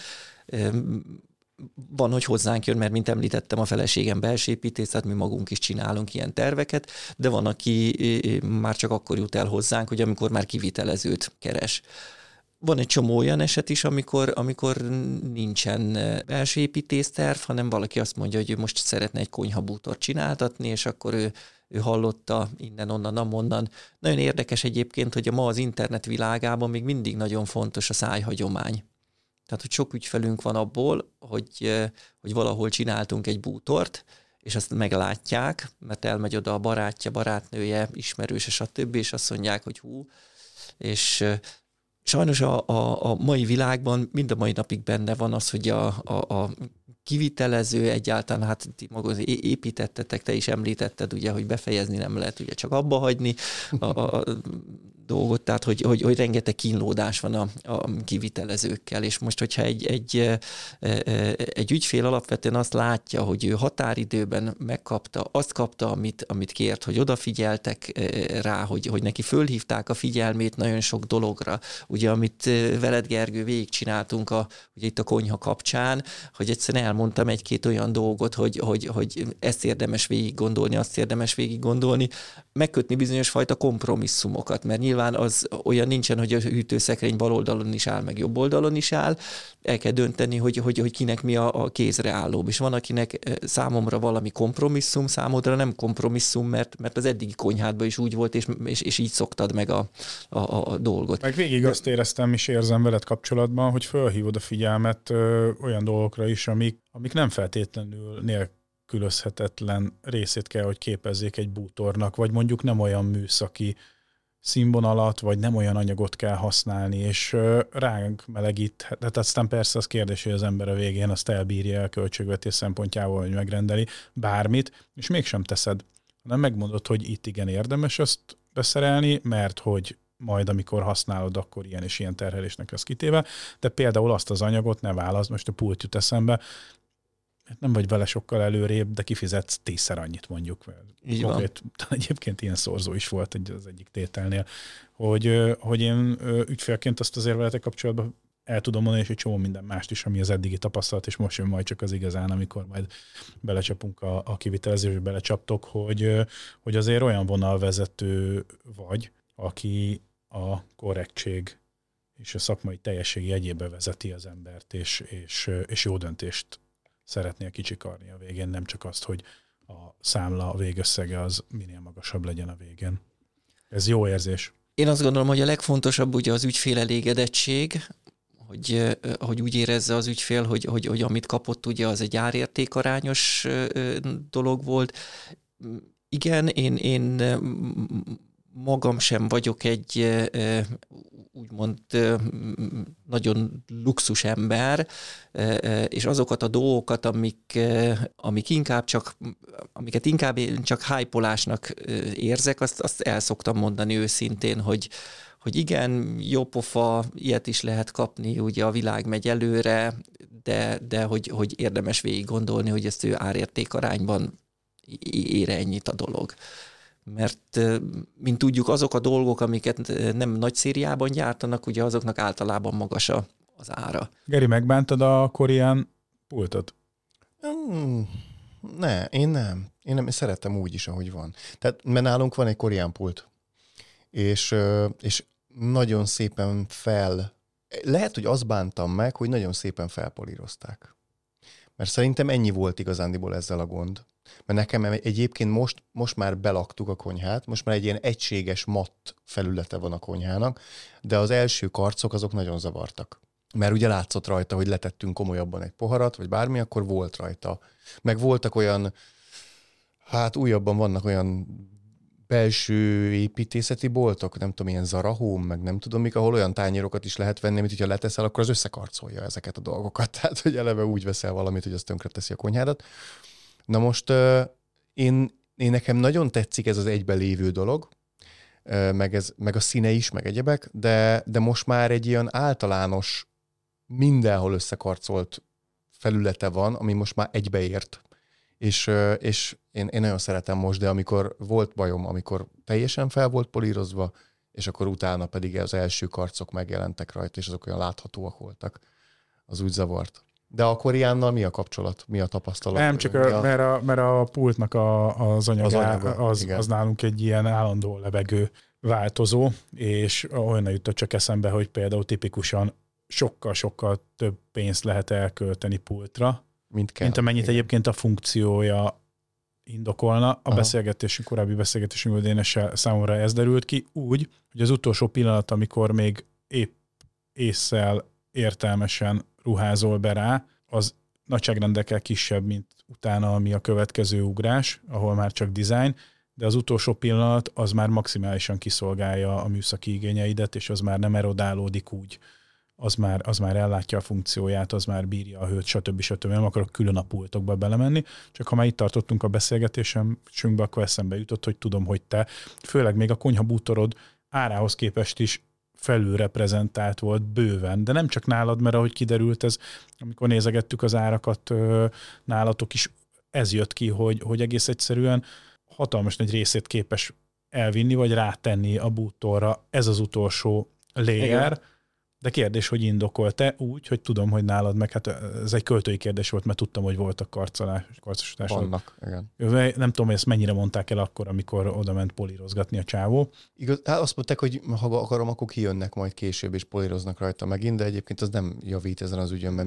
Van, hogy hozzánk jön, mert mint említettem, a feleségem belső építész, tehát mi magunk is csinálunk ilyen terveket, de van, aki már csak akkor jut el hozzánk, hogy amikor már kivitelezőt keres. Van egy csomó olyan eset is, amikor nincsen belső építészterv, hanem valaki azt mondja, hogy ő most szeretne egy konyhabútort csináltatni, és akkor ő hallotta innen, onnan, amonnan. Nagyon érdekes egyébként, hogy ma az internet világában még mindig nagyon fontos a szájhagyomány. Tehát, hogy sok ügyfelünk van abból, hogy valahol csináltunk egy bútort, és azt meglátják, mert elmegy oda a barátja, barátnője, ismerőse, stb., és azt mondják, hogy és sajnos a mai világban mind a mai napig benne van az, hogy a kivitelező egyáltalán, hát ti magad építettetek, te is említetted, ugye, hogy befejezni nem lehet, ugye csak abba hagyni a dolgot, tehát hogy rengeteg kínlódás van a kivitelezőkkel, és most, hogyha egy ügyfél alapvetően azt látja, hogy ő határidőben azt kapta, amit kért, hogy odafigyeltek rá, hogy neki fölhívták a figyelmét nagyon sok dologra, ugye, amit veled, Gergő, végigcsináltunk ugye itt a konyha kapcsán, hogy egyszerűen elmondtam egy-két olyan dolgot, hogy ezt érdemes végig gondolni, azt érdemes végig gondolni, megkötni bizonyos fajta kompromisszumokat, mert nyilván az olyan nincsen, hogy a hűtőszekrény bal oldalon is áll, meg jobb oldalon is áll, el kell dönteni, hogy kinek mi a kézre állóbb, és van, akinek számomra valami kompromisszum, számodra nem kompromisszum, mert az eddigi konyhádban is úgy volt, és így szoktad meg a dolgot. Meg végig azt éreztem és érzem veled kapcsolatban, hogy fölhívod a figyelmet olyan dolgokra is, amik nem feltétlenül nélkülözhetetlen részét kell, hogy képezzék egy bútornak, vagy mondjuk nem olyan műszaki színvonalat, vagy nem olyan anyagot kell használni, és ránk melegít. Hát aztán persze az kérdés, hogy az ember a végén azt elbírja a költségvetés szempontjából, hogy megrendeli bármit, és mégsem teszed. Nem megmondod, hogy itt igen érdemes azt beszerelni, mert hogy majd amikor használod, akkor ilyen és ilyen terhelésnek lesz kitéve, de például azt az anyagot ne válaszd, most a pult jut eszembe, nem vagy vele sokkal előrébb, de kifizetsz 10-szer annyit mondjuk. Így van. Egyébként ilyen szorzó is volt az egyik tételnél, hogy én ügyfélként azt azért veletek kapcsolatban el tudom mondani, és egy csomó minden mást is, ami az eddigi tapasztalat, és most jön majd csak az igazán, amikor majd belecsapunk a kivitelezésbe, belecsaptok, hogy azért olyan vonalvezető vagy, aki a korrektség és a szakmai teljesség jegyébe vezeti az embert, és jó döntést szeretnél kicsikarni a végén, nem csak azt, hogy a számla végösszege az minél magasabb legyen a végén. Ez jó érzés. Én azt gondolom, hogy a legfontosabb ugye az ügyfél elégedettség, hogy úgy érezze az ügyfél, hogy amit kapott, ugye az egy árértékarányos dolog volt. Igen, én magam sem vagyok egy úgymond nagyon luxus ember, és azokat a dolgokat, amiket inkább én csak hype-olásnak érzek, azt el szoktam mondani őszintén, hogy igen, jó pofa, ilyet is lehet kapni, ugye a világ megy előre, de hogy érdemes végig gondolni, hogy ezt ő árérték arányban ér ennyit a dolog. Mert, mint tudjuk, azok a dolgok, amiket nem nagy szériában gyártanak, ugye azoknak általában magas az ára. Geri, megbántad a Korián pultot? Én nem. Én szeretem úgy is, ahogy van. Tehát, mert nálunk van egy Korián pult, és nagyon szépen lehet, hogy azt bántam meg, hogy nagyon szépen felpolírozták. Mert szerintem ennyi volt igazándiból ezzel a gond. Mert nekem egyébként most már belaktuk a konyhát, most már egy ilyen egységes matt felülete van a konyhának, de az első karcok azok nagyon zavartak. Mert ugye látszott rajta, hogy letettünk komolyabban egy poharat, vagy bármi, akkor volt rajta. Meg voltak olyan, újabban vannak olyan belső építészeti boltok, nem tudom, ilyen Zara Home, meg nem tudom mik, ahol olyan tányérokat is lehet venni, amit hogyha leteszel, akkor az összekarcolja ezeket a dolgokat. Tehát, hogy eleve úgy veszel valamit, hogy az tönkreteszi a konyhádat. Na most én nekem nagyon tetszik ez az egyben lévő dolog, meg a színe is, meg egyebek, de most már egy ilyen általános, mindenhol összekarcolt felülete van, ami most már egybeért. És én nagyon szeretem most, de amikor volt bajom, amikor teljesen fel volt polírozva, és akkor utána pedig az első karcok megjelentek rajta, és azok olyan láthatóak voltak, az úgy zavart. De a Koriánnal mi a kapcsolat? Mi a tapasztalat? Nem, csak mert a pultnak az anyaga, az nálunk egy ilyen állandó levegő változó, és olyan jutott csak eszembe, hogy például tipikusan sokkal-sokkal több pénzt lehet elkölteni pultra, mint amennyit egyébként a funkciója indokolna. Korábbi beszélgetésünkből Dénessel számomra ez derült ki, úgy, hogy az utolsó pillanat, amikor még épp ésszel értelmesen ruházol be rá, az nagyságrendekkel kisebb, mint utána, ami a következő ugrás, ahol már csak design, de az utolsó pillanat az már maximálisan kiszolgálja a műszaki igényeidet, és az már nem erodálódik úgy. Az már ellátja a funkcióját, az már bírja a hőt, stb. Nem akarok külön a pultokba belemenni, csak ha már itt tartottunk a beszélgetésünkbe, akkor eszembe jutott, hogy tudom, hogy te, főleg még a konyhabútorod árához képest is felülreprezentált volt bőven, de nem csak nálad, mert ahogy kiderült ez, amikor nézegettük az árakat nálatok is, ez jött ki, hogy egész egyszerűen hatalmas nagy részét képes elvinni, vagy rátenni a bútorra ez az utolsó layer. De kérdés, hogy indokolt-e úgy, hogy tudom, hogy nálad meg, hát ez egy költői kérdés volt, mert tudtam, hogy voltak karcosítások. Vannak, igen. Nem tudom, hogy ezt mennyire mondták el akkor, amikor oda ment polírozgatni a csávó. Igaz, azt mondták, hogy ha akarom, akkor kijönnek majd később, és políroznak rajta megint, de egyébként az nem javít ezen az ügyön, mert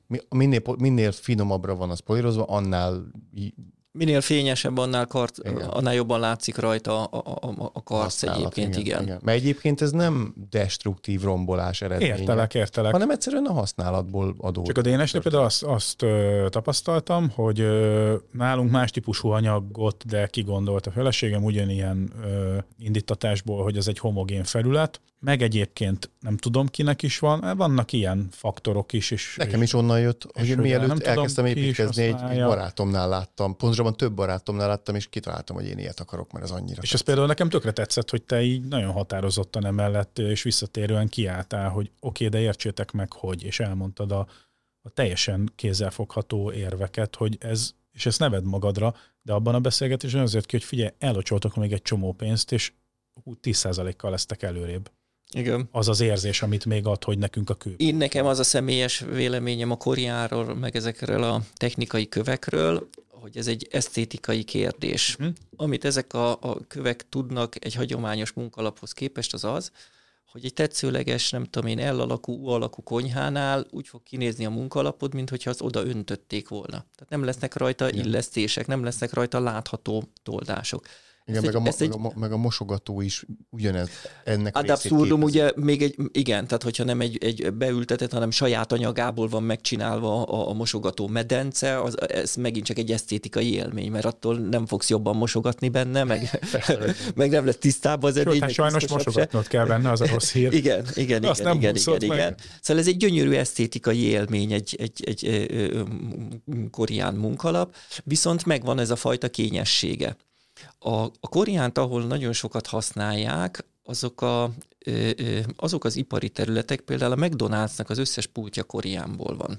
minél finomabbra van az polírozva, annál... Minél fényesebb, annál jobban látszik rajta a karc egyébként, igen. Mert egyébként ez nem destruktív rombolás eredménye. Értelek. Hanem egyszerűen a használatból adódik. Csak a Dénesnél például azt tapasztaltam, hogy nálunk más típusú anyagot, de kigondolt a feleségem ugyanilyen indítatásból, hogy ez egy homogén felület, meg egyébként nem tudom, kinek is van, vannak ilyen faktorok is. És nekem is onnan jött, hogy mielőtt elkezdtem építkezni, egy barátomnál láttam, pontosabban több barátomnál láttam, és kitaláltam, hogy én ilyet akarok, mert ez annyira és ez például nekem tökre tetszett, hogy te így nagyon határozottan emellett, és visszatérően kiálltál, hogy oké, de értsétek meg, hogy, és elmondtad a teljesen kézzelfogható érveket, hogy ez, és ezt ne vedd magadra, de abban a beszélgetésben azért ki, hogy figyelj, ellocsoltok még egy csomó pénzt, és 10%-kal lesztek előrébb. Igen. Az az érzés, amit még ad, hogy nekünk a kő. Én nekem az a személyes véleményem a Koriánról, meg ezekről a technikai kövekről, hogy ez egy esztétikai kérdés. Amit ezek a kövek tudnak egy hagyományos munkalaphoz képest, az, hogy egy tetszőleges, nem tudom én, L-alakú, U-alakú konyhánál úgy fog kinézni a munkalapod, mint hogyha az oda öntötték volna. Tehát nem lesznek rajta illesztések, nem lesznek rajta látható toldások. Igen, meg a mosogató is ugyanez ennek ad abszurdum, ugye még igen, tehát hogyha nem egy beültetett, hanem saját anyagából van megcsinálva a mosogató medence, ez megint csak egy esztétikai élmény, mert attól nem fogsz jobban mosogatni benne, meg nem lesz tisztában az edény. Sajnos mosogatnod kell benne, az a rossz hír. Igen. Szóval ez egy gyönyörű esztétikai élmény, egy koreán munkalap, viszont megvan ez a fajta kényessége. A koriánt, ahol nagyon sokat használják, azok az ipari területek, például a McDonald'snak az összes pultja koriánból van.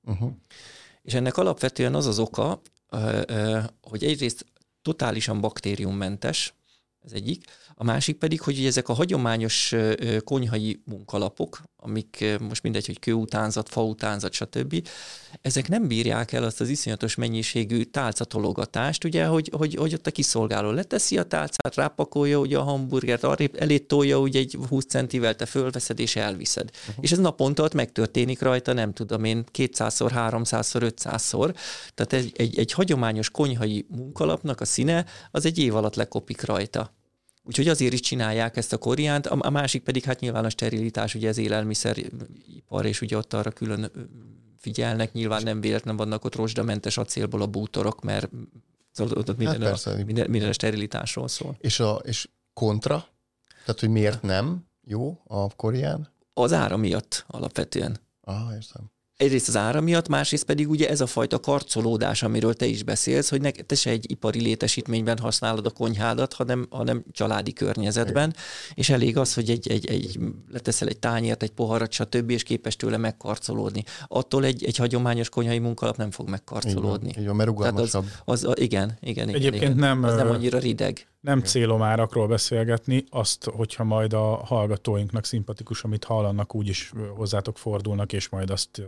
És ennek alapvetően az oka, hogy egyrészt totálisan baktériummentes, ez egyik, a másik pedig, hogy ezek a hagyományos konyhai munkalapok, amik most mindegy, hogy kőutánzat, fautánzat, stb., ezek nem bírják el azt az iszonyatos mennyiségű tálcatologatást, ugye, hogy ott a kiszolgáló leteszi a tálcát, rápakolja ugye a hamburgert, elé tolja, ugye egy 20 centivel te fölveszed és elviszed. És ez naponta ott megtörténik rajta, nem tudom én, 200-szor, 300-szor, 500-szor. Tehát egy hagyományos konyhai munkalapnak a színe az egy év alatt lekopik rajta. Úgyhogy azért is csinálják ezt a koriánt, a másik pedig hát nyilván a sterilitás, ugye ez élelmiszeripar, és ugye ott arra külön figyelnek, nyilván nem véletlen vannak ott rozsdamentes acélból a bútorok, mert ott minden a sterilitásról szól. És kontra? Tehát, hogy miért nem jó a korián? Az ára miatt alapvetően. Értem. Egyrészt az ára miatt, másrészt pedig ugye ez a fajta karcolódás, amiről te is beszélsz, hogy te se egy ipari létesítményben használod a konyhádat, hanem családi környezetben, és elég az, hogy egy leteszel egy tányért, egy poharat, stb., és képes tőle megkarcolódni. Attól egy hagyományos konyhai munkalap nem fog megkarcolódni. Így van, mert rugalmasabb. Igen. Egyébként nem, az nem annyira rideg. Nem célom árakról beszélgetni, azt, hogyha majd a hallgatóinknak szimpatikus, amit hallanak, úgyis hozzátok fordulnak, és majd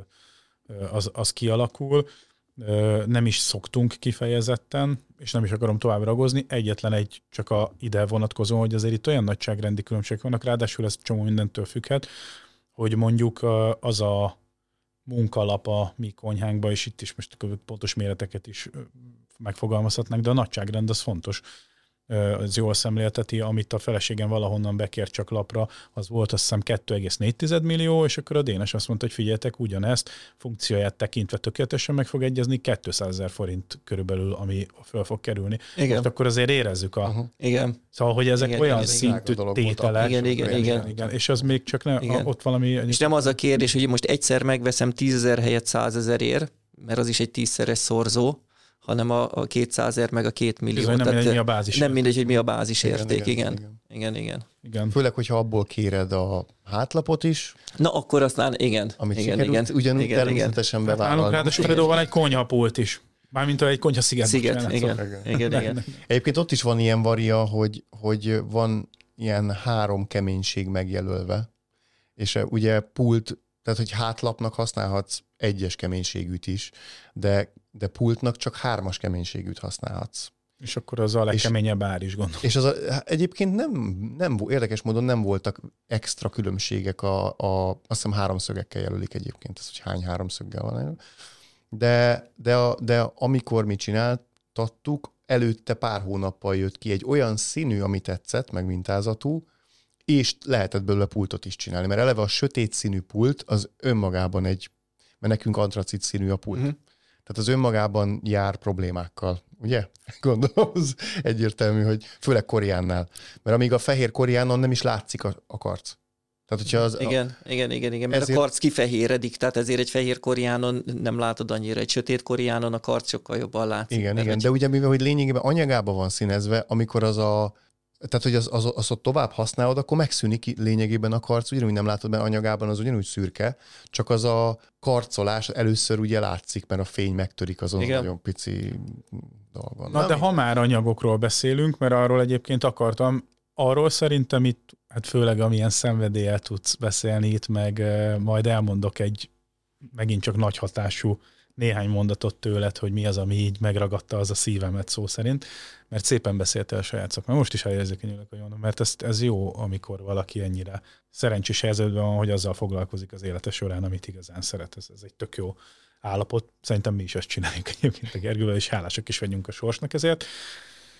az kialakul. Nem is szoktunk kifejezetten, és nem is akarom tovább ragozni. Egyetlen csak ide vonatkozó, hogy azért itt olyan nagyságrendi különbségek vannak, ráadásul ez csomó mindentől függhet, hogy mondjuk az a munkalap a mi konyhánkban, és itt is most pontos méreteket is megfogalmazhatnánk, de a nagyságrend az fontos. Az jól szemlélteti, amit a feleségem valahonnan bekért csak lapra, az volt azt hiszem 2,4 millió, és akkor a Dénes azt mondta, hogy figyeljetek, ugyanezt funkcióját tekintve tökéletesen meg fog egyezni, 200 000 forint körülbelül, ami föl fog kerülni. Igen. Most akkor azért érezzük Igen. Szóval, hogy ezek Igen, olyan igen, szintű tételek. Igen. És az még csak ott valami... És nem az a kérdés, hogy most egyszer megveszem 10 000 helyett 100 000-ért, mert az is egy 10-szeres szorzó, hanem a 200 000 meg a 2 millió. Bizony, nem mindegy, mi a bázis. Nem mindegy, hogy mi a bázisérték, igen. Főleg, hogyha abból kéred a hátlapot is. Na, akkor aztán igen. Amit sikerült ugyanúgy természetesen bevállalni. Nálunk ráadásul Fredo van egy konyhapult is. Mármint egy konyhasziget. Igen. Egyébként ott is van ilyen varia, hogy van ilyen 3 keménység megjelölve, és ugye pult, tehát hogy hátlapnak használhatsz 1-es keménységűt is, de pultnak csak 3-as keménységűt használhatsz. És akkor az a legkeményebb ár is, gondolom. És egyébként nem érdekes módon nem voltak extra különbségek, azt hiszem 3 szögekkel jelölik egyébként, ez, hogy hány 3 szöggel van. De amikor mi csináltattuk, előtte pár hónappal jött ki egy olyan színű, ami tetszett, meg mintázatú, és lehetett belőle pultot is csinálni, mert eleve a sötét színű pult az önmagában mert nekünk antracit színű a pult. Tehát az önmagában jár problémákkal, ugye? Gondolom, az egyértelmű, hogy főleg koriánnál. Mert amíg a fehér koriánon nem is látszik a karc. Tehát, hogyha igen, mert ezért... a karc kifehéredik, tehát ezért egy fehér koriánon nem látod annyira, egy sötét koriánon a karc sokkal jobban látszik. Igen, de ugye mivel, hogy lényegében anyagában van színezve, amikor tehát, hogy az ott tovább használod, akkor megszűnik lényegében a karc, ugyanúgy nem látod benne anyagában, az ugyanúgy szürke, csak az a karcolás először ugye látszik, mert a fény megtörik azon nagyon pici dolgon. Na, de ha már anyagokról beszélünk, mert arról egyébként akartam, arról szerintem itt, hát főleg amilyen szenvedéllyel tudsz beszélni itt, meg majd elmondok egy megint csak nagy hatású néhány mondatot tőled, hogy mi az, ami így megragadta az a szívemet szó szerint, mert szépen beszéltél a saját szakmában. Most is elérzékenyülök, hogy mondom, mert ez jó, amikor valaki ennyire szerencsés helyzetben van, hogy azzal foglalkozik az élete során, amit igazán szeret. Ez egy tök jó állapot. Szerintem mi is ezt csináljuk egyébként a Gergővel, és hálásak is vagyunk a sorsnak ezért.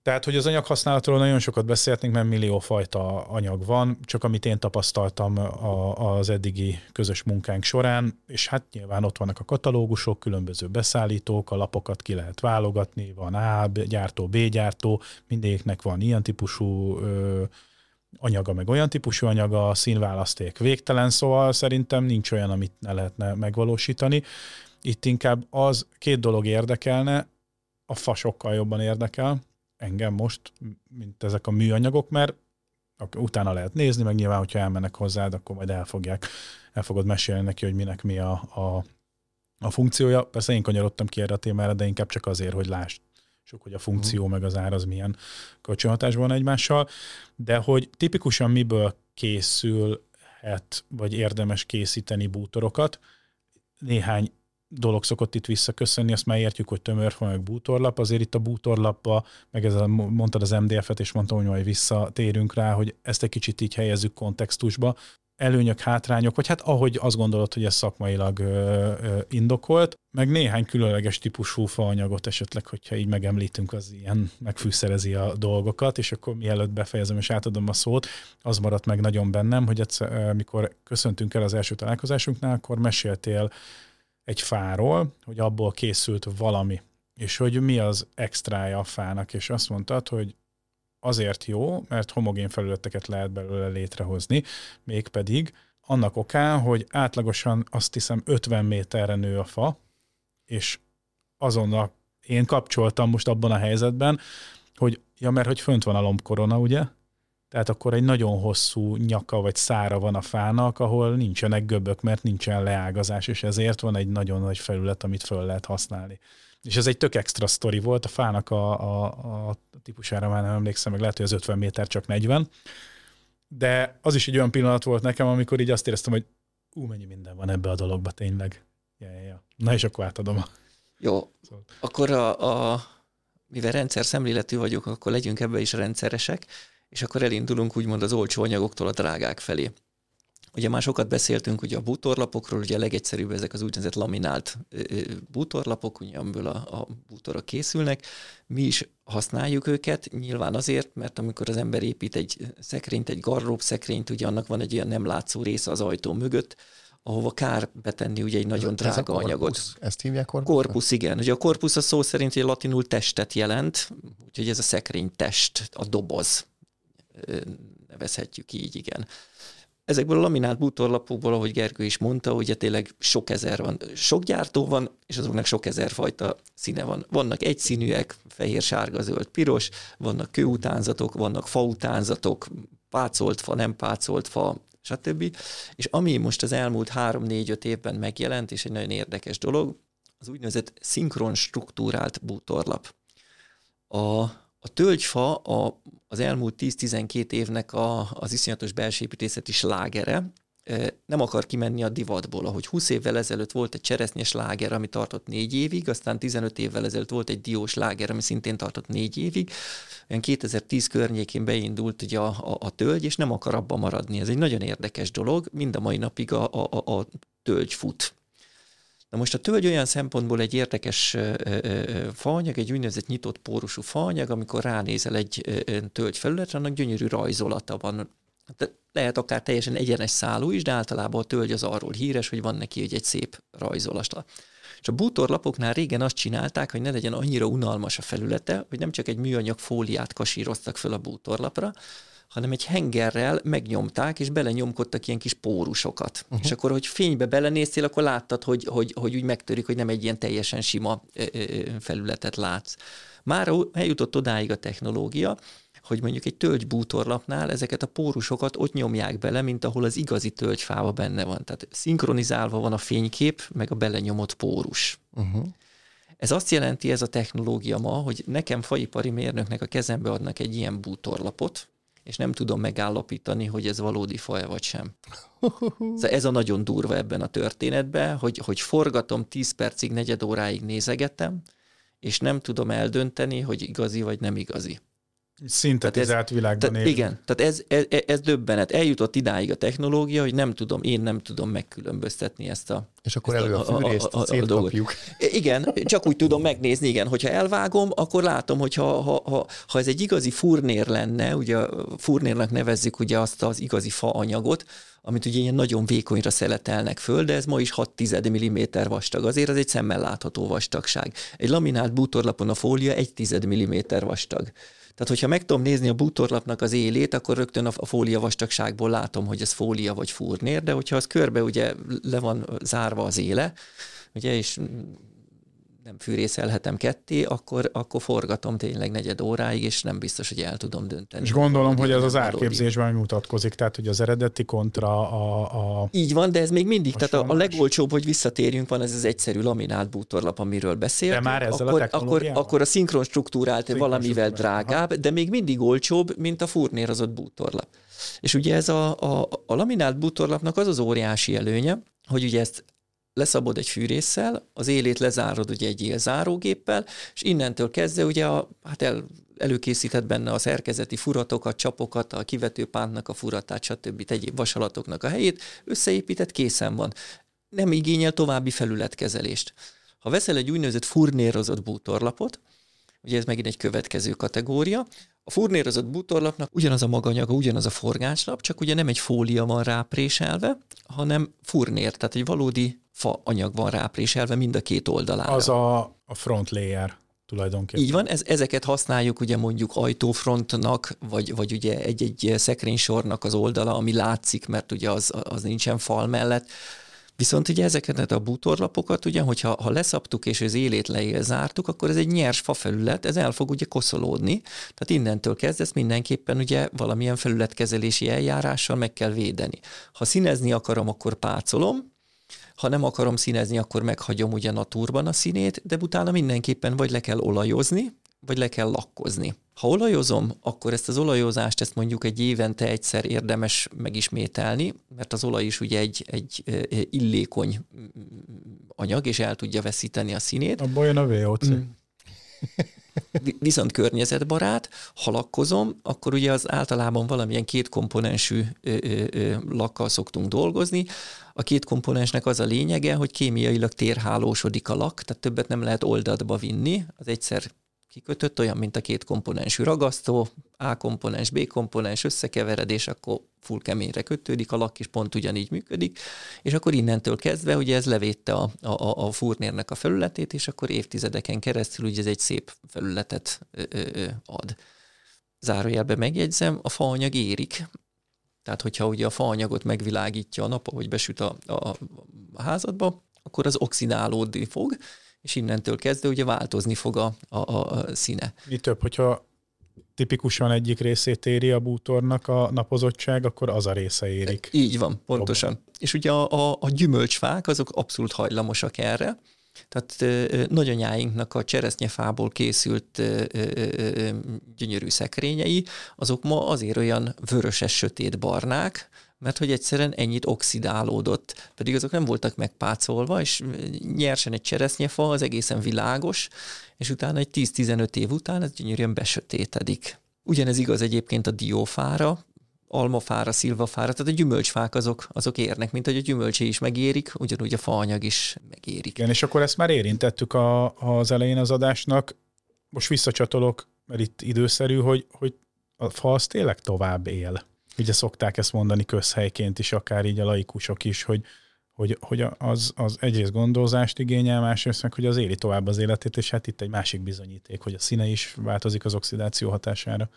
Tehát, hogy az anyaghasználatról nagyon sokat beszélhetnénk, mert milliófajta anyag van, csak amit én tapasztaltam az eddigi közös munkánk során, és hát nyilván ott vannak a katalógusok, különböző beszállítók, a lapokat ki lehet válogatni, van A gyártó, B gyártó, mindegyiknek van ilyen típusú anyaga, meg olyan típusú anyaga, a színválaszték végtelen, szóval szerintem nincs olyan, amit ne lehetne megvalósítani. Itt inkább az két dolog érdekelne, a fa sokkal jobban érdekel engem most, mint ezek a műanyagok, mert utána lehet nézni, meg nyilván, hogyha elmennek hozzád, akkor majd el fogod mesélni neki, hogy minek mi a funkciója. Persze én kanyarodtam ki erre a témára, de inkább csak azért, hogy lásd sok, hogy a funkció meg az ár az milyen kölcsönhatásban van egymással, de hogy tipikusan miből készülhet, vagy érdemes készíteni bútorokat. Néhány dolog szokott itt visszaköszönni, azt már értjük, hogy tömörfa, meg bútorlap, azért itt a bútorlapba, meg mondtad az MDF-et, és mondtam, hogy majd visszatérünk rá, hogy ezt egy kicsit így helyezzük kontextusba. Előnyök, hátrányok, vagy hát ahogy azt gondolod, hogy ez szakmailag indokolt, meg néhány különleges típusú faanyagot esetleg, hogyha így megemlítünk, az ilyen megfűszerezi a dolgokat, és akkor mielőtt befejezem és átadom a szót, az maradt meg nagyon bennem, hogy mikor köszöntünk el az első találkozásunknál, akkor meséltél egy fáról, hogy abból készült valami, és hogy mi az extrája a fának, és azt mondtad, hogy azért jó, mert homogén felületeket lehet belőle létrehozni, mégpedig annak okán, hogy átlagosan azt hiszem 50 méterre nő a fa, és azonnal én kapcsoltam most abban a helyzetben, hogy mert hogy fönt van a lombkorona, ugye? Tehát akkor egy nagyon hosszú nyaka vagy szára van a fának, ahol nincsenek göbök, mert nincsen leágazás, és ezért van egy nagyon nagy felület, amit föl lehet használni. És ez egy tök extra sztori volt, a fának a típusára már nem emlékszem, meg lehet, hogy az 50 méter csak 40, de az is egy olyan pillanat volt nekem, amikor így azt éreztem, hogy mennyi minden van ebbe a dologba tényleg. Ja. Na és akkor átadom. Jó, akkor mivel rendszer szemléletű vagyok, akkor legyünk ebbe is rendszeresek, és akkor elindulunk úgymond az olcsó anyagoktól a drágák felé. Ugye már sokat beszéltünk ugye a bútorlapokról, ugye a legegyszerűbb ezek az úgynevezett laminált bútorlapok, ugye, amiből a bútorok készülnek. Mi is használjuk őket, nyilván azért, mert amikor az ember épít egy szekrényt, egy garrób szekrényt, ugye annak van egy ilyen nem látszó része az ajtó mögött, ahova kár betenni ugye egy nagyon drága anyagot. Ezt hívják korpusznak? Korpusz, igen. Ugye a korpusz a szó szerint hogy latinul testet jelent, úgyhogy ez a szekrénytest, a doboz, nevezhetjük így, igen. Ezekből a laminált bútorlapokból, ahogy Gergő is mondta, ugye tényleg sok ezer van, sok gyártó van, és azoknak sok ezer fajta színe van. Vannak egyszínűek, fehér, sárga, zöld, piros, vannak kőutánzatok, vannak fautánzatok, pácolt fa, nem pácolt fa, stb. És ami most az elmúlt 3-4-5 évben megjelent, és egy nagyon érdekes dolog, az úgynevezett szinkron struktúrált bútorlap. A tölgyfa az elmúlt 10-12 évnek az iszonyatos belsőépítészeti slágere, nem akar kimenni a divatból. Ahogy 20 évvel ezelőtt volt egy cseresznyes sláger, ami tartott 4 évig, aztán 15 évvel ezelőtt volt egy diós sláger, ami szintén tartott 4 évig. Olyan 2010 környékén beindult ugye a tölgy, és nem akar abba maradni. Ez egy nagyon érdekes dolog, mind a mai napig a tölgy fut. Na most a tölgy olyan szempontból egy érdekes faanyag, egy úgynevezett nyitott pórusú faanyag, amikor ránézel egy tölgy felületre, annak gyönyörű rajzolata van. Lehet akár teljesen egyenes szálú is, de általában a tölgy az arról híres, hogy van neki egy szép rajzolata. És a bútorlapoknál régen azt csinálták, hogy ne legyen annyira unalmas a felülete, hogy nem csak egy műanyag fóliát kasíroztak föl a bútorlapra, hanem egy hengerrel megnyomták, és belenyomkodtak ilyen kis pórusokat. És akkor, hogy fénybe belenéztél, akkor láttad, hogy úgy megtörik, hogy nem egy ilyen teljesen sima felületet látsz. Már eljutott odáig a technológia, hogy mondjuk egy tölgybútorlapnál ezeket a pórusokat ott nyomják bele, mint ahol az igazi tölgyfába benne van. Tehát szinkronizálva van a fénykép, meg a belenyomott pórus. Ez azt jelenti, ez a technológia ma, hogy nekem faipari mérnöknek a kezembe adnak egy ilyen bútorlapot, és nem tudom megállapítani, hogy ez valódi fa vagy sem. Szóval ez a nagyon durva ebben a történetben, hogy forgatom 10 percig, 4 óráig nézegetem, és nem tudom eldönteni, hogy igazi vagy nem igazi. szintetizált világban élünk. Igen, tehát ez döbbenet. Eljutott idáig a technológia, hogy én nem tudom megkülönböztetni ezt a És akkor elő a fűrészt, szétkapjuk. Igen, csak úgy tudom megnézni, igen, hogyha elvágom, akkor látom, hogy ha ez egy igazi furnér lenne, ugye a furnérnek nevezzük ugye azt az igazi faanyagot, amit ugye ilyen nagyon vékonyra szeletelnek föl, de ez ma is 0,6 mm vastag. Azért az egy szemmel látható vastagság. Egy laminált bútorlapon a fólia 0,1 mm vastag. Tehát, hogyha meg tudom nézni a bútorlapnak az élét, akkor rögtön a fólia vastagságból látom, hogy ez fólia vagy furnér, de hogyha az körbe ugye le van zárva az éle, ugye, és nem fűrészelhetem ketté, akkor forgatom tényleg 4 óráig, és nem biztos, hogy el tudom dönteni. És gondolom, hogy ez az árképzésben mutatkozik, tehát hogy az eredeti kontra a... Így van, de ez még mindig, tehát a legolcsóbb, hogy visszatérjünk, van ez az egyszerű laminált bútorlap, amiről beszéltünk. De már ezzel a technológiával? Akkor a szinkron struktúrált valamivel drágább, de még mindig olcsóbb, mint a furnérozott bútorlap. És ugye ez a laminált bútorlapnak az óriási előnye, hogy ugye ezt leszabod egy fűrésszel, az élét lezárod ugye egy élzárógéppel, és innentől kezdve ugye előkészített benne a szerkezeti furatokat, csapokat, a kivetőpántnak a furatát, stb. Egyéb vasalatoknak a helyét, összeépített, készen van. Nem igényel további felületkezelést. Ha veszel egy úgynevezett furnérozott bútorlapot, ugye ez megint egy következő kategória, a furnérozott bútorlapnak ugyanaz a maganyaga, ugyanaz a forgáslap, csak ugye nem egy fólia van rápréselve, hanem furnér, tehát egy valódi faanyag van rápréselve mind a két oldalára. Az a front layer tulajdonképpen. Így van, ezeket használjuk ugye mondjuk ajtófrontnak, vagy ugye egy szekrénysornak az oldala, ami látszik, mert ugye az nincsen fal mellett. Viszont ugye ezeket a bútorlapokat, ugye, hogyha leszabtuk és az élét leélzártuk, akkor ez egy nyers fafelület, ez el fog ugye koszolódni. Tehát innentől kezdve ezt mindenképpen ugye valamilyen felületkezelési eljárással meg kell védeni. Ha színezni akarom, akkor pácolom, ha nem akarom színezni, akkor meghagyom ugye naturban a színét, de utána mindenképpen vagy le kell olajozni, vagy le kell lakkozni. Ha olajozom, akkor ezt az olajozást mondjuk egy évente egyszer érdemes megismételni, mert az olaj is ugye egy illékony anyag, és el tudja veszíteni a színét. Abból jön a VOC. Viszont környezetbarát, ha lakkozom, akkor ugye az általában valamilyen kétkomponensű lakkal szoktunk dolgozni. A két komponensnek az a lényege, hogy kémiailag térhálósodik a lak, tehát többet nem lehet oldatba vinni, az egyszer kikötött, olyan, mint a két komponensű ragasztó, A komponens, B komponens összekevered, és akkor full keményre kötődik, a lak is pont ugyanígy működik, és akkor innentől kezdve ugye ez levédte a furnérnek a felületét, és akkor évtizedeken keresztül ugye ez egy szép felületet ad. Zárójelben megjegyzem, a faanyag érik, tehát hogyha ugye a faanyagot megvilágítja a nap, ahogy besüt a házadba, akkor az oxidálódni fog, és innentől kezdve ugye változni fog a színe. Mi több, hogyha tipikusan egyik részét éri a bútornak a napozottság, akkor az a része érik. Így van, pontosan. Jobban. És ugye a gyümölcsfák azok abszolút hajlamosak erre. Tehát nagyanyáinknak a cseresznyefából készült gyönyörű szekrényei, azok ma azért olyan vöröses, sötét barnák, mert hogy egyszerűen ennyit oxidálódott, pedig azok nem voltak megpácolva, és nyersen egy cseresznyefa, az egészen világos, és utána egy 10-15 év után ez gyönyörűen besötétedik. Ugyanez igaz egyébként a diófára, almafára, szilvafára, tehát a gyümölcsfák azok érnek, mint hogy a gyümölcsé is megérik, ugyanúgy a faanyag is megérik. Igen, és akkor ezt már érintettük az elején az adásnak. Most visszacsatolok, mert itt időszerű, hogy a fa az tényleg tovább él. Ugye szokták ezt mondani közhelyként is, akár így a laikusok is, hogy az egyrészt gondozást igényel, másrészt meg, hogy az éli tovább az életét, és hát itt egy másik bizonyíték, hogy a színe is változik az oxidáció hatására.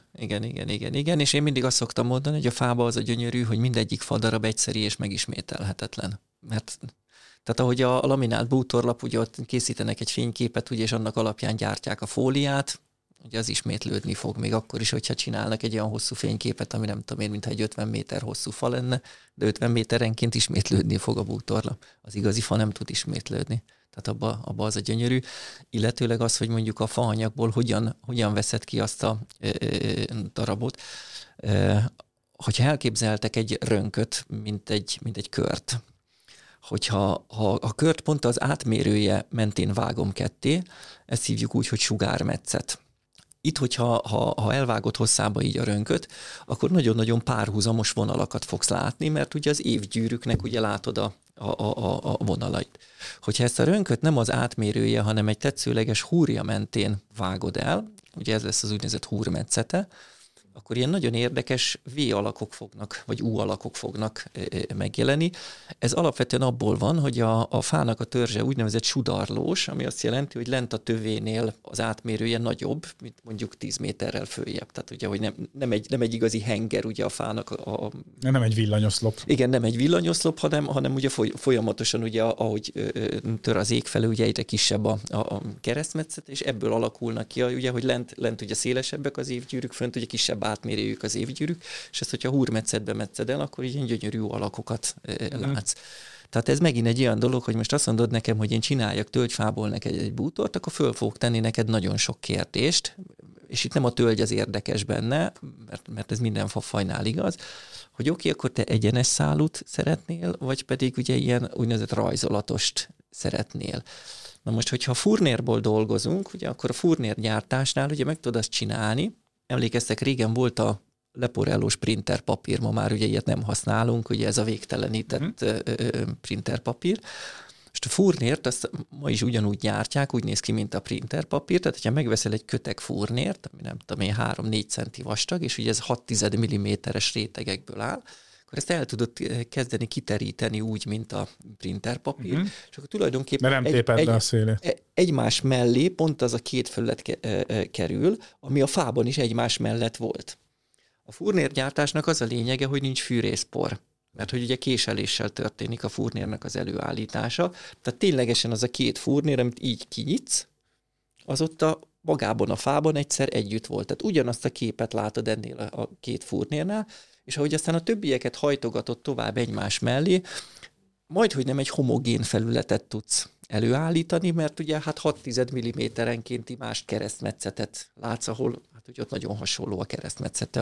Igen, és én mindig azt szoktam mondani, hogy a fába az a gyönyörű, hogy mindegyik fadarab egyszeri és megismételhetetlen. Mert tehát ahogy a laminált bútorlap, ugye ott készítenek egy fényképet, ugye, és annak alapján gyártják a fóliát, ugye az ismétlődni fog, még akkor is, hogyha csinálnak egy olyan hosszú fényképet, ami nem tudom én, mintha egy 50 méter hosszú fa lenne, de 50 méterenként ismétlődni fog a bútorlap. Az igazi fa nem tud ismétlődni. Tehát abba az a gyönyörű. Illetőleg az, hogy mondjuk a faanyagból hogyan veszed ki azt a darabot. Hogyha elképzeltek egy rönköt, mint egy kört, hogyha a kört pont az átmérője mentén vágom ketté, ezt hívjuk úgy, hogy sugármetszet. Itt, hogyha elvágod hosszába így a rönköt, akkor nagyon-nagyon párhuzamos vonalakat fogsz látni, mert ugye az évgyűrűknek ugye látod a vonalait. Hogyha ezt a rönköt nem az átmérője, hanem egy tetszőleges húrja mentén vágod el, ugye ez lesz az úgynevezett húrmetszete, akkor ilyen nagyon érdekes V-alakok fognak, vagy U-alakok fognak megjelenni. Ez alapvetően abból van, hogy a fának a törzse úgynevezett sudarlós, ami azt jelenti, hogy lent a tövénél az átmérője nagyobb, mint mondjuk 10 méterrel följebb. Tehát ugye, hogy nem egy igazi henger ugye a fának. Nem egy villanyoszlop. Igen, nem egy villanyoszlop, hanem ugye folyamatosan, ugye, ahogy tör az ég felé, ugye egyre kisebb a keresztmetszet, és ebből alakulnak ki, ugye, hogy lent ugye szélesebbek az évgyűrűk, fönt ugye kisebb átmérőjük az évgyűrűk, és ezt, hogyha húrmetszetbe metszed el, akkor ilyen gyönyörű alakokat látsz. Tehát ez megint egy olyan dolog, hogy most azt mondod nekem, hogy én csináljak tölgyfából neked egy bútort, akkor föl fogok tenni neked nagyon sok kérdést, és itt nem a tölgy az érdekes benne, mert ez minden fafajnál igaz, hogy oké, akkor te egyenes szálút szeretnél, vagy pedig ugye ilyen úgynevezett rajzolatost szeretnél. Na most, hogyha furnérból dolgozunk, ugye akkor a furnérgyártásnál ugye meg tudod azt csinálni. Emlékeztek, régen volt a leporellós printerpapír, ma már ugye ilyet nem használunk, ugye ez a végtelenített printerpapír. És a furnért azt ma is ugyanúgy gyártják, úgy néz ki, mint a printerpapír, tehát ha megveszel egy köteg furnért, ami nem tudom én 3-4 centi vastag, és ugye ez 6 mm-es rétegekből áll, akkor ezt el tudod kezdeni kiteríteni úgy, mint a printerpapír, és akkor tulajdonképpen nem téped le a szélét. Egymás mellé pont az a két felület kerül, ami a fában is egymás mellett volt. A furnérgyártásnak az a lényege, hogy nincs fűrészpor, mert hogy ugye késeléssel történik a furnérnek az előállítása, tehát ténylegesen az a két furnér, amit így kinyitsz, az ott magában a fában egyszer együtt volt. Tehát ugyanazt a képet látod ennél a két furnérnál, és ahogy aztán a többieket hajtogatod tovább egymás mellé, majdhogy nem egy homogén felületet tudsz előállítani, mert ugye hát 6 mm-enkénti más keresztmetszetet látsz, ahol hát ugye ott nagyon hasonló a keresztmetszete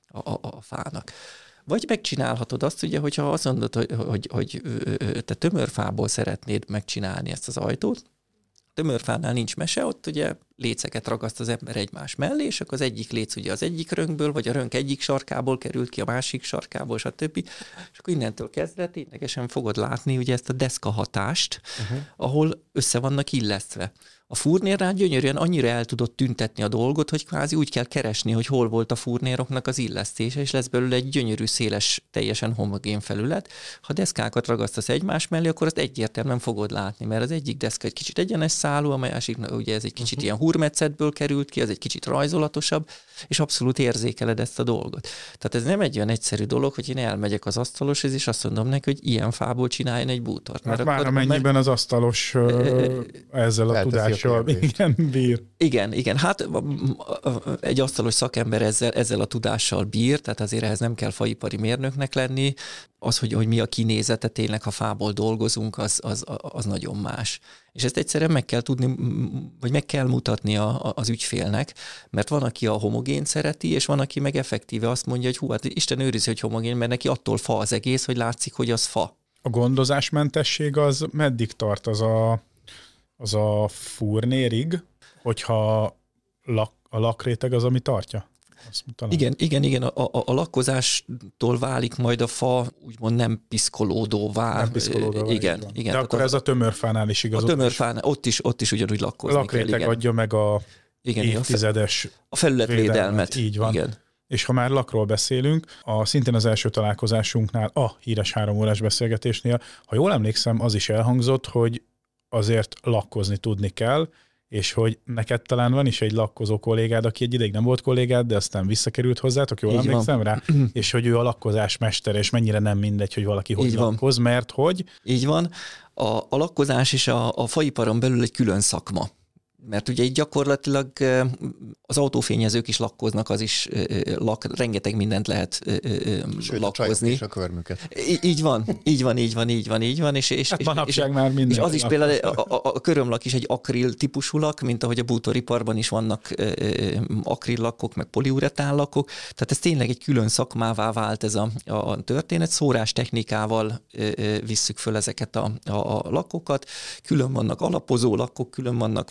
a fának. Vagy megcsinálhatod azt, ugye, hogyha azt mondod, hogy te tömörfából szeretnéd megcsinálni ezt az ajtót, tömörfánál nincs mese, ott ugye léceket ragaszt az ember egymás mellé, és akkor az egyik léc ugye az egyik röngből, vagy a rönk egyik sarkából került ki a másik sarkából, stb. És akkor innentől kezdve ténylegesen fogod látni ugye ezt a deszka hatást, ahol össze vannak illesztve. A furnérrel gyönyörűen annyira el tudod tüntetni a dolgot, hogy kvázi úgy kell keresni, hogy hol volt a furnéroknak az illesztése, és lesz belőle egy gyönyörű, széles, teljesen homogén felület. Ha deszkákat ragasztasz egymás mellé, akkor azt egyértelműen fogod látni, mert az egyik deszka egy kicsit egyenes szálú, a másik, ugye ez egy kicsit ilyen húrmetszetből került ki, az egy kicsit rajzolatosabb, és abszolút érzékeled ezt a dolgot. Tehát ez nem egy olyan egyszerű dolog, hogy én elmegyek az asztaloshoz, és azt mondom neki, hogy ilyen fából csináljon egy bútort. Mert már amennyiben az asztalos ezzel a tudással bír. Igen. Hát egy asztalos szakember ezzel a tudással bír, tehát azért ehhez nem kell faipari mérnöknek lenni. Az, hogy mi a kinézete tényleg, ha fából dolgozunk, az nagyon más. És ezt egyszerűen meg kell tudni, vagy meg kell mutatni az ügyfélnek, mert van, aki a homogén szereti, és van, aki meg effektíve azt mondja, hogy hú, hát Isten őrizi, hogy homogén, mert neki attól fa az egész, hogy látszik, hogy az fa. A gondozásmentesség az meddig tart az a furnérig, hogyha a lakréteg az, ami tartja? Igen. A lakkozástól válik majd a fa úgymond nem piszkolódóvá. Igen. De akkor ez a tömörfánál is igaz. A tömörfánál, ott is ugyanúgy lakkozni kell. A lakréteg adja meg a évtizedes a felületvédelmet. Így van. Igen. És ha már lakról beszélünk, szintén az első találkozásunknál, a híres 3 órás beszélgetésnél, ha jól emlékszem, az is elhangzott, hogy azért lakkozni tudni kell, és hogy neked talán van is egy lakkozó kollégád, aki egy ideig nem volt kollégád, de aztán visszakerült hozzátok, jól emlékszem rá? És hogy ő a lakkozás mestere, és mennyire nem mindegy, hogy valaki hogy lakkoz, mert hogy? Így van. A lakkozás is a faiparon belül egy külön szakma. Mert ugye így gyakorlatilag az autófényezők is lakkoznak, az is rengeteg mindent lehet lakkozni. És a körmüket. Így van. És hát manapság már minden. És az is például a körömlak is egy akril típusú lak, mint ahogy a bútoriparban is vannak akril lakok, meg poliuretán lakok. Tehát ez tényleg egy külön szakmává vált ez a történet. Szórás technikával visszük föl ezeket a lakokat. Külön vannak alapozó lakok, külön vannak fedő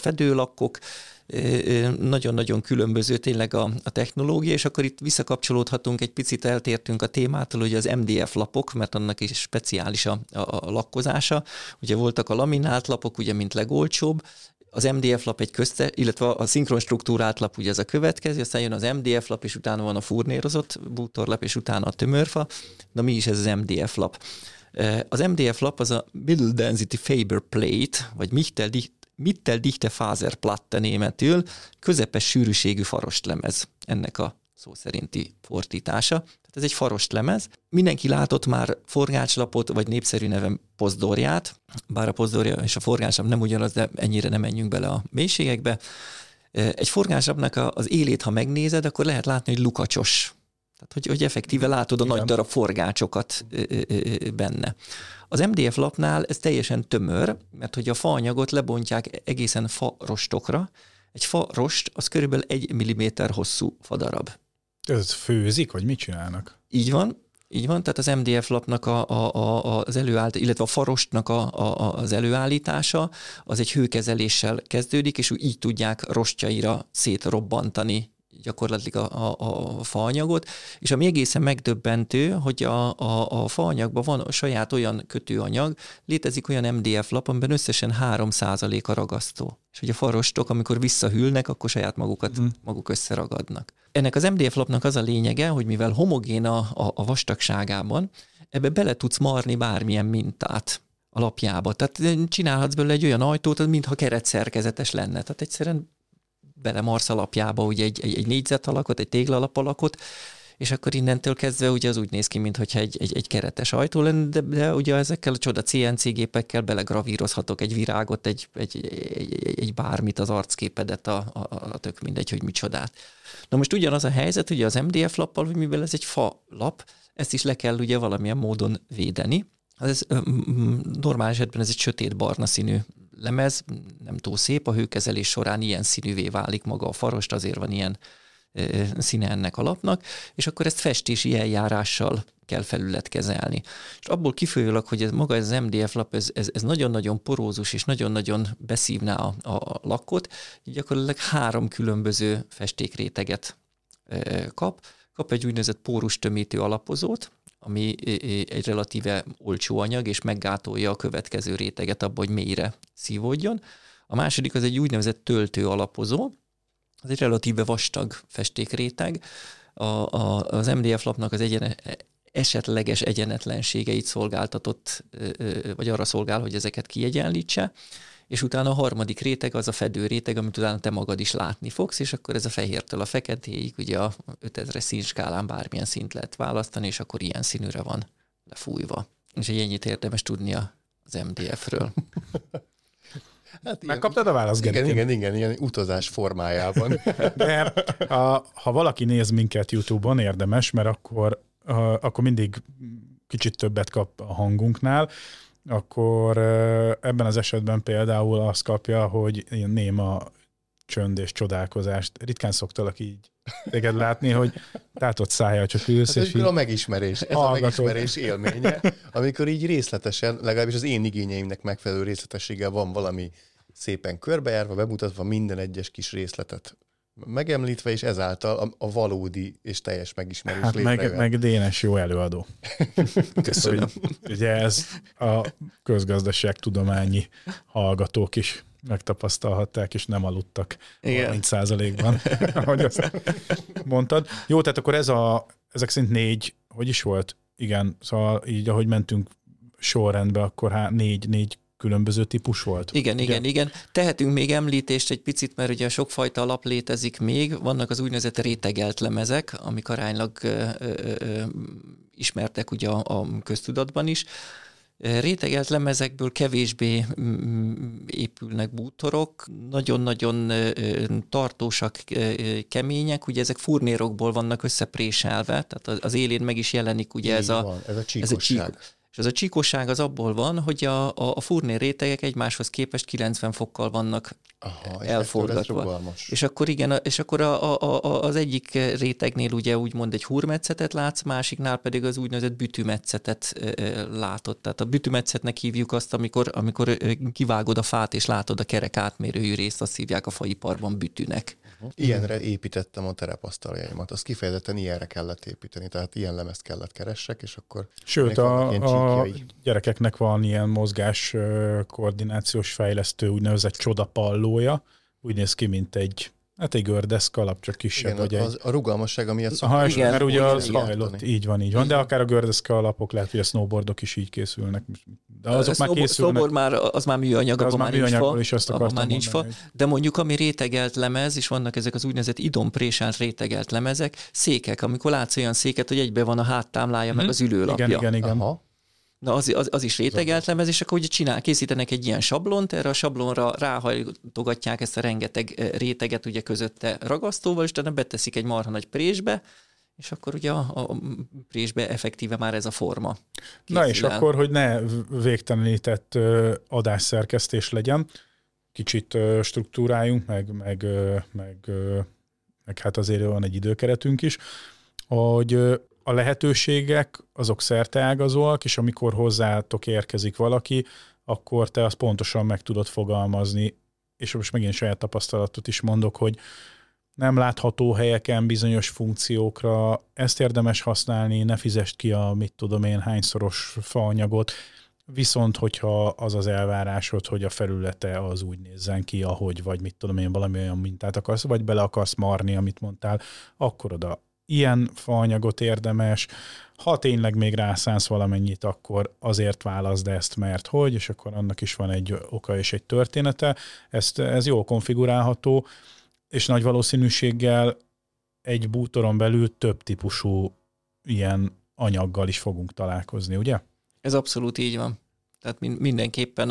lakkok, nagyon-nagyon különböző tényleg a technológia, és akkor itt visszakapcsolódhatunk, egy picit eltértünk a témától, hogy az MDF lapok, mert annak is speciális a lakkozása. Ugye voltak a laminált lapok, ugye mint legolcsóbb, az MDF lap illetve a szinkron struktúrált lap, ugye ez a következő, aztán jön az MDF lap, és utána van a furnérozott bútorlap, és utána a tömörfa. Na mi is ez az MDF lap? Az MDF lap az a Middle Density Faber Plate, vagy Mitteldichte Faserplatte németül, közepes sűrűségű farostlemez, ennek a szó szerinti fordítása. Tehát ez egy farostlemez. Mindenki látott már forgácslapot, vagy népszerű nevem pozdorját, bár a pozdorja és a forgácslap nem ugyanaz, de ennyire nem menjünk bele a mélységekbe. Egy forgácslapnak az élét, ha megnézed, akkor lehet látni, hogy lukacsos. Tehát, hogy effektíve látod a nagy darab forgácsokat benne. Az MDF lapnál ez teljesen tömör, mert hogy a faanyagot lebontják egészen farostokra. Egy farost az körülbelül 1 mm hosszú fadarab. Ez főzik, vagy mit csinálnak? Így van, tehát az MDF lapnak az előállítása, illetve a farostnak az előállítása, az egy hőkezeléssel kezdődik, és így tudják rostjaira szétrobbantani gyakorlatilag a faanyagot, és ami egészen megdöbbentő, hogy a faanyagban van saját olyan kötőanyag, létezik olyan MDF lap, amiben összesen 3% a ragasztó. És hogy a farostok, amikor visszahűlnek, akkor saját maguk összeragadnak. Ennek az MDF lapnak az a lényege, hogy mivel homogén a vastagságában, ebbe bele tudsz marni bármilyen mintát a lapjába. Tehát csinálhatsz belőle egy olyan ajtót, mintha keretszerkezetes lenne. Tehát egyszerűen belemarsz a lapjába ugye egy négyzetalakot, egy téglalapalakot, és akkor innentől kezdve ugye az úgy néz ki, mintha egy keretes ajtó lenne, de ugye ezekkel a csoda CNC gépekkel belegravírozhatok egy virágot, egy bármit, az arcképedet, a tök mindegy, hogy micsodát. Na most ugyanaz a helyzet ugye az MDF lappal, hogy mivel ez egy fa lap, ezt is le kell ugye valamilyen módon védeni. Normál esetben ez egy sötét barna színű lemez, nem túl szép, a hőkezelés során ilyen színűvé válik maga a farost, azért van ilyen színe ennek a lapnak, és akkor ezt festési eljárással kell felületkezelni. És abból kifolyólag, hogy maga ez az MDF lap, ez nagyon-nagyon porózus, és nagyon-nagyon beszívná a lakkot, így gyakorlatilag 3 különböző festékréteget kap egy úgynevezett pórustömítő alapozót, ami egy relatíve olcsó anyag, és meggátolja a következő réteget abban, hogy mélyre szívódjon. A második az egy úgynevezett töltő alapozó, az egy relatíve vastag festékréteg. Az MDF lapnak az esetleges egyenetlenségeit szolgáltatott, vagy arra szolgál, hogy ezeket kiegyenlítse, és utána a harmadik réteg az a fedő réteg, amit utána te magad is látni fogsz, és akkor ez a fehértől a feketéig, ugye a 5000-es színskálán bármilyen szint lehet választani, és akkor ilyen színűre van lefújva. És ennyit érdemes tudni az MDF-ről. Hát megkaptad a választ, Geri? Igen, ilyen utazás formájában. De ha valaki néz minket YouTube-on, érdemes, mert akkor mindig kicsit többet kap a hangunknál, akkor ebben az esetben például azt kapja, hogy ilyen néma csönd és csodálkozást. Ritkán szoktalak így téged látni, hogy tátott szájjal csak ülsz. Hát és a megismerés, ez a megismerés élménye, amikor így részletesen, legalábbis az én igényeimnek megfelelő részletességgel van valami szépen körbejárva, bemutatva minden egyes kis részletet megemlítve, és ezáltal a valódi és teljes megismerés létrejön. Meg Dénes jó előadó. Köszönöm. Ugye ez a közgazdaságtudományi hallgatók is megtapasztalhatták, és nem aludtak 30%-ban, ahogy azt mondtad. Jó, tehát akkor ezek szerint 4, hogy is volt? Igen, szóval így, ahogy mentünk sorrendbe, akkor 4 különböző típus volt. Igen. Tehetünk még említést egy picit, mert ugye sokfajta lap létezik még. Vannak az úgynevezett rétegelt lemezek, amik aránylag ismertek ugye a köztudatban is. Rétegelt lemezekből kevésbé épülnek bútorok, nagyon-nagyon tartósak, kemények, ugye ezek furnérokból vannak összepréselve, tehát az élén meg is jelenik ugye ez a csíkosság. És az a csíkosság az abból van, hogy a furnér rétegek egymáshoz képest 90 fokkal vannak elforgatva. És akkor igen, és akkor az egyik rétegnél ugye úgymond egy hurmetszetet látsz, másiknál pedig az úgynevezett bütümetszetet látod. Tehát a bütümetszetnek hívjuk azt, amikor kivágod a fát és látod a kerek átmérőjű részt, azt hívják a faiparban bütűnek. Ilyenre építettem a terepasztaljaimat. Azt kifejezetten ilyenre kellett építeni, tehát ilyen lemezt kellett keressek, és akkor... Sőt, a gyerekeknek van ilyen mozgás koordinációs fejlesztő, úgynevezett csodapallója. Úgy néz ki, mint egy gördeszka alap, csak kisebb. Igen, a rugalmassága miatt szoktuk. Mert ugye az hajlott, így van. De akár a gördeszka alapok, lehet, hogy a snowboardok is így készülnek. De azok már készülnek. Snowboard az már műanyag, abban már nincs fa. De mondjuk, ami rétegelt lemez, és vannak ezek az úgynevezett idomprésált rétegelt lemezek, székek, amikor látsz olyan széket, hogy egybe van a háttámlája, meg az ülőlapja. Igen. Aha. Na az is rétegelt lemez, és akkor ugye készítenek egy ilyen sablont, erre a sablonra ráhajtogatják ezt a rengeteg réteget ugye közötte ragasztóval, és utána beteszik egy marha nagy présbe, és akkor ugye a présbe effektíve már ez a forma készül. Na és akkor, hogy ne végtelenített adásszerkesztés legyen, kicsit struktúráljunk, meg hát azért van egy időkeretünk is, hogy a lehetőségek azok szerteágazóak, és amikor hozzátok érkezik valaki, akkor te azt pontosan meg tudod fogalmazni, és most megint saját tapasztalatot is mondok, hogy nem látható helyeken bizonyos funkciókra ezt érdemes használni, ne fizest ki a hányszoros faanyagot, viszont hogyha az az elvárásod, hogy a felülete az úgy nézzen ki, ahogy, vagy valami olyan mintát akarsz, vagy bele akarsz marni, amit mondtál, akkor oda ilyen faanyagot érdemes. Ha tényleg még rászánsz valamennyit, akkor azért válaszd ezt, mert hogy, és akkor annak is van egy oka és egy története. Ez jól konfigurálható, és nagy valószínűséggel egy bútoron belül több típusú ilyen anyaggal is fogunk találkozni, ugye? Ez abszolút így van. Tehát mindenképpen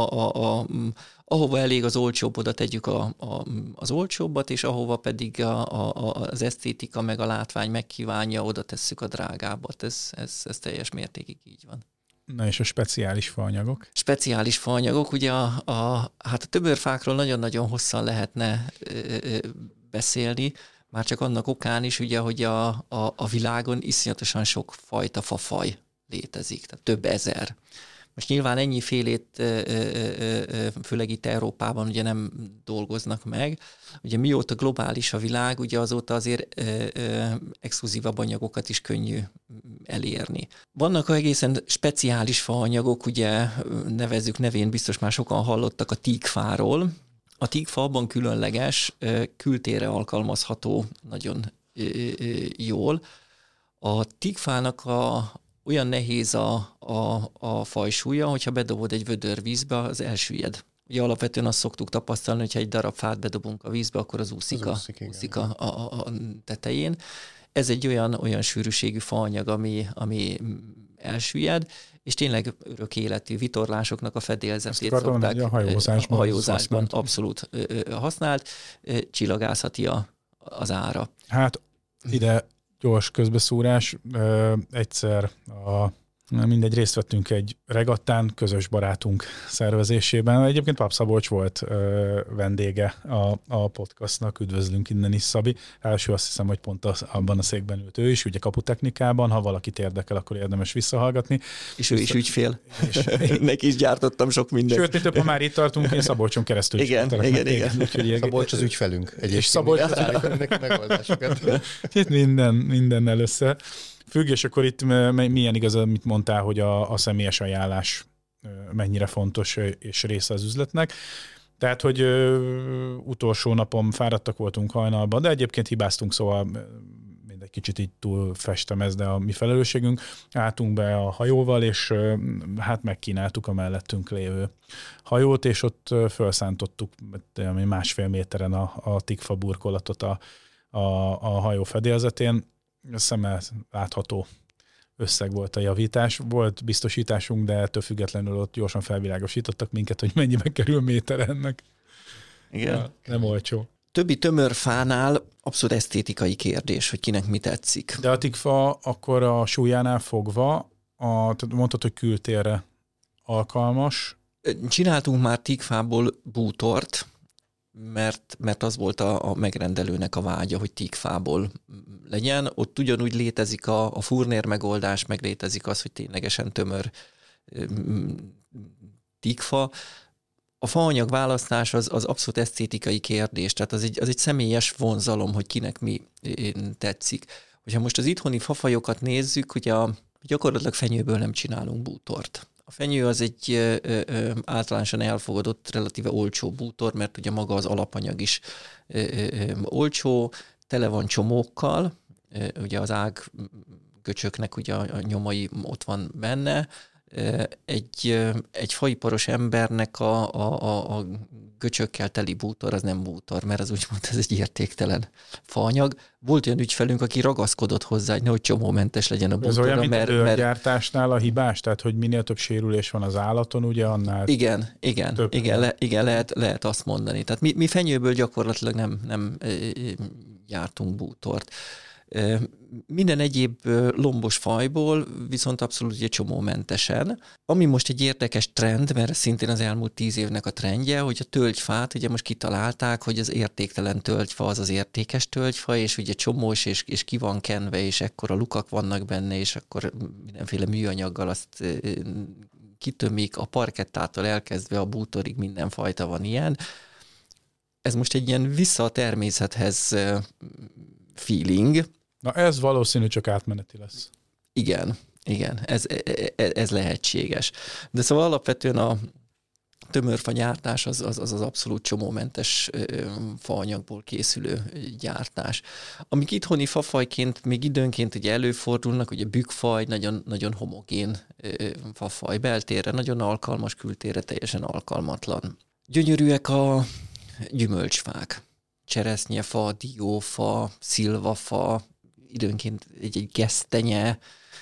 ahova elég az olcsóbb, oda tegyük az olcsóbbat, és ahova pedig az esztétika meg a látvány megkívánja, oda tesszük a drágábbat. Ez teljes mértékig így van. Na és a speciális faanyagok? Speciális faanyagok, ugye hát a tömörfákról nagyon-nagyon hosszan lehetne beszélni, már csak annak okán is, ugye, hogy a világon iszonyatosan sok fajta fafaj létezik, tehát több ezer. Most nyilván ennyi félét, főleg itt Európában ugye nem dolgoznak meg. Ugye mióta globális a világ, ugye azóta azért exkluzívabb anyagokat is könnyű elérni. Vannak egészen speciális faanyagok, ugye nevezzük nevén, biztos már sokan hallottak a tígfáról. A tígfa abban különleges, kültérre alkalmazható nagyon jól. A tígfának olyan nehéz a fajsúlya, hogyha bedobod egy vödör vízbe, az elsüllyed. Ugye alapvetően azt szoktuk tapasztalni, hogyha egy darab fát bedobunk a vízbe, akkor az úszik a tetején. Ez egy olyan sűrűségű faanyag, ami elsüllyed, és tényleg örök életű vitorlásoknak a fedélzetét szokták a hajózásban abszolút használt, csillagászati az ára. Hát ide gyors közbeszúrás. Egyszer részt vettünk egy regattán, közös barátunk szervezésében. Egyébként Pap Szabolcs volt vendége a podcastnak, üdvözlünk innen is, Szabi. Első azt hiszem, hogy pont abban a székben ült ő is, ugye kaputechnikában, ha valakit érdekel, akkor érdemes visszahallgatni. És ő is ügyfél. Neki is gyártottam sok mindent. Sőt, mi több, ha már itt tartunk, én Szabolcson keresztül is. Igen. Szabolcs az ügyfelünk. És Szabolcs az ügyfelünk megoldásokat. Itt mindennel össze. Függ, és akkor itt milyen igaz, amit mondtál, hogy a személyes ajánlás mennyire fontos és része az üzletnek. Tehát, hogy utolsó napon fáradtak voltunk hajnalban, de egyébként hibáztunk, szóval mindegy kicsit így túl festem ez, de a mi felelősségünk. Álltunk be a hajóval, és hát megkínáltuk a mellettünk lévő hajót, és ott felszántottuk 1,5 méteren a tikfa burkolatot a hajó fedélzetén. Szemmel látható összeg volt a javítás. Volt biztosításunk, de ettől függetlenül ott gyorsan felvilágosítottak minket, hogy mennyibe kerül méter ennek. Igen. Ja, nem olcsó. Többi tömörfánál abszolút esztétikai kérdés, hogy kinek mi tetszik. De a tikfa akkor a súlyánál fogva tehát mondtad, hogy kültérre alkalmas. Csináltunk már tígfából bútort, mert az volt a megrendelőnek a vágya, hogy tígfából legyen. Ott ugyanúgy létezik a furnér megoldás, meg létezik az, hogy ténylegesen tömör tígfa. A faanyag választás az abszolút esztétikai kérdés, tehát az egy személyes vonzalom, hogy kinek mi tetszik. Hogyha most az itthoni fafajokat nézzük, ugye gyakorlatilag fenyőből nem csinálunk bútort. A fenyő az egy általánosan elfogadott, relatíve olcsó bútor, mert ugye maga az alapanyag is olcsó, tele van csomókkal, ugye az ággöcsöknek ugye a nyomai ott van benne. Egy faiparos embernek a göcsökkel teli bútor, az nem bútor, mert az úgymond ez egy értéktelen faanyag. Volt olyan ügyfelünk, aki ragaszkodott hozzá, hogy nehogy csomómentes legyen a bútorra. Ez olyan, mint a dőrgyártásnál a hibás, tehát hogy minél több sérülés van az állaton, ugye annál Igen, lehet azt mondani. Tehát mi fenyőből gyakorlatilag nem gyártunk bútort. Minden egyéb lombos fajból viszont abszolút ugye csomómentesen. Ami most egy érdekes trend, mert ez szintén az elmúlt 10 évnek a trendje, hogy a tölgyfát ugye most kitalálták, hogy az értéktelen tölgyfa az értékes tölgyfa, és ugye csomós, és ki van kenve, és ekkora lukak vannak benne, és akkor mindenféle műanyaggal azt kitömik, a parkettától elkezdve a bútorig mindenfajta van ilyen. Ez most egy ilyen vissza a természethez feeling. Na ez valószínű csak átmeneti lesz. Igen, ez lehetséges. De szóval alapvetően a tömörfa gyártás az abszolút csomómentes faanyagból készülő gyártás. Amik itthoni fafajként még időnként ugye előfordulnak, ugye bükkfaj, nagyon, nagyon homogén fafaj, beltérre nagyon alkalmas, kültérre teljesen alkalmatlan. Gyönyörűek a gyümölcsfák. Cseresznyefa, diófa, szilvafa, időnként egy gesztenye,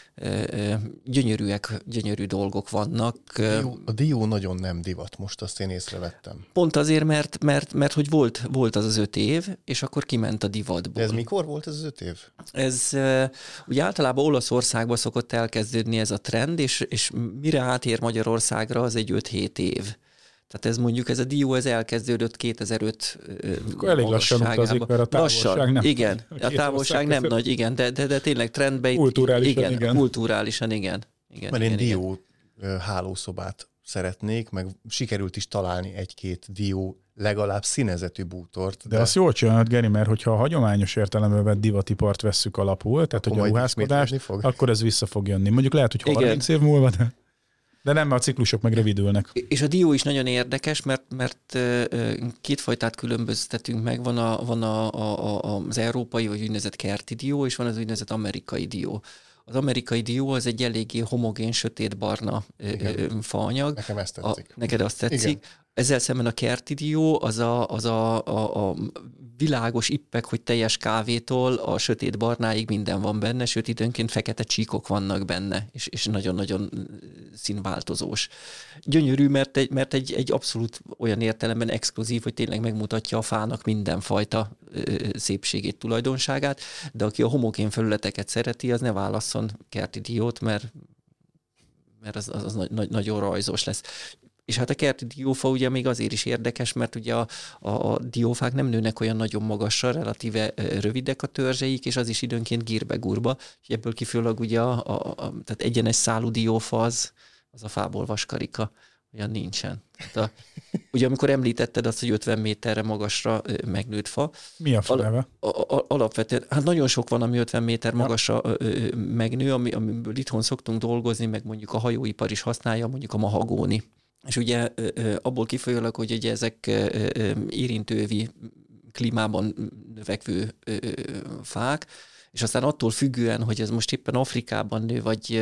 gyönyörű dolgok vannak. A dió nagyon nem divat, most azt én észrevettem. Pont azért, mert hogy volt az 5 év, és akkor kiment a divatból. De ez mikor volt ez az 5 év? Ez ugye általában Olaszországban szokott elkezdődni ez a trend, és mire átér Magyarországra, az egy 5-7 év. Tehát ez a dió, ez elkezdődött 2005 akkor elég lassan utazik, mert a távolság nem igen, a távolság nem nagy, igen, de tényleg trendbe. Kulturálisan, igen. Mert én dió hálószobát szeretnék, meg sikerült is találni 1-2 dió legalább színezetű bútort. De azt jól csinálod, Geri, mert hogyha a hagyományos értelemben vett divatipart vesszük alapul, tehát hogy a ruházkodást, akkor ez vissza fog jönni. Mondjuk lehet, hogy 30 év múlva, de nem, mert a ciklusok meg rövidülnek. És a dió is nagyon érdekes, mert két fajtát különböztetünk meg. Van az európai, vagy úgynevezett kerti dió, és van az úgynevezett amerikai dió. Az amerikai dió az egy eléggé homogén, sötétbarna faanyag. Nekem ezt tetszik. Neked azt tetszik. Igen. Ezzel szemben a kerti dió az a világos ippek, hogy teljes kávétól a sötét barnáig minden van benne, sőt időnként fekete csíkok vannak benne, és nagyon-nagyon színváltozós. Gyönyörű, mert egy abszolút olyan értelemben exkluzív, hogy tényleg megmutatja a fának mindenfajta szépségét, tulajdonságát, de aki a homogén felületeket szereti, az ne válasszon kerti diót, mert az nagyon rajzos lesz. És hát a kerti diófa ugye még azért is érdekes, mert ugye a diófák nem nőnek olyan nagyon magasra, relatíve rövidek a törzseik, és az is időnként gírbe-gurba. És ebből kifolyólag ugye tehát egyenes szálú diófa az a fából vaskarika, olyan nincsen. Ugye amikor említetted azt, hogy 50 méterre magasra megnőtt fa. Mi a fele? Alapvetően, hát nagyon sok van, ami 50 méter magasra megnő, amiből itthon szoktunk dolgozni, meg mondjuk a hajóipar is használja, mondjuk a mahagóni. És ugye abból kifolyólag, hogy ugye ezek érintővi klímában növekvő fák, és aztán attól függően, hogy ez most éppen Afrikában nő, vagy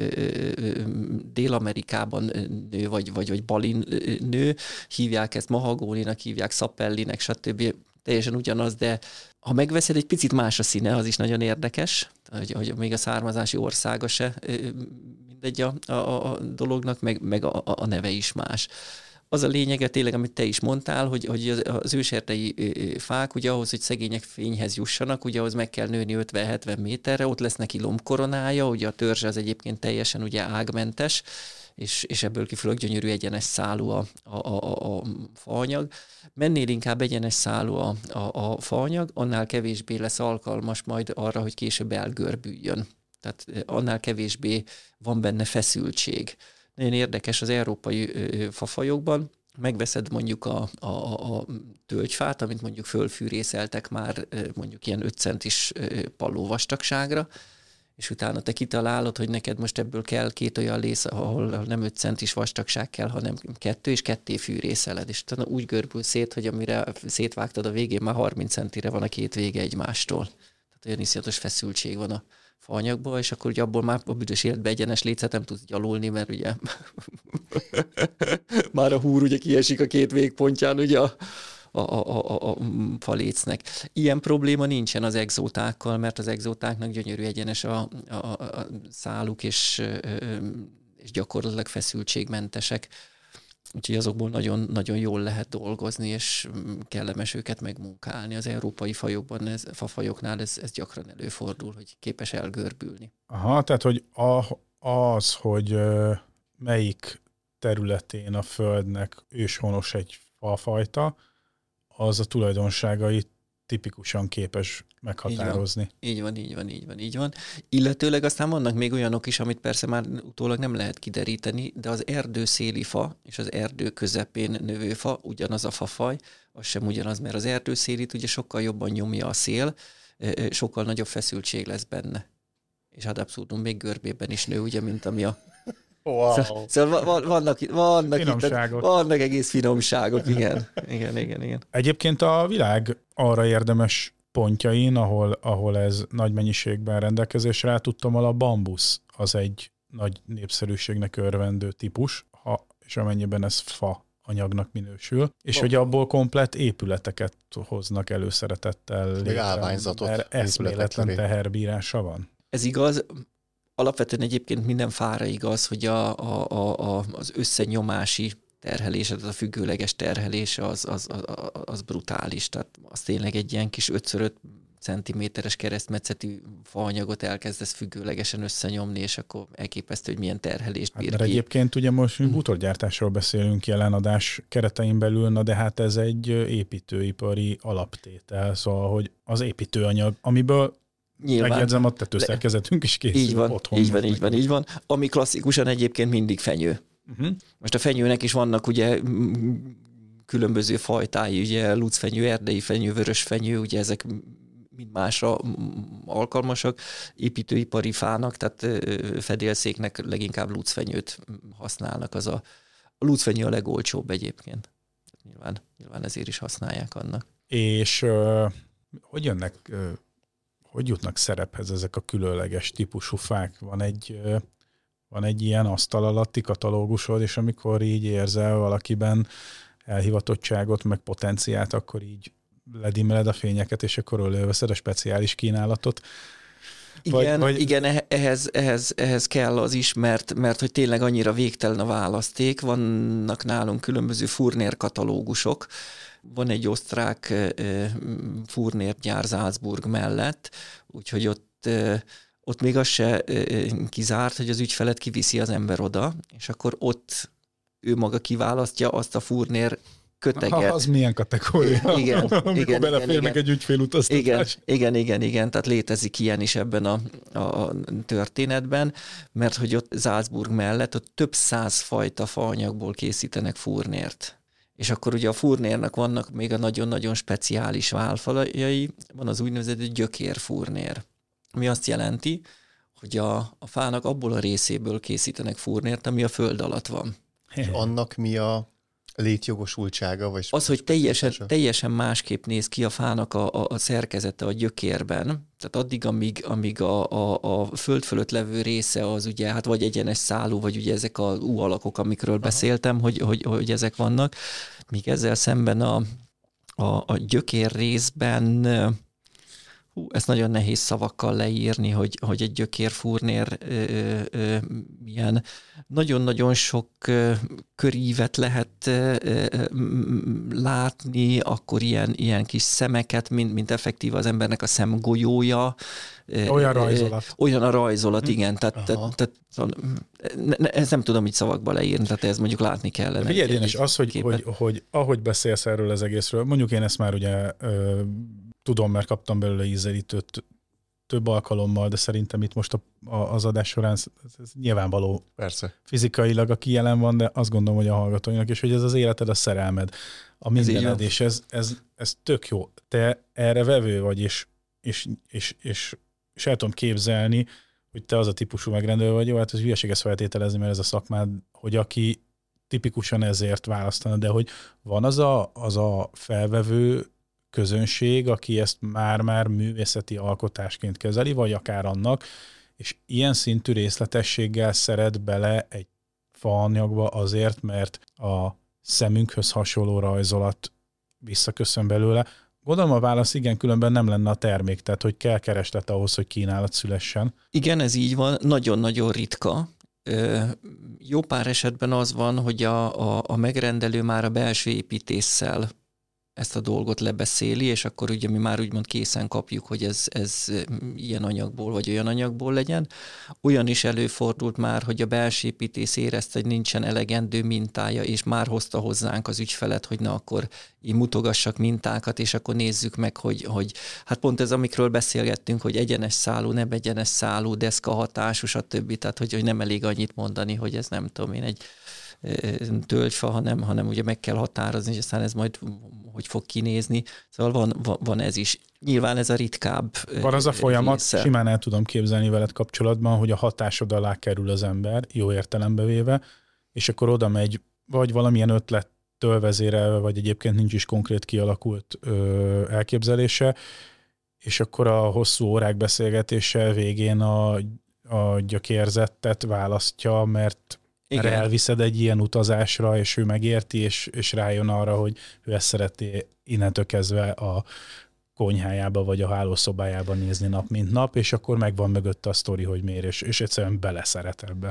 Dél-Amerikában nő, vagy Balin nő, hívják ezt mahagóninak, hívják szapellinek, stb. Teljesen ugyanaz, de ha megveszed, egy picit más a színe, az is nagyon érdekes, hogy még a származási országa se mindegy a dolognak, meg a neve is más. Az a lényege tényleg, amit te is mondtál, hogy az őserdei fák, ugye ahhoz, hogy szegények fényhez jussanak, ugye ahhoz meg kell nőni 50-70 méterre, ott lesz neki lombkoronája, ugye a törzs az egyébként teljesen ugye ágmentes, és ebből kifolyólag gyönyörű egyenes szálú a faanyag. Mennél inkább egyenes szálú a faanyag, annál kevésbé lesz alkalmas majd arra, hogy később elgörbüljön. Tehát annál kevésbé van benne feszültség. Nagyon érdekes az európai fafajokban, megveszed mondjuk a tölgyfát, amit mondjuk fölfűrészeltek már mondjuk ilyen 5 centis palló vastagságra, és utána te kitalálod, hogy neked most ebből kell 2 olyan rész, ahol nem 5 centis vastagság kell, hanem 2, és 2 fűrészeled. És utána úgy görbül szét, hogy amire szétvágtad a végén, már 30 centire van a 2 vége egymástól. Tehát olyan iszonyatos feszültség van a faanyagban, és akkor ugye abból már a büdös életben egyenes lécet nem tudsz gyalulni, mert ugye már a húr ugye kiesik a 2 végpontján ugye a falécnek. Ilyen probléma nincsen az egzótákkal, mert az egzótáknak gyönyörű egyenes a száluk, és gyakorlatilag feszültségmentesek. Úgyhogy azokból nagyon, nagyon jól lehet dolgozni, és kellemes őket megmunkálni. Az európai fajokban, fafajoknál ez gyakran előfordul, hogy képes elgörbülni. Aha, tehát hogy hogy melyik területén a Földnek őshonos egy fafajta, az a tulajdonságait tipikusan képes meghatározni. Így van. Illetőleg aztán vannak még olyanok is, amit persze már utólag nem lehet kideríteni, de az erdőszéli fa és az erdő közepén növő fa ugyanaz a fafaj, az sem ugyanaz, mert az erdőszélit ugye sokkal jobban nyomja a szél, sokkal nagyobb feszültség lesz benne. És ad abszurdum még görbében is nő, ugye, mint ami a... Wow. Szóval vannak egész finomságok, igen. Egyébként a világ arra érdemes pontjain, ahol ez nagy mennyiségben rendelkezésre áll, tudtam, a bambusz az egy nagy népszerűségnek örvendő típus, és amennyiben ez fa anyagnak minősül, és hogy abból komplett épületeket hoznak előszeretettel létre, állványzatot, mert eszméletlen teherbírása van. Ez igaz. Alapvetően egyébként minden fára igaz, hogy az összenyomási terhelés, tehát a függőleges terhelés az brutális. Tehát az tényleg egy ilyen kis 5x5 centiméteres keresztmetszetű faanyagot elkezdesz függőlegesen összenyomni, és akkor elképesztő, hogy milyen terhelést bír ki. Egyébként ugye most bútorgyártásról beszélünk jelen adás keretein belül, na de hát ez egy építőipari alaptétel, szóval hogy az építőanyag, amiből nyilván. Megjegyzem, a tetőszerkezetünk is készül így van, otthon. Így van. Ami klasszikusan egyébként mindig fenyő. Most a fenyőnek is vannak ugye különböző fajtái, ugye lucfenyő, erdei fenyő, vörös fenyő, ugye ezek mind másra alkalmasak. Építőipari fának, tehát fedélszéknek leginkább lucfenyőt használnak. A lucfenyő a legolcsóbb egyébként. Nyilván ezért is használják annak. És hogy jutnak szerephez ezek a különleges típusú fák? Van egy ilyen asztal alatti katalógusod, és amikor így érzel valakiben elhivatottságot, meg potenciát, akkor így ledimmeled a fényeket, és akkor előveszed a speciális kínálatot. Igen, ehhez kell az is, mert hogy tényleg annyira végtelen a választék. Vannak nálunk különböző Furnér katalógusok. Van egy osztrák Furnér gyár Salzburg mellett, úgyhogy ott még az se kizárt, hogy az ügyfelet kiviszi az ember oda, és akkor ott ő maga kiválasztja azt a Furnér köteget. Az milyen kategória? Igen, beleférnek egy ügyfélutaztatás. Igen, tehát létezik ilyen is ebben a történetben, mert hogy ott Salzburg mellett ott több 100 fajta faanyagból készítenek furnért. És akkor ugye a furnérnek vannak még a nagyon-nagyon speciális válfajai, van az úgynevezett gyökérfurnér, ami azt jelenti, hogy a fának abból a részéből készítenek furnért, ami a föld alatt van. És annak mi a létjogosultsága? Vagy az, hogy teljesen másképp néz ki a fának a szerkezete a gyökérben, tehát addig, amíg a föld fölött levő része az ugye, hát vagy egyenes szálú, vagy ugye ezek a U-alakok, amikről beszéltem, hogy ezek vannak, míg ezzel szemben a gyökér részben, ezt nagyon nehéz szavakkal leírni, hogy egy gyökérfurnér milyen. Nagyon-nagyon sok körívet lehet látni, akkor ilyen kis szemeket, mint effektív az embernek a szemgolyója. Olyan rajzolat. Olyan a rajzolat, igen. Tehát ezt nem tudom így szavakba leírni, tehát ez mondjuk látni kellene. Figyelj, Dénes, az, hogy ahogy beszélsz erről az egészről, mondjuk én ezt már ugye tudom, mert kaptam belőle ízelítőt több alkalommal, de szerintem itt most az adás során ez nyilvánvaló. Persze. Fizikailag, aki jelen van, de azt gondolom, hogy a hallgatóinak is, hogy ez az életed, a szerelmed, a mindened, és ez tök jó. Te erre vevő vagy, és el tudom képzelni, hogy te az a típusú megrendelő vagy, jó, hát ez hülyeség ezt feltételezni, mert ez a szakmád, hogy aki tipikusan ezért választana, de hogy van az a felvevő közönség, aki ezt már művészeti alkotásként kezeli, vagy akár annak, és ilyen szintű részletességgel szeret bele egy faanyagba azért, mert a szemünkhöz hasonló rajzolat visszaköszön belőle. Gondolom a válasz igen, különben nem lenne a termék, tehát hogy kell kereslet ahhoz, hogy kínálat szülessen. Igen, ez így van, nagyon-nagyon ritka. Jó pár esetben az van, hogy a megrendelő már a belső építéssel ezt a dolgot lebeszéli, és akkor ugye mi már úgymond készen kapjuk, hogy ez ilyen anyagból vagy olyan anyagból legyen. Olyan is előfordult már, hogy a belsőépítész érezte, hogy nincsen elegendő mintája, és már hozta hozzánk az ügyfelet, hogy na akkor én mutogassak mintákat, és akkor nézzük meg, hogy hát pont ez, amikről beszélgettünk, hogy egyenes szálú, nem egyenes szálú, deszka hatású, stb. Tehát, hogy nem elég annyit mondani, hogy ez nem tudom én egy tölgyfa, hanem ugye meg kell határozni, és aztán ez majd hogy fog kinézni. Szóval van ez is. Nyilván ez a ritkább van az a folyamat, része. Simán el tudom képzelni veled kapcsolatban, hogy a hatásod alá kerül az ember, jó értelembe véve, és akkor oda megy, vagy valamilyen ötlettől vezérelve, vagy egyébként nincs is konkrét kialakult elképzelése, és akkor a hosszú órák beszélgetése végén a gyökérzettet választja, mert elviszed egy ilyen utazásra, és ő megérti, és rájön arra, hogy ő ezt szereti innentől kezdve a konyhájába, vagy a hálószobájába nézni nap, mint nap, és akkor megvan mögött a sztori, hogy miért, és egyszerűen beleszeret ebbe.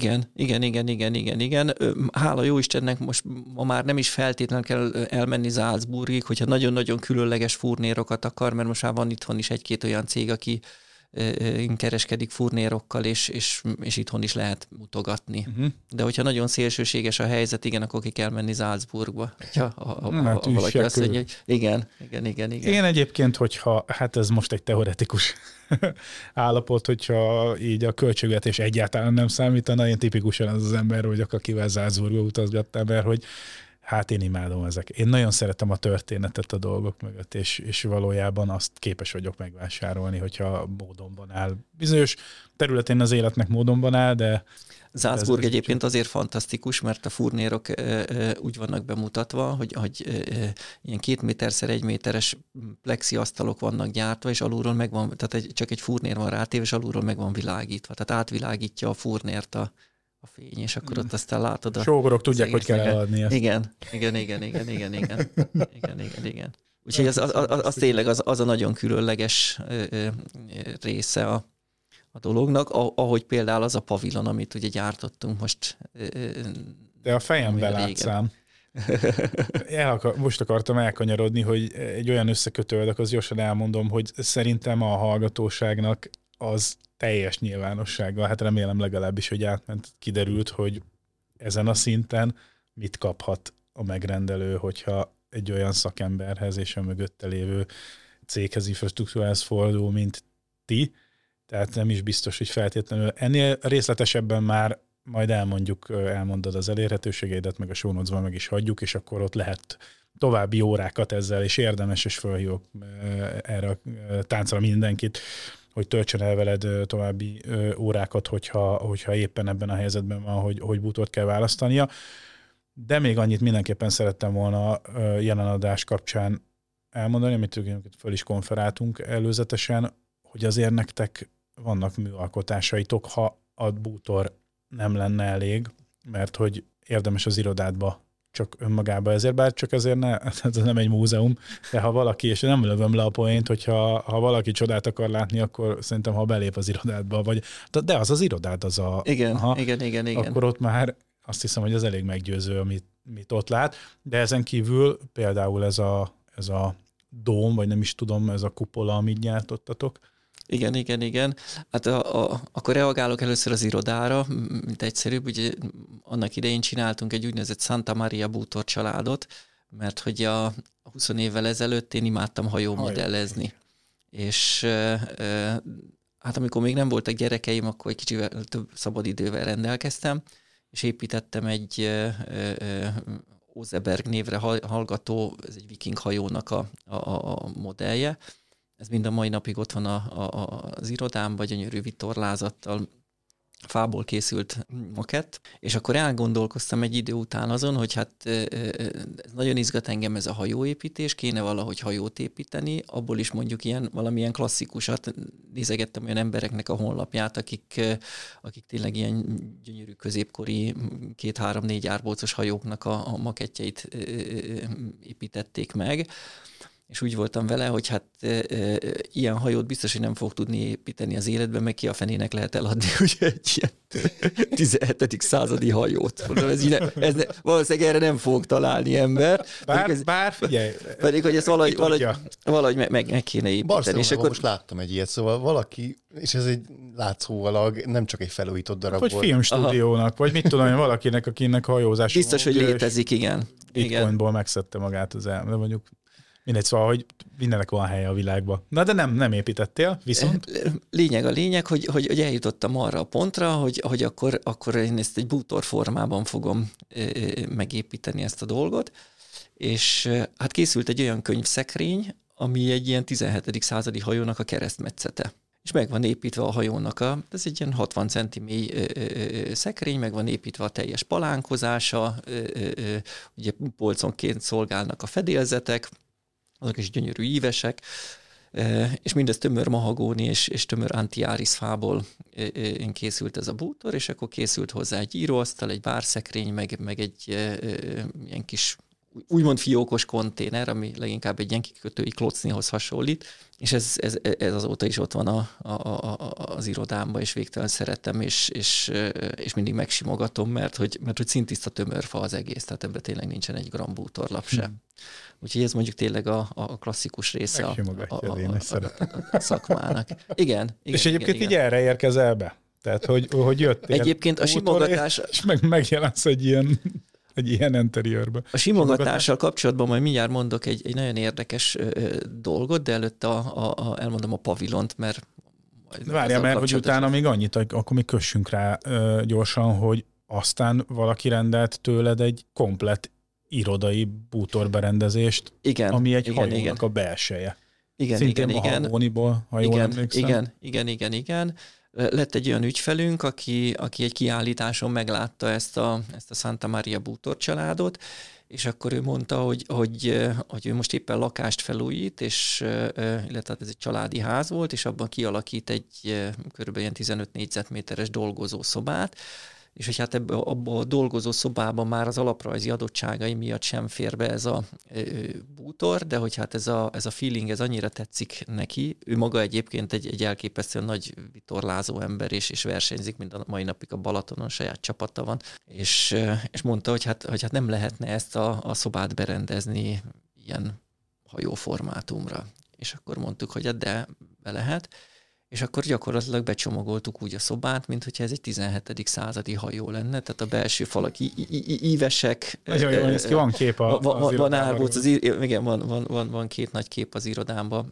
Igen. Hála jó Istennek most ma már nem is feltétlenül kell elmenni Salzburgig, hogyha nagyon-nagyon különleges furnérokat akar, mert most már van itthon is egy-két olyan cég, aki kereskedik furnérokkal, és itthon is lehet mutogatni. Uh-huh. De hogyha nagyon szélsőséges a helyzet, igen, akkor ki kell menni Salzburgba. Ha valaki azt mondja, hogy igen. Én egyébként, hogyha, hát ez most egy teoretikus állapot, hogyha így a költségvetés egyáltalán nem számítana, én tipikusan az ember vagyok, akivel Salzburgba utazgattam, mert hogy hát én imádom ezek. Én nagyon szeretem a történetet a dolgok mögött, és valójában azt képes vagyok megvásárolni, hogyha módonban áll. Bizonyos területén az életnek módonban áll, de... Salzburg egyébként azért fantasztikus, mert a furnérok úgy vannak bemutatva, hogy ilyen 2 méterszer 1 méteres plexi asztalok vannak gyártva, és alulról megvan, tehát csak egy furnér van rátéve, és alulról meg van világítva. Tehát átvilágítja a furnért a fény, és akkor ott aztán látod a... Sógorok tudják, hogy kell eladni ezt. Igen. Úgyhogy az tényleg az a nagyon különleges része a dolognak, ahogy például az a pavilon, amit ugye gyártottunk most. De a fejembe látszám. Most akartam elkanyarodni, hogy egy olyan összekötőd, akkor gyorsan elmondom, hogy szerintem a hallgatóságnak az teljes nyilvánossággal, hát remélem legalábbis, hogy átment, kiderült, hogy ezen a szinten mit kaphat a megrendelő, hogyha egy olyan szakemberhez és a mögötte lévő céghez, infrastruktúrához fordul, mint ti. Tehát nem is biztos, hogy feltétlenül. Ennél részletesebben már majd elmondod az elérhetőségeidet, meg a show notes-ban meg is hagyjuk, és akkor ott lehet további órákat ezzel, és érdemes, és fölhívok erre a táncra mindenkit, hogy töltsön el veled további órákat, hogyha éppen ebben a helyzetben van, hogy bútort kell választania. De még annyit mindenképpen szerettem volna jelen adás kapcsán elmondani, amit föl is konferáltunk előzetesen, hogy azért nektek vannak műalkotásaitok, ha a bútor nem lenne elég, mert hogy érdemes az irodádba csak önmagában ezért, bár csak ezért ez nem egy múzeum, de ha valaki, és nem lövöm le a poént, hogyha valaki csodát akar látni, akkor szerintem, ha belép az irodádba, vagy, de az irodád, az a... Igen. Akkor ott már azt hiszem, hogy az elég meggyőző, amit ott lát, de ezen kívül például ez a dóm, vagy nem is tudom, ez a kupola, amit gyártottatok. Igen. Hát akkor reagálok először az irodára, mint egyszerűbb. Ugye annak idején csináltunk egy úgynevezett Santa Maria bútor családot, mert hogy a 20 évvel ezelőtt én imádtam hajómodellezni. És hát amikor még nem voltak gyerekeim, akkor egy kicsivel több szabadidővel rendelkeztem, és építettem egy Oseberg névre hallgató, ez egy viking hajónak a modellje. Ez mind a mai napig ott van az irodámban, gyönyörű vitorlázattal, fából készült makett, és akkor elgondolkoztam egy idő után azon, hogy hát ez nagyon izgat engem ez a hajóépítés, kéne valahogy hajót építeni, abból is mondjuk valamilyen klasszikusat, nézegettem olyan embereknek a honlapját, akik tényleg ilyen gyönyörű középkori 2-3-4 árbócos hajóknak a makettjeit építették meg, és úgy voltam vele, hogy hát ilyen hajót biztos, hogy nem fog tudni építeni az életben, meg ki a fenének lehet eladni, ugye egy ilyen 17. századi hajót. Mondom, valószínűleg erre nem fog találni ember. Bár figyelj. Pedig, hogy ezt valahogy meg kéne építeni. Barcelonában és akkor most láttam egy ilyet, szóval valaki, és ez egy látszólag nem csak egy felújított darab vagy volt. Vagy filmstúdiónak, vagy mit tudom én, valakinek, akinek hajózása. Biztos, hogy létezik, igen. Bitcoinból megszedte magát az de mondjuk mindegy, szóval, hogy mindennek van helye a világban. Na, de nem építettél, viszont? A lényeg, hogy eljutottam arra a pontra, hogy akkor én ezt egy bútor formában fogom megépíteni ezt a dolgot, és hát készült egy olyan könyvszekrény, ami egy ilyen 17. századi hajónak a keresztmetszete. És meg van építve a hajónak, ez egy ilyen 60 centi mély szekrény, meg van építve a teljes palánkozása, ugye polconként szolgálnak a fedélzetek, azok is gyönyörű ívesek, és mindez tömör mahagóni és tömör antiáris fából készült ez a bútor, és akkor készült hozzá egy íróasztal, egy bárszekrény, meg egy ilyen kis úgymond fiókos konténer, ami leginkább egy ilyen kikötői klocnihoz hasonlít, és ez azóta is ott van az irodámban, és végtelen szeretem, és mindig megsimogatom, mert hogy szintiszta tömörfa az egész, tehát ebben tényleg nincsen egy gram bútorlap se. Úgyhogy ez mondjuk tényleg a klasszikus része a szakmának. Igen. És egyébként így erre érkezel be? Tehát, hogy jöttél. Egyébként a simogatás... És megjelensz egy ilyen interiőrbe. A simogatással kapcsolatban majd mindjárt mondok egy nagyon érdekes dolgot, de előtte elmondom a pavilont, mert... Várjál, mert hogy utána még annyit, akkor mi kössünk rá gyorsan, hogy aztán valaki rendelt tőled egy komplett irodai bútorberendezést, ami egy hajónak a belseje. Igen. Mahagóniból, ha jól emlékszem. Igen. Lett egy olyan ügyfelünk, aki egy kiállításon meglátta ezt a Santa Maria bútor családot, és akkor ő mondta, hogy ő most éppen lakást felújít, illetve ez egy családi ház volt, és abban kialakít egy kb. 15 négyzetméteres dolgozószobát, és hogy hát abban a dolgozó szobában már az alaprajzi adottságai miatt sem fér be ez a bútor, de hogy hát ez a feeling, ez annyira tetszik neki. Ő maga egyébként egy elképesztően nagy vitorlázó ember, és versenyzik, mint a mai napig a Balatonon, saját csapata van, és mondta, hogy hát nem lehetne ezt a szobát berendezni ilyen hajóformátumra. És akkor mondtuk, hogy hát de be lehet. És akkor gyakorlatilag becsomagoltuk úgy a szobát, mint hogyha ez egy 17. századi hajó lenne, tehát a belső falak ívesek. Nagyon jól néz ki, van kép van árbóc, igen, van két nagy kép az irodámban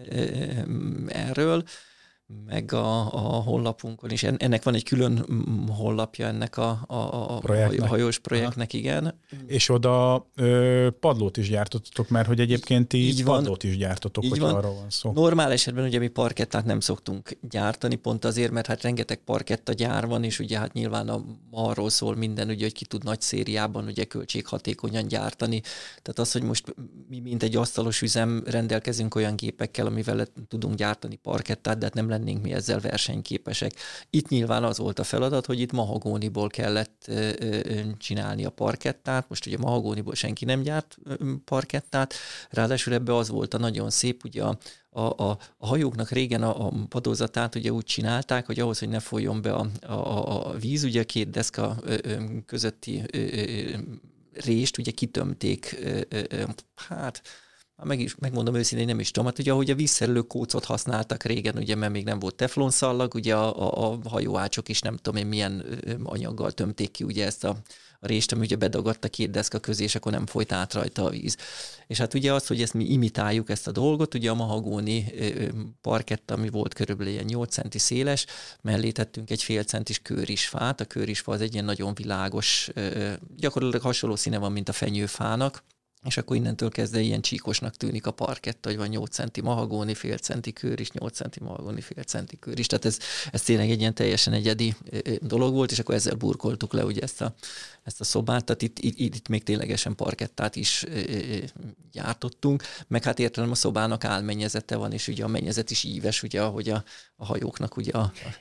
erről, meg a honlapunkon is. Ennek van egy külön honlapja ennek a hajós projektnek, igen. És oda padlót is gyártottatok, mert hogy egyébként így padlót is gyártotok, hogy arról van szó. Normál esetben ugye mi parkettát nem szoktunk gyártani, pont azért, mert hát rengeteg parkettagyár van, és ugye hát nyilván arról szól minden, ugye, hogy ki tud nagy szériában ugye költséghatékonyan gyártani. Tehát az, hogy most mi mint egy asztalos üzem rendelkezünk olyan gépekkel, amivel tudunk gyártani parkettát, de hát nem lenne lennénk mi ezzel versenyképesek. Itt nyilván az volt a feladat, hogy itt mahagóniból kellett csinálni a parkettát. Most ugye mahagóniból senki nem gyárt parkettát, ráadásul ebbe az volt a nagyon szép, ugye a hajóknak régen a padozatát ugye úgy csinálták, hogy ahhoz, hogy ne folyjon be a víz, ugye a két deszka közötti rést ugye kitömték, hát megmondom őszintén, nem is tudom, hát ugye ahogy a vízszerelő kócot használtak régen, ugye, mert még nem volt teflonszallag, ugye a hajóácsok is nem tudom én milyen anyaggal tömték ki ugye ezt a rést, ami ugye bedagadt a két deszka közé, és akkor nem folyt át rajta a víz. És hát ugye az, hogy ezt mi imitáljuk ezt a dolgot, ugye a mahagóni parkett, ami volt körülbelül ilyen 8 centi széles, mellé tettünk egy fél centis kőrisfát. A kőrisfa az egy ilyen nagyon világos, gyakorlatilag hasonló színe van, mint a fenyőfának, és akkor innentől kezdve ilyen csíkosnak tűnik a parkett, hogy van 8 centi mahagóni, fél centi kőris, 8 centi mahagóni, fél centi kőris. Tehát ez tényleg egy ilyen teljesen egyedi dolog volt, és akkor ezzel burkoltuk le ugye ezt a szobát, tehát itt még ténylegesen parkettát is gyártottunk, meg hát értelem a szobának álmennyezete van, és ugye a mennyezet is íves, ugye, ahogy a hajóknak ugye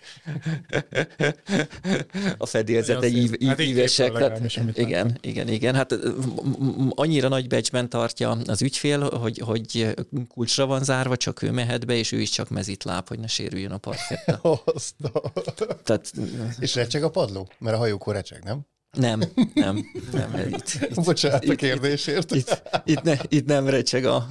a fedélzete ívesek. Igen. Hát annyira nagy becsben tartja az ügyfél, hogy kulcsra van zárva, csak ő mehet be, és ő is csak mezitláb, hogy ne sérüljön a parketta. Tehát, és recseg a padló? Mert a hajókor recseg, nem? Nem. Bocsánat a kérdésért. Itt nem recseg a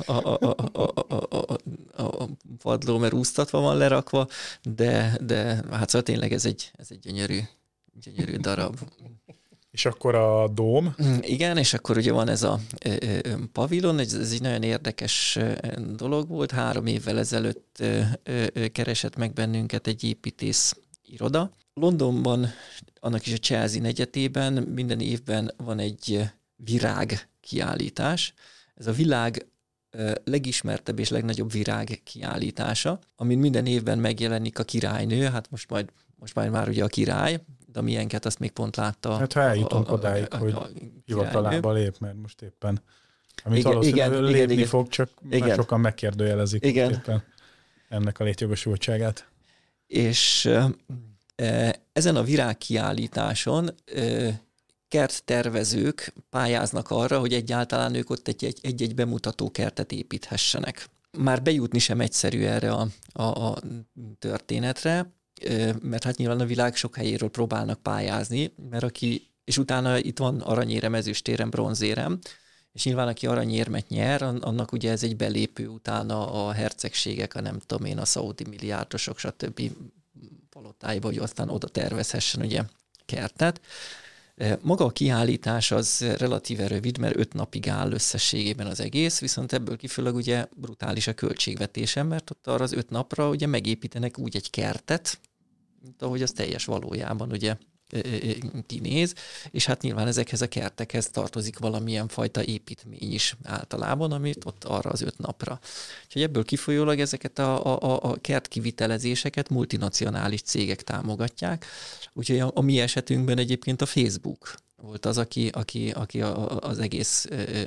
padló, mert úsztatva van lerakva, de hát szóval tényleg ez egy gyönyörű darab. És akkor a dóm? Igen, és akkor ugye van ez a pavilon, ez egy nagyon érdekes dolog volt. 3 évvel ezelőtt keresett meg bennünket egy építész iroda. Londonban, annak is a Chelsea negyedében minden évben van egy virág kiállítás. Ez a világ legismertebb és legnagyobb virág kiállítása, amin minden évben megjelenik a királynő, hát most már ugye a király, de milyenket azt még pont látta. Hát ha eljutunk odáig, hogy hivatalába lép, mert most éppen, amit valószínűleg lépni fog, csak sokan megkérdőjelezik éppen ennek a létjogosultságát. És ezen a virágkiállításon kerttervezők pályáznak arra, hogy egyáltalán ők ott egy bemutató kertet építhessenek. Már bejutni sem egyszerű erre a történetre, mert hát nyilván a világ sok helyéről próbálnak pályázni, és utána itt van aranyérem, ezüstérem, bronzérem, és nyilván aki aranyérmet nyer, annak ugye ez egy belépő utána a hercegségek, a nem tudom én, a szaudi milliárdosok, stb. Palotáiba, hogy aztán oda tervezhessen ugye kertet. Maga a kiállítás az relatíve rövid, mert 5 napig áll összességében az egész, viszont ebből kifolyólag ugye brutális a költségvetésem, mert ott arra az 5 napra ugye megépítenek úgy egy kertet, mint ahogy az teljes valójában ugye kinéz, és hát nyilván ezekhez a kertekhez tartozik valamilyen fajta építmény is általában, amit ott arra az 5 napra. Úgyhogy ebből kifolyólag ezeket a kertkivitelezéseket multinacionális cégek támogatják, úgyhogy a mi esetünkben egyébként a Facebook volt az, aki az egész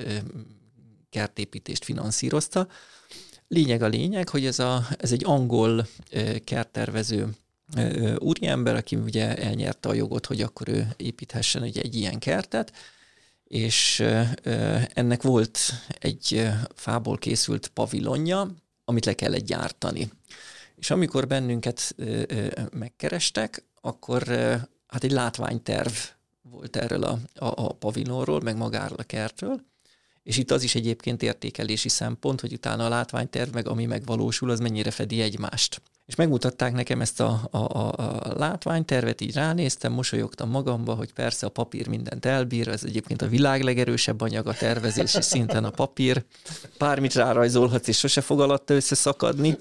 kertépítést finanszírozta. Lényeg, hogy ez egy angol kerttervező úriember, aki ugye elnyerte a jogot, hogy akkor ő építhessen ugye egy ilyen kertet, és ennek volt egy fából készült pavilonja, amit le kellett gyártani. És amikor bennünket megkerestek, akkor hát egy látványterv volt erről a pavilonról, meg magáról a kertről, és itt az is egyébként értékelési szempont, hogy utána a látványterv, meg ami megvalósul, az mennyire fedi egymást. És megmutatták nekem ezt a látványtervet, így ránéztem, mosolyogtam magamba, hogy persze a papír mindent elbír, ez egyébként a világ legerősebb anyag a tervezési szinten a papír. Bármit rárajzolhatsz, és sose fog alatta összeszakadni.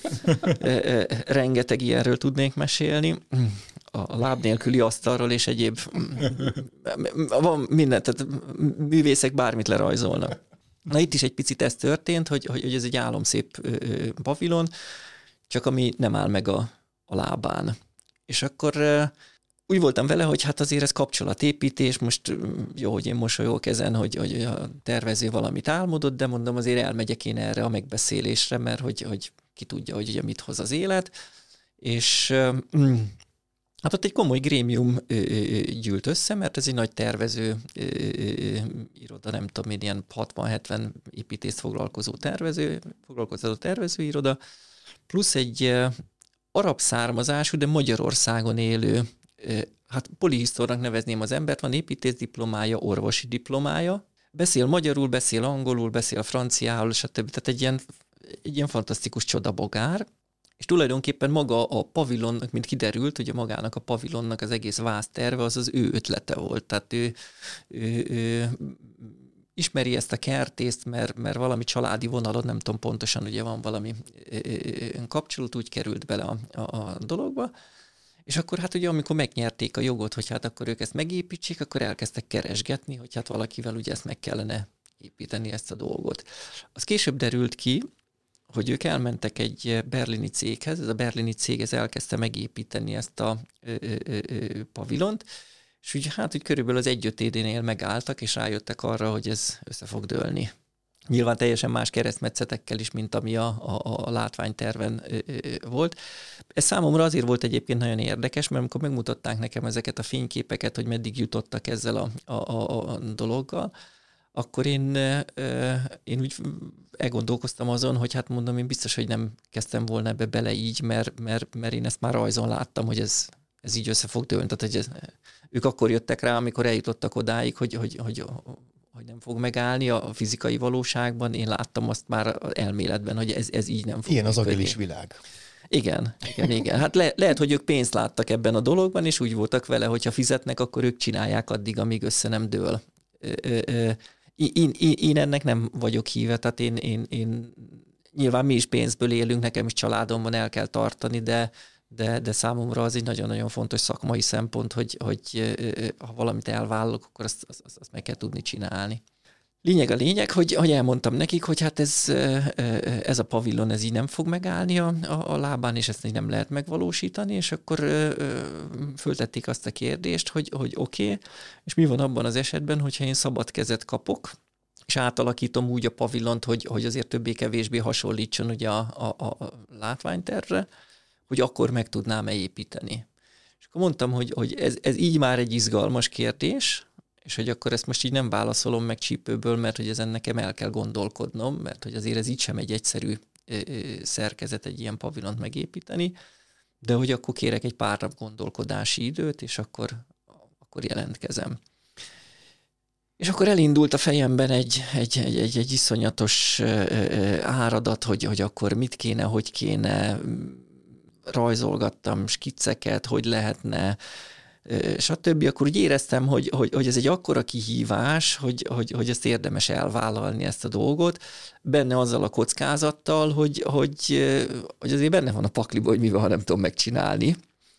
Rengeteg ilyenről tudnék mesélni. A láb nélküli asztalról és egyéb. Van minden, tehát művészek bármit lerajzolnak. Na itt is egy picit ez történt, hogy ez egy álomszép pavilon, csak ami nem áll meg a lábán. És akkor úgy voltam vele, hogy hát azért ez kapcsolatépítés, most jó, hogy én mosolyogok ezen, hogy a tervező valamit álmodott, de mondom, azért elmegyek én erre a megbeszélésre, mert hogy ki tudja, hogy ugye mit hoz az élet. És hát ott egy komoly grémium gyűlt össze, mert ez egy nagy tervező iroda, nem tudom én, ilyen 60-70 építészt foglalkozó tervezőiroda, plusz egy arab származású, de Magyarországon élő, hát polihisztornak nevezném az embert, van építész-diplomája, orvosi diplomája, beszél magyarul, beszél angolul, beszél franciául, stb. Tehát egy ilyen fantasztikus csodabogár, és tulajdonképpen maga a pavilonnak, mint kiderült, ugye magának a pavilonnak az egész vászterve az az ő ötlete volt. Tehát ő ismeri ezt a kertészt, mert valami családi vonalon, nem tudom pontosan, ugye van valami kapcsolat, úgy került bele a dologba, és akkor hát ugye amikor megnyerték a jogot, hogy hát akkor ők ezt megépítsék, akkor elkezdtek keresgetni, hogy hát valakivel ugye ezt meg kellene építeni, ezt a dolgot. Az később derült ki, hogy ők elmentek egy berlini céghez, ez a berlini cég ez elkezdte megépíteni ezt a pavilont, és úgy hát úgy körülbelül az 1-5 événél megálltak, és rájöttek arra, hogy ez össze fog dőlni. Nyilván teljesen más keresztmetszetekkel is, mint ami a látványterven volt. Ez számomra azért volt egyébként nagyon érdekes, mert amikor megmutatták nekem ezeket a fényképeket, hogy meddig jutottak ezzel a dologgal, akkor én úgy elgondolkoztam azon, hogy hát mondom, én biztos, hogy nem kezdtem volna ebbe bele így, mert én ezt már rajzon láttam, hogy ez így össze fog dőlni. Tehát, hogy ők akkor jöttek rá, amikor eljutottak odáig, hogy nem fog megállni a fizikai valóságban. Én láttam azt már elméletben, hogy ez így nem fog ilyen az működni. agilis világ. Igen. Hát lehet, hogy ők pénzt láttak ebben a dologban, és úgy voltak vele, hogyha fizetnek, akkor ők csinálják addig, amíg össze nem dől. Én ennek nem vagyok híve, tehát én nyilván mi is pénzből élünk, nekem is családomban el kell tartani, de számomra az egy nagyon-nagyon fontos szakmai szempont, hogy ha valamit elvállalok, akkor azt meg kell tudni csinálni. Lényeg, hogy elmondtam nekik, hogy hát ez a pavilon ez így nem fog megállni a lábán, és ezt így nem lehet megvalósítani, és akkor föltették azt a kérdést, hogy oké, és mi van abban az esetben, hogyha én szabad kezet kapok, és átalakítom úgy a pavilont, hogy azért többé-kevésbé hasonlítson ugye a látványtervre, hogy akkor meg tudnám építeni. És akkor mondtam, hogy ez így már egy izgalmas kérdés, és hogy akkor ezt most így nem válaszolom meg csípőből, mert hogy ezen nekem el kell gondolkodnom, mert hogy azért ez így sem egy egyszerű szerkezet egy ilyen pavilont megépíteni, de hogy akkor kérek egy pár nap gondolkodási időt, és akkor jelentkezem. És akkor elindult a fejemben egy iszonyatos áradat, hogy akkor mit kéne, hogy kéne, rajzolgattam skicceket, hogy lehetne, stb. Akkor úgy éreztem, hogy ez egy akkora kihívás, hogy ezt érdemes elvállalni, ezt a dolgot, benne azzal a kockázattal, hogy azért benne van a pakliba, hogy mi van, ha nem tudom megcsinálni.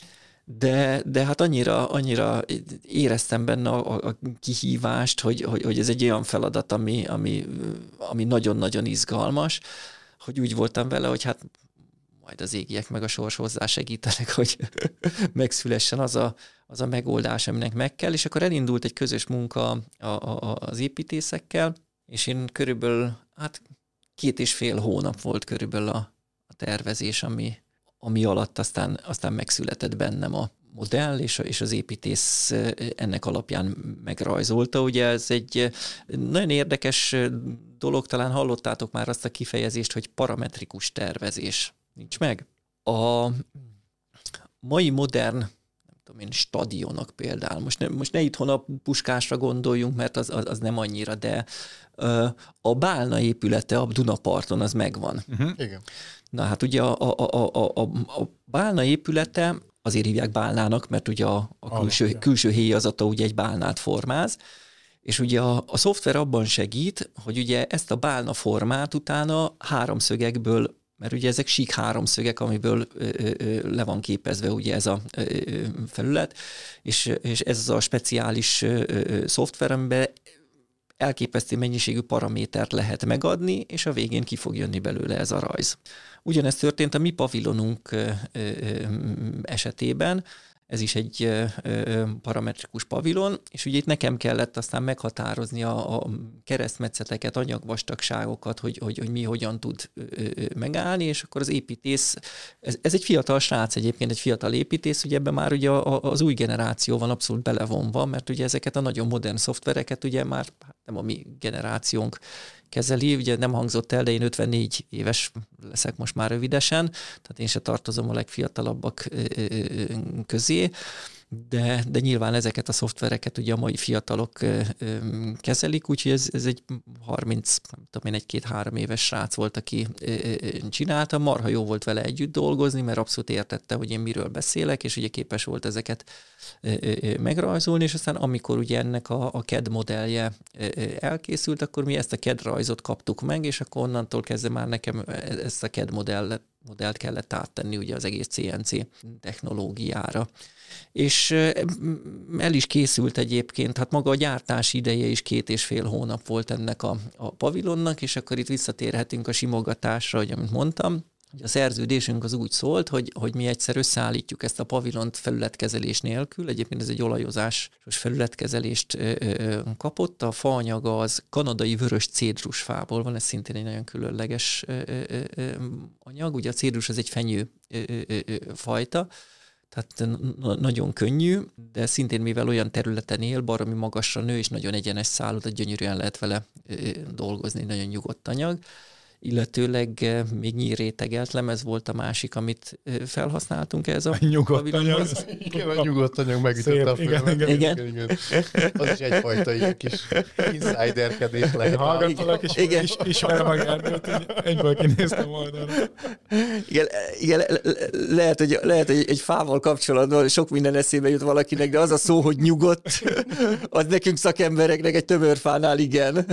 De hát annyira éreztem benne a kihívást, hogy ez egy olyan feladat, ami nagyon-nagyon izgalmas, hogy úgy voltam vele, hogy hát majd az égiek meg a sors hozzá segítenek, hogy megszülessen az a megoldás, aminek meg kell, és akkor elindult egy közös munka az építészekkel, és én körülbelül 2,5 hónap volt körülbelül a tervezés, ami alatt aztán megszületett bennem a modell, és az építész ennek alapján megrajzolta. Ugye ez egy nagyon érdekes dolog, talán hallottátok már azt a kifejezést, hogy parametrikus tervezés. Nincs meg? A mai modern, nem tudom én, stadionok például, most ne itthon a Puskásra gondoljunk, mert az nem annyira, de a Bálna épülete a Dunaparton az megvan. Uh-huh. Igen. Na hát ugye a Bálna épülete, azért hívják Bálnának, mert ugye a külső héjazata ugye egy bálnát formáz, és ugye a szoftver abban segít, hogy ugye ezt a bálna formát utána háromszögekből, mert ugye ezek sík háromszögek, amiből le van képezve ugye ez a felület, és ez a speciális szoftver, amiben elképesztő mennyiségű paramétert lehet megadni, és a végén ki fog jönni belőle ez a rajz. Ugyanezt történt a mi pavilonunk esetében. ez is egy parametrikus pavilon, és ugye itt nekem kellett aztán meghatározni a keresztmetszeteket, anyagvastagságokat, hogy mi hogyan tud megállni, és akkor az építész, ez egy fiatal srác egyébként, egy fiatal építész, ugye ebben már ugye az új generáció van abszolút belevonva, mert ugye ezeket a nagyon modern szoftvereket ugye már nem a mi generációnk kezeli, ugye nem hangzott el, de én 54 éves leszek most már rövidesen, tehát én se tartozom a legfiatalabbak közé, de nyilván ezeket a szoftvereket ugye a mai fiatalok kezelik, úgyhogy ez egy 30, nem tudom én, 1-2-3 éves srác volt, aki csinálta, marha jó volt vele együtt dolgozni, mert abszolút értette, hogy én miről beszélek, és ugye képes volt ezeket megrajzolni, és aztán amikor ugye ennek a CAD modellje elkészült, akkor mi ezt a CAD rajzot kaptuk meg, és akkor onnantól kezdve már nekem ezt a CAD modellt kellett áttenni ugye az egész CNC technológiára. És el is készült egyébként, hát maga a gyártási ideje is 2,5 hónap volt ennek a pavilonnak, és akkor itt visszatérhetünk a simogatásra, hogy amit mondtam, hogy a szerződésünk az úgy szólt, hogy mi egyszer összeállítjuk ezt a pavilont felületkezelés nélkül, egyébként ez egy olajozásos felületkezelést kapott, a faanyaga az kanadai vörös cédrusfából van, ez szintén egy nagyon különleges anyag, ugye a cédrus az egy fenyő fajta, tehát nagyon könnyű, de szintén mivel olyan területen él, baromi magasra nő, és nagyon egyenes szálú, tehát gyönyörűen lehet vele dolgozni, nagyon nyugodt anyag. Illetőleg még nyírétegelt lemez volt a másik, amit felhasználtunk ez a nyugodt anyag. Igen, a nyugodt anyag megütötte a földet. Igen. Az is egyfajta ilyen kis insiderkedés lehet. Hallgattalak, és ismerem a Gárdot, egyből kinéztem oldalra. Igen, lehet, hogy egy fával kapcsolatban sok minden eszébe jut valakinek, de az a szó, hogy nyugodt, az nekünk szakembereknek egy tömörfánál igen.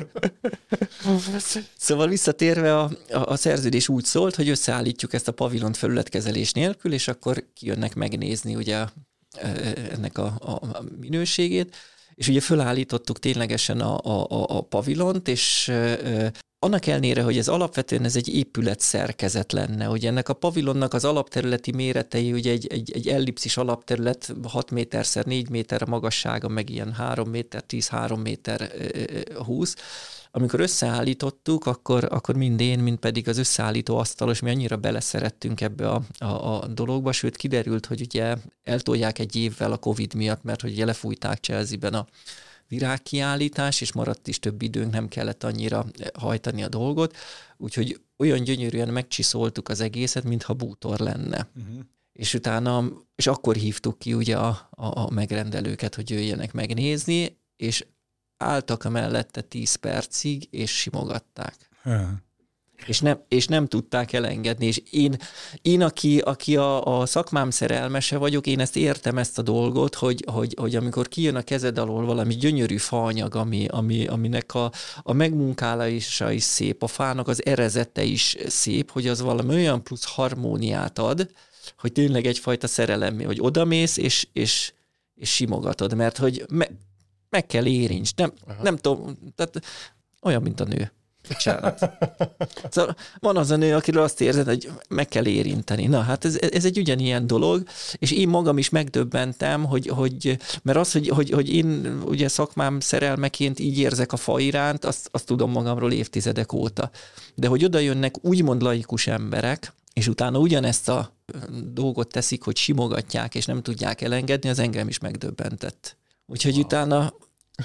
Szóval visszatérve a szerződés úgy szólt, hogy összeállítjuk ezt a pavilont felületkezelés nélkül, és akkor kijönnek megnézni ugye ennek a minőségét, és ugye fölállítottuk ténylegesen a pavilont, és annak ellenére, hogy ez alapvetően ez egy épület szerkezet lenne, ugye ennek a pavilonnak az alapterületi méretei, ugye egy ellipszis alapterület 6 méter x 4 méter a magassága, meg ilyen 3 méter 10, 3 méter 20. Amikor összeállítottuk, akkor mind én, mind pedig az összeállító asztalos, mi annyira beleszerettünk ebbe a dologba, sőt kiderült, hogy ugye eltolják egy évvel a Covid miatt, mert hogy ugye lefújták Chelsea-ben a virágkiállítás, és maradt is több időnk, nem kellett annyira hajtani a dolgot, úgyhogy olyan gyönyörűen megcsiszoltuk az egészet, mintha bútor lenne. Uh-huh. És akkor hívtuk ki ugye a megrendelőket, hogy jöjjenek megnézni, és álltak mellette 10 percig, és simogatták. És nem tudták elengedni. És én aki a szakmám szerelmese vagyok, én ezt értem, ezt a dolgot, hogy amikor kijön a kezed alól valami gyönyörű faanyag, aminek a megmunkálása is szép, a fának az erezete is szép, hogy az valami olyan plusz harmóniát ad, hogy tényleg egyfajta szerelemmé, hogy odamész, és simogatod, mert hogy meg kell érints. Nem tudom, tehát olyan, mint a nő. Szóval van az a nő, akiről azt érzed, hogy meg kell érinteni. Na, hát ez egy ugyanilyen dolog, és én magam is megdöbbentem, mert az, hogy én ugye szakmám szerelmeként így érzek a fa iránt, azt tudom magamról évtizedek óta. De hogy oda jönnek úgymond laikus emberek, és utána ugyanezt a dolgot teszik, hogy simogatják, és nem tudják elengedni, az engem is megdöbbentett. Úgyhogy utána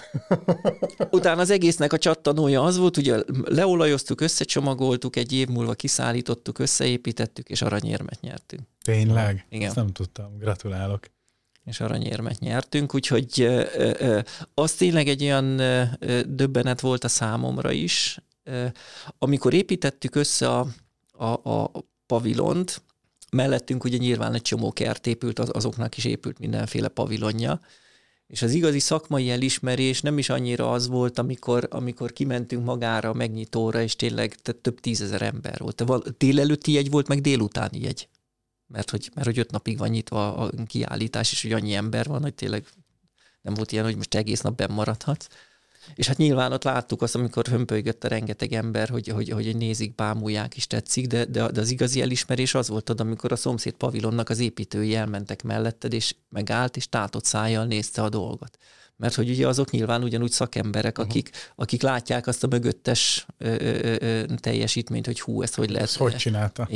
az egésznek a csattanója az volt, ugye leolajoztuk, összecsomagoltuk, egy év múlva kiszállítottuk, összeépítettük, és aranyérmet nyertünk. Tényleg? Igen. Ezt nem tudtam, gratulálok. És aranyérmet nyertünk, úgyhogy az tényleg egy olyan döbbenet volt a számomra is. Amikor építettük össze a pavilont, mellettünk ugye nyilván egy csomó kert épült, azoknak is épült mindenféle pavilonja, és az igazi szakmai elismerés nem is annyira az volt, amikor kimentünk magára a megnyitóra, és tényleg több 10 000 ember volt. Délelőtti jegy volt, meg délutáni jegy. Mert hogy 5 napig van nyitva a kiállítás, és hogy annyi ember van, hogy tényleg nem volt ilyen, hogy most egész nap benn maradhatsz. És hát nyilván ott láttuk azt, amikor hömpölygött a rengeteg ember, hogy nézik, bámulják is tetszik, de az igazi elismerés az volt oda, amikor a szomszéd pavilonnak az építői elmentek melletted, és megállt, és tátott szájjal nézte a dolgot. Mert hogy ugye azok nyilván ugyanúgy szakemberek, akik látják azt a mögöttes teljesítményt, hogy hú, ezt hogy lehet. Ezt hogy csinálta?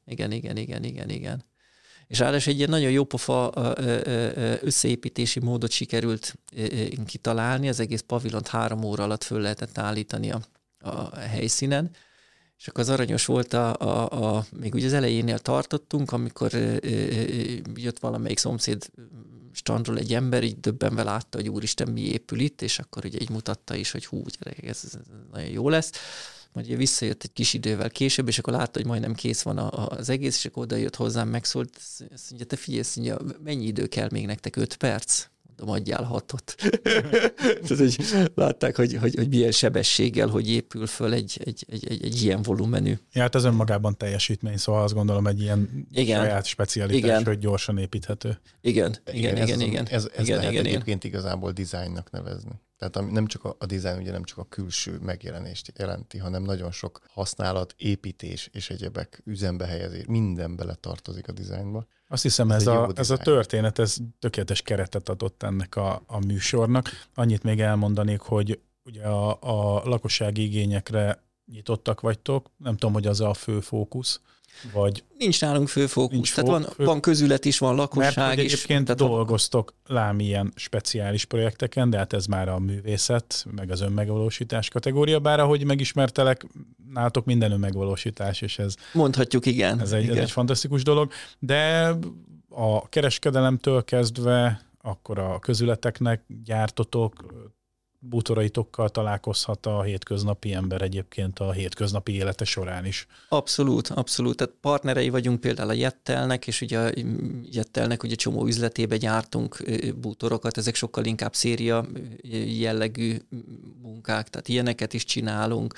Igen. És ráadásul egy ilyen nagyon jópofa összeépítési módot sikerült kitalálni, az egész pavilont 3 óra alatt föl lehetett állítani a helyszínen, és akkor az aranyos volt, még ugye az elejénél tartottunk, amikor jött valamelyik szomszéd strandról egy ember, így döbbenve látta, hogy úristen, mi épül itt, és akkor ugye így mutatta is, hogy hú, gyerekek, ez nagyon jó lesz. Majd ugye visszajött egy kis idővel később, és akkor látta, hogy majdnem kész van az egész, és akkor oda jött hozzám, megszólt, azt mondja, te figyelj, mondja, mennyi idő kell még nektek, 5 perc? Mondom, adjál 6-ot. Tehát, hogy látták, hogy milyen sebességgel, hogy épül föl egy ilyen volumenű. Ja, hát ez önmagában teljesítmény, szóval azt gondolom egy ilyen saját specialitás, hogy gyorsan építhető. Igen. Ez lehet egyébként igazából dizájnnak nevezni. Tehát nem csak a dizájn ugye nem csak a külső megjelenést jelenti, hanem nagyon sok használat, építés és egyebek, üzembe helyezés, minden bele tartozik a dizájnba. Azt hiszem, ez a történet, ez tökéletes keretet adott ennek a műsornak. Annyit még elmondanék, hogy ugye a lakossági igényekre nyitottak vagytok. Nem tudom, hogy az a fő fókusz, vagy... Nincs nálunk fő fókusz. Tehát van közület is, van lakosság mert, is. Egyébként dolgoztok lám ilyen speciális projekteken, de hát ez már a művészet, meg az önmegvalósítás kategória, bár ahogy megismertelek, nálatok minden önmegvalósítás, és ez... Mondhatjuk, igen. Ez egy fantasztikus dolog, de a kereskedelemtől kezdve akkor a közületeknek gyártotok, bútoraitokkal találkozhat a hétköznapi ember egyébként a hétköznapi élete során is. Abszolút. Tehát partnerei vagyunk például a Jettelnek, és ugye a Jettelnek ugye csomó üzletébe gyártunk bútorokat, ezek sokkal inkább széria jellegű munkák, tehát ilyeneket is csinálunk.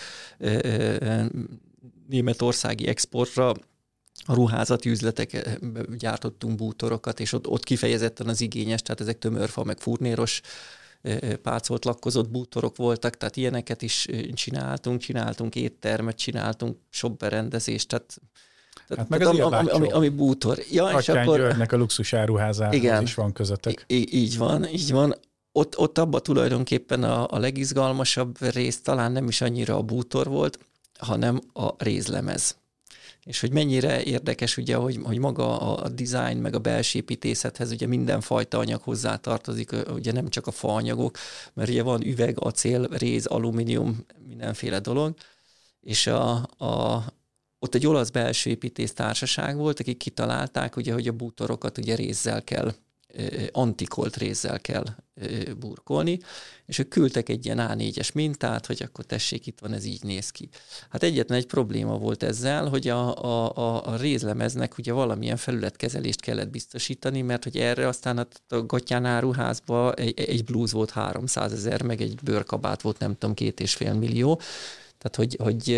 Németországi exportra a ruházati üzletek gyártottunk bútorokat, és ott kifejezetten az igényes, tehát ezek tömörfa, meg furnéros pácolt lakkozott bútorok voltak, tehát ilyeneket is csináltunk éttermet, csináltunk shopberendezést, tehát hát meg az ami bútor. Ja, és akkor Györgynek a luxusáruházához is van közöttek. Így van. Ott abban tulajdonképpen a legizgalmasabb rész talán nem is annyira a bútor volt, hanem a rézlemez. És hogy mennyire érdekes, ugye, hogy maga a design, meg a belső építészethez ugye mindenfajta anyag hozzátartozik, ugye nem csak a faanyagok, mert ugye van üveg, acél, réz, alumínium, mindenféle dolog, és ott egy olasz belső építész társaság volt, akik kitalálták, ugye, hogy a bútorokat ugye rézzel kell, antikolt rézzel kell burkolni, és ők küldtek egy ilyen A4-es mintát, hogy akkor tessék, itt van, ez így néz ki. Hát egyetlen egy probléma volt ezzel, hogy a rézlemeznek ugye valamilyen felületkezelést kellett biztosítani, mert hogy erre aztán a Gattyán áruházba egy blúz volt 300 000, meg egy bőrkabát volt nem tudom 2,5 millió. Tehát, hogy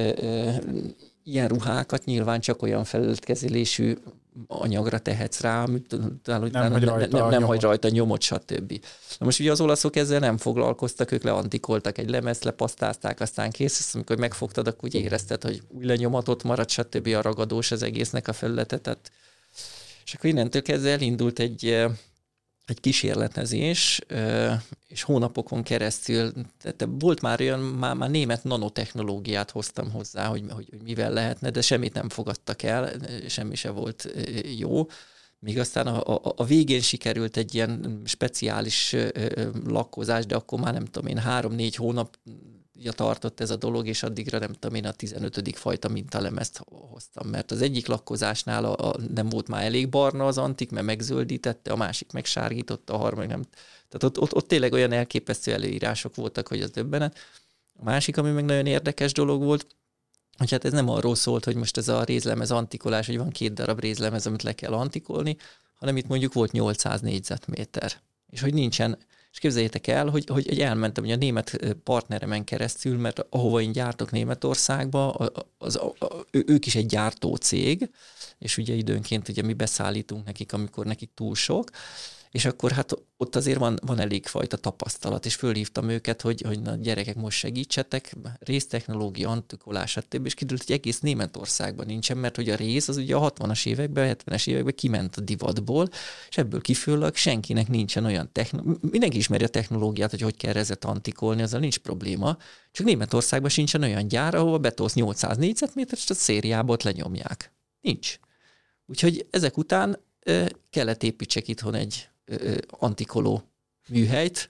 ilyen ruhákat nyilván csak olyan felületkezelésű anyagra tehetsz rá, amit nem hagy rajta nyomot, stb. Na most ugye az olaszok ezzel nem foglalkoztak, ők leantikoltak egy lemezt, lepasztázták, aztán kész, és amikor megfogtad, akkor úgy érezted, hogy új lenyomatot marad, stb. A ragadós az egésznek a felülete. Tehát... És akkor innentől kezdve elindult egy kísérletezés, és hónapokon keresztül, tehát volt már olyan, már német nanotechnológiát hoztam hozzá, hogy mivel lehetne, de semmit nem fogadtak el, semmi se volt jó. Míg aztán a végén sikerült egy ilyen speciális lakkozás, de akkor már nem tudom én, 3-4 hónapja tartott ez a dolog, és addigra nem tudom én a 15. fajta mintalemezt hoztam, mert az egyik lakkozásnál nem volt már elég barna az antik, mert megzöldítette, a másik megsárgította, a harmadik nem. Tehát ott tényleg olyan elképesztő előírások voltak, hogy az döbbenet. A másik, ami meg nagyon érdekes dolog volt, hogy hát ez nem arról szólt, hogy most ez a rézlemez antikolás, hogy van 2 darab rézlemez, amit le kell antikolni, hanem itt mondjuk volt 800 négyzetméter. És hogy nincsen, és képzeljétek el, hogy elmentem hogy a német partneremen keresztül, mert ahova én gyártok Németországba, ők is egy gyártó cég, és ugye időnként ugye mi beszállítunk nekik, amikor nekik túl sok, és akkor hát ott azért van elég fajta tapasztalat, és fölhívtam őket, hogy na gyerekek, most segítsetek, résztechnológia, antikolás, stb. És kiderült, hogy egész Németországban nincsen, mert hogy a réz az ugye a 60-as években, 70-es években kiment a divatból, és ebből kifőleg senkinek nincsen olyan mindenki ismeri a technológiát, hogy kell rezet antikolni, azzal nincs probléma, csak Németországban sincsen olyan gyár, ahol betolsz 800 négyzetmétert, és a szériából ott lenyomják. Nincs. Úgyhogy ezek után kellett építsek itthon egy antikoló műhelyt.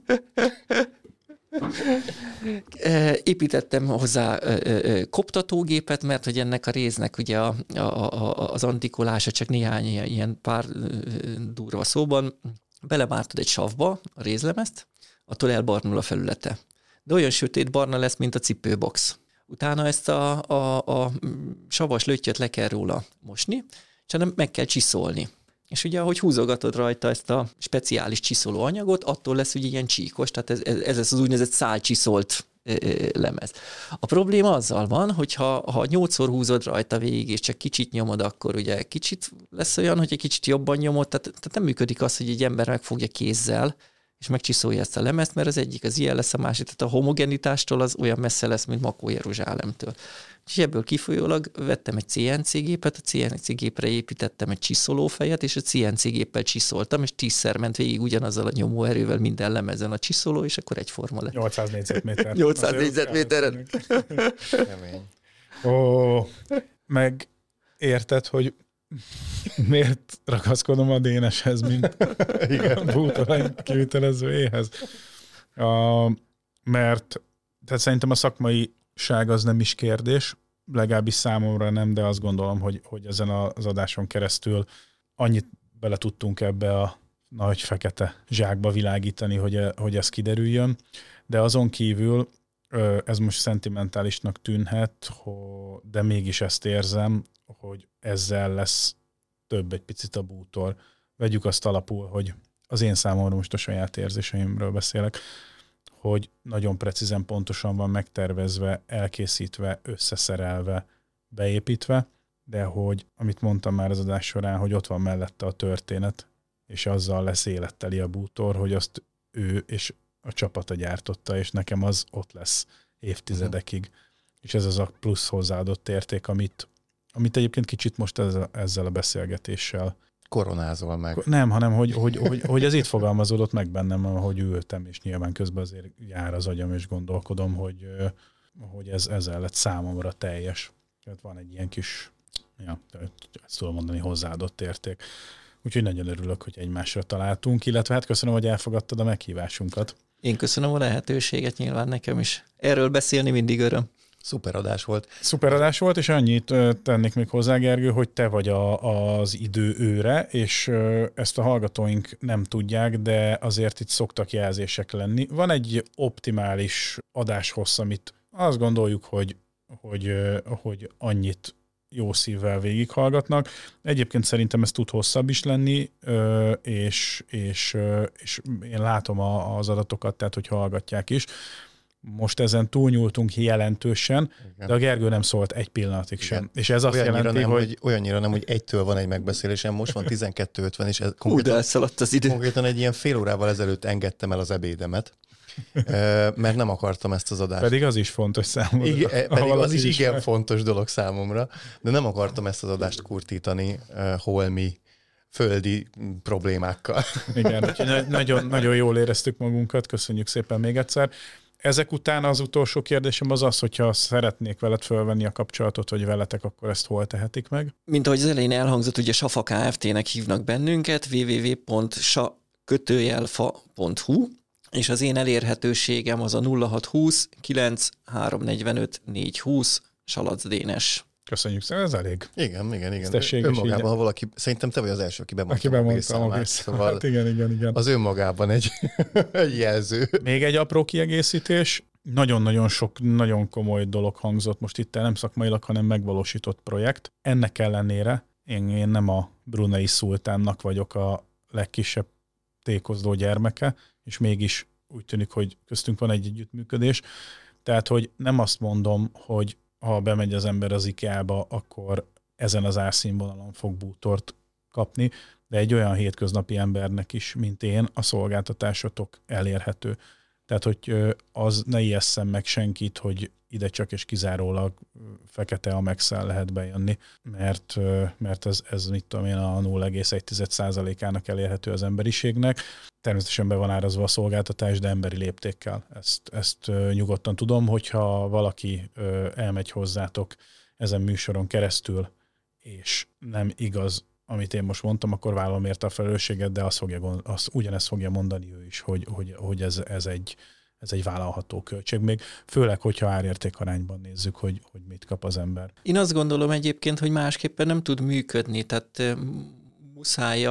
Építettem hozzá koptatógépet, mert hogy ennek a réznek ugye az antikolása csak néhány ilyen pár durva szóban, belemártod egy savba a rézlemezt, attól elbarnul a felülete. De olyan sötét barna lesz, mint a cipőbox. Utána ezt a savas löttyöt le kell róla mosni, és meg kell csiszolni. És ugye, ahogy húzogatod rajta ezt a speciális csiszoló anyagot, attól lesz ugye ilyen csíkos, tehát ez az úgynevezett szálcsiszolt lemez. A probléma azzal van, hogy ha 8-szor húzod rajta végig, és csak kicsit nyomod, akkor ugye kicsit lesz olyan, hogy egy kicsit jobban nyomod, tehát nem működik az, hogy egy ember megfogja kézzel, és megcsiszolja ezt a lemezt, mert az egyik az ilyen lesz, a másik, tehát a homogenitástól az olyan messze lesz, mint Makó Jeruzsálemtől. És ebből kifolyólag vettem egy CNC gépet, a CNC gépre építettem egy csiszolófejet, és a CNC géppel csiszoltam, és 10-szer ment végig ugyanazzal a nyomóerővel minden lemezen a csiszoló, és akkor egyforma lett. 800 négyzetméter. 800 négyzetméteren. Ó, meg érted, hogy miért ragaszkodom a DNS-hez, mint bútoraink kivitelezőjéhez? Mert tehát szerintem a szakmaiság az nem is kérdés, legalábbis számomra nem, de azt gondolom, hogy ezen az adáson keresztül annyit bele tudtunk ebbe a nagy fekete zsákba világítani, hogy ez kiderüljön, de azon kívül ez most szentimentálisnak tűnhet, de mégis ezt érzem, hogy ezzel lesz több egy picit a bútor. Vegyük azt alapul, hogy az én számomra most a saját érzéseimről beszélek, hogy nagyon precízen, pontosan van megtervezve, elkészítve, összeszerelve, beépítve, de hogy, amit mondtam már az adás során, hogy ott van mellette a történet, és azzal lesz életteli a bútor, hogy azt ő és a csapata gyártotta, és nekem az ott lesz évtizedekig. És ez az a plusz hozzáadott érték, amit egyébként kicsit most ezzel a beszélgetéssel koronázol meg. Nem, hanem hogy ez itt fogalmazódott meg bennem, ahogy ültem, és nyilván közben azért jár az agyam, és gondolkodom, hogy ezzel lett számomra teljes. Tehát van egy ilyen kis, ezt tudom mondani, hozzáadott érték. Úgyhogy nagyon örülök, hogy egymásra találtunk, illetve hát köszönöm, hogy elfogadtad a meghívásunkat. Én köszönöm a lehetőséget, nyilván nekem is. Erről beszélni mindig öröm. Szuper adás volt. Szuper adás volt, és annyit tennék még hozzá, Gergő, hogy te vagy az idő őre, és ezt a hallgatóink nem tudják, de azért itt szoktak jelzések lenni. Van egy optimális adáshossz, amit azt gondoljuk, hogy annyit jó szívvel végighallgatnak. Egyébként szerintem ez tud hosszabb is lenni, és én látom az adatokat, tehát hogy hallgatják is. Most ezen túlnyúltunk jelentősen, igen. De a Gergő nem szólt egy pillanatig sem. Igen. És ez azt jelenti, hogy... Olyannyira nem, hogy egytől van egy megbeszélésem, most van 12:50, és ez de elszaladt az idő. Konkrétan egy ilyen fél órával ezelőtt engedtem el az ebédemet, mert nem akartam ezt az adást. Pedig az is fontos számomra. Igen, pedig az is igen fontos dolog számomra, de nem akartam ezt az adást kurtítani holmi földi problémákkal. Igen, nagyon, nagyon jól éreztük magunkat, köszönjük szépen még egyszer. Ezek után az utolsó kérdésem az, hogyha szeretnék veled fölvenni a kapcsolatot, vagy veletek, akkor ezt hol tehetik meg? Mint ahogy az elején elhangzott, ugye Safa Kft-nek hívnak bennünket, www.sa-fa.hu, és az én elérhetőségem az a 0620 9 345 420 Salac Dénes. Köszönjük szépen, ez elég. Igen. Önmagában, ha valaki, szerintem te vagy az első, aki bemondta a szóval hát igen. Az önmagában egy jelző. Még egy apró kiegészítés. Nagyon-nagyon sok, nagyon komoly dolog hangzott most itt, nem szakmailag, hanem megvalósított projekt. Ennek ellenére én nem a brunei szultánnak vagyok a legkisebb tékozdó gyermeke, és mégis úgy tűnik, hogy köztünk van egy együttműködés. Tehát, hogy nem azt mondom, hogy ha bemegy az ember az IKEA-ba, akkor ezen az árszínvonalon fog bútort kapni, de egy olyan hétköznapi embernek is, mint én, a szolgáltatásotok elérhető. Tehát, hogy az ne ijesszem meg senkit, hogy ide csak és kizárólag fekete Amex-szel lehet bejönni, mert ez mit tudom én, a 0,1%-ának elérhető az emberiségnek. Természetesen be van árazva a szolgáltatás, de emberi léptékkel. Ezt nyugodtan tudom, hogyha valaki elmegy hozzátok ezen műsoron keresztül, és nem igaz, amit én most mondtam, akkor vállalom érte a felelősséget, de ugyanezt fogja mondani ő is, hogy ez egy vállalható költség. Még főleg, hogyha árérték arányban nézzük, hogy mit kap az ember. Én azt gondolom egyébként, hogy másképpen nem tud működni, tehát muszáj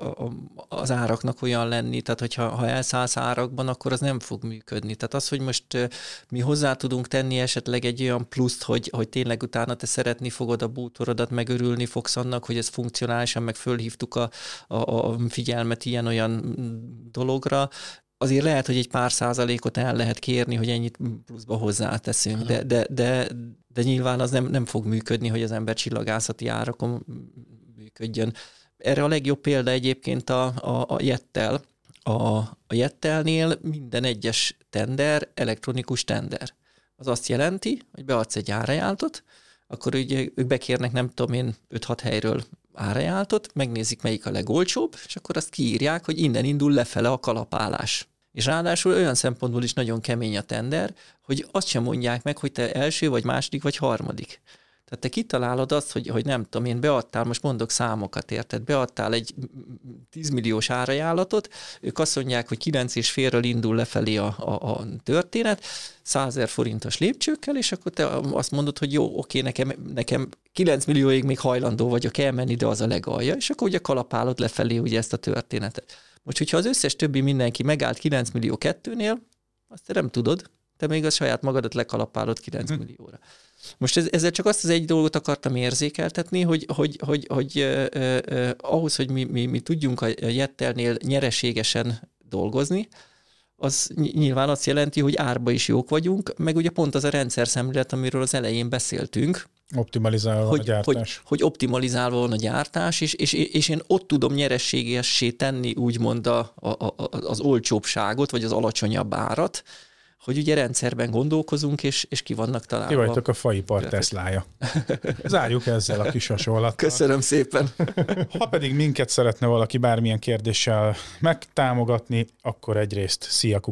az áraknak olyan lenni, tehát hogyha elszállsz árakban, akkor az nem fog működni. Tehát az, hogy most mi hozzá tudunk tenni esetleg egy olyan pluszt, hogy tényleg utána te szeretni fogod a bútorodat, megörülni fogsz annak, hogy ez funkcionálisan, meg fölhívtuk a figyelmet ilyen-olyan dologra, azért lehet, hogy egy pár százalékot el lehet kérni, hogy ennyit pluszba hozzáteszünk, de nyilván az nem fog működni, hogy az ember csillagászati árakon működjön. Erre a legjobb példa egyébként a Jettel. A Jettelnél minden egyes tender elektronikus tender. Az azt jelenti, hogy beadsz egy árajánlatot, akkor ugye ők bekérnek, nem tudom én, 5-6 helyről árajánlatot, megnézik, melyik a legolcsóbb, és akkor azt kiírják, hogy innen indul lefele a kalapálás. És ráadásul olyan szempontból is nagyon kemény a tender, hogy azt sem mondják meg, hogy te első, vagy második, vagy harmadik. Tehát te kitalálod azt, hogy nem tudom én, beadtál, most mondok számokat, érted, beadtál egy 10 milliós árajánlatot, ők azt mondják, hogy 9,5-ről indul lefelé a történet, 100 000 forintos lépcsőkkel, és akkor te azt mondod, hogy jó, oké, nekem 9 millióig még hajlandó vagyok elmenni, de az a legalja, és akkor ugye kalapálod lefelé ugye ezt a történetet. Most, hogyha az összes többi mindenki megállt 9 millió 2-nél, azt te nem tudod, te még a saját magadat lekalapálod 9 millióra. Most ezzel csak azt az egy dolgot akartam érzékeltetni, hogy ahhoz, hogy mi tudjunk a Jettelnél nyereségesen dolgozni, az nyilván azt jelenti, hogy árba is jók vagyunk, meg ugye pont az a rendszerszemlélet, amiről az elején beszéltünk. Optimalizálva a gyártás. Hogy optimalizálva van a gyártás, és én ott tudom nyereségessé tenni úgymond az olcsóbbságot, vagy az alacsonyabb árat, hogy ugye rendszerben gondolkozunk, és ki vannak találva. Ti vagytok a faipar Teslája. Zárjuk ezzel a kis hasonlattal. Köszönöm szépen. Ha pedig minket szeretne valaki bármilyen kérdéssel megtámogatni, akkor egyrészt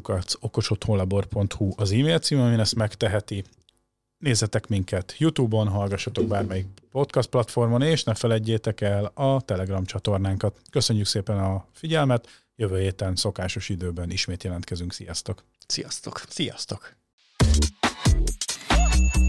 szia@okosotthonlabor.hu az e-mail cím, amin ezt megteheti. Nézzetek minket YouTube-on, hallgassatok bármelyik podcast platformon, és ne feledjétek el a Telegram csatornánkat. Köszönjük szépen a figyelmet, jövő héten szokásos időben ismét jelentkezünk. Sziasztok! Sziasztok! Sziasztok!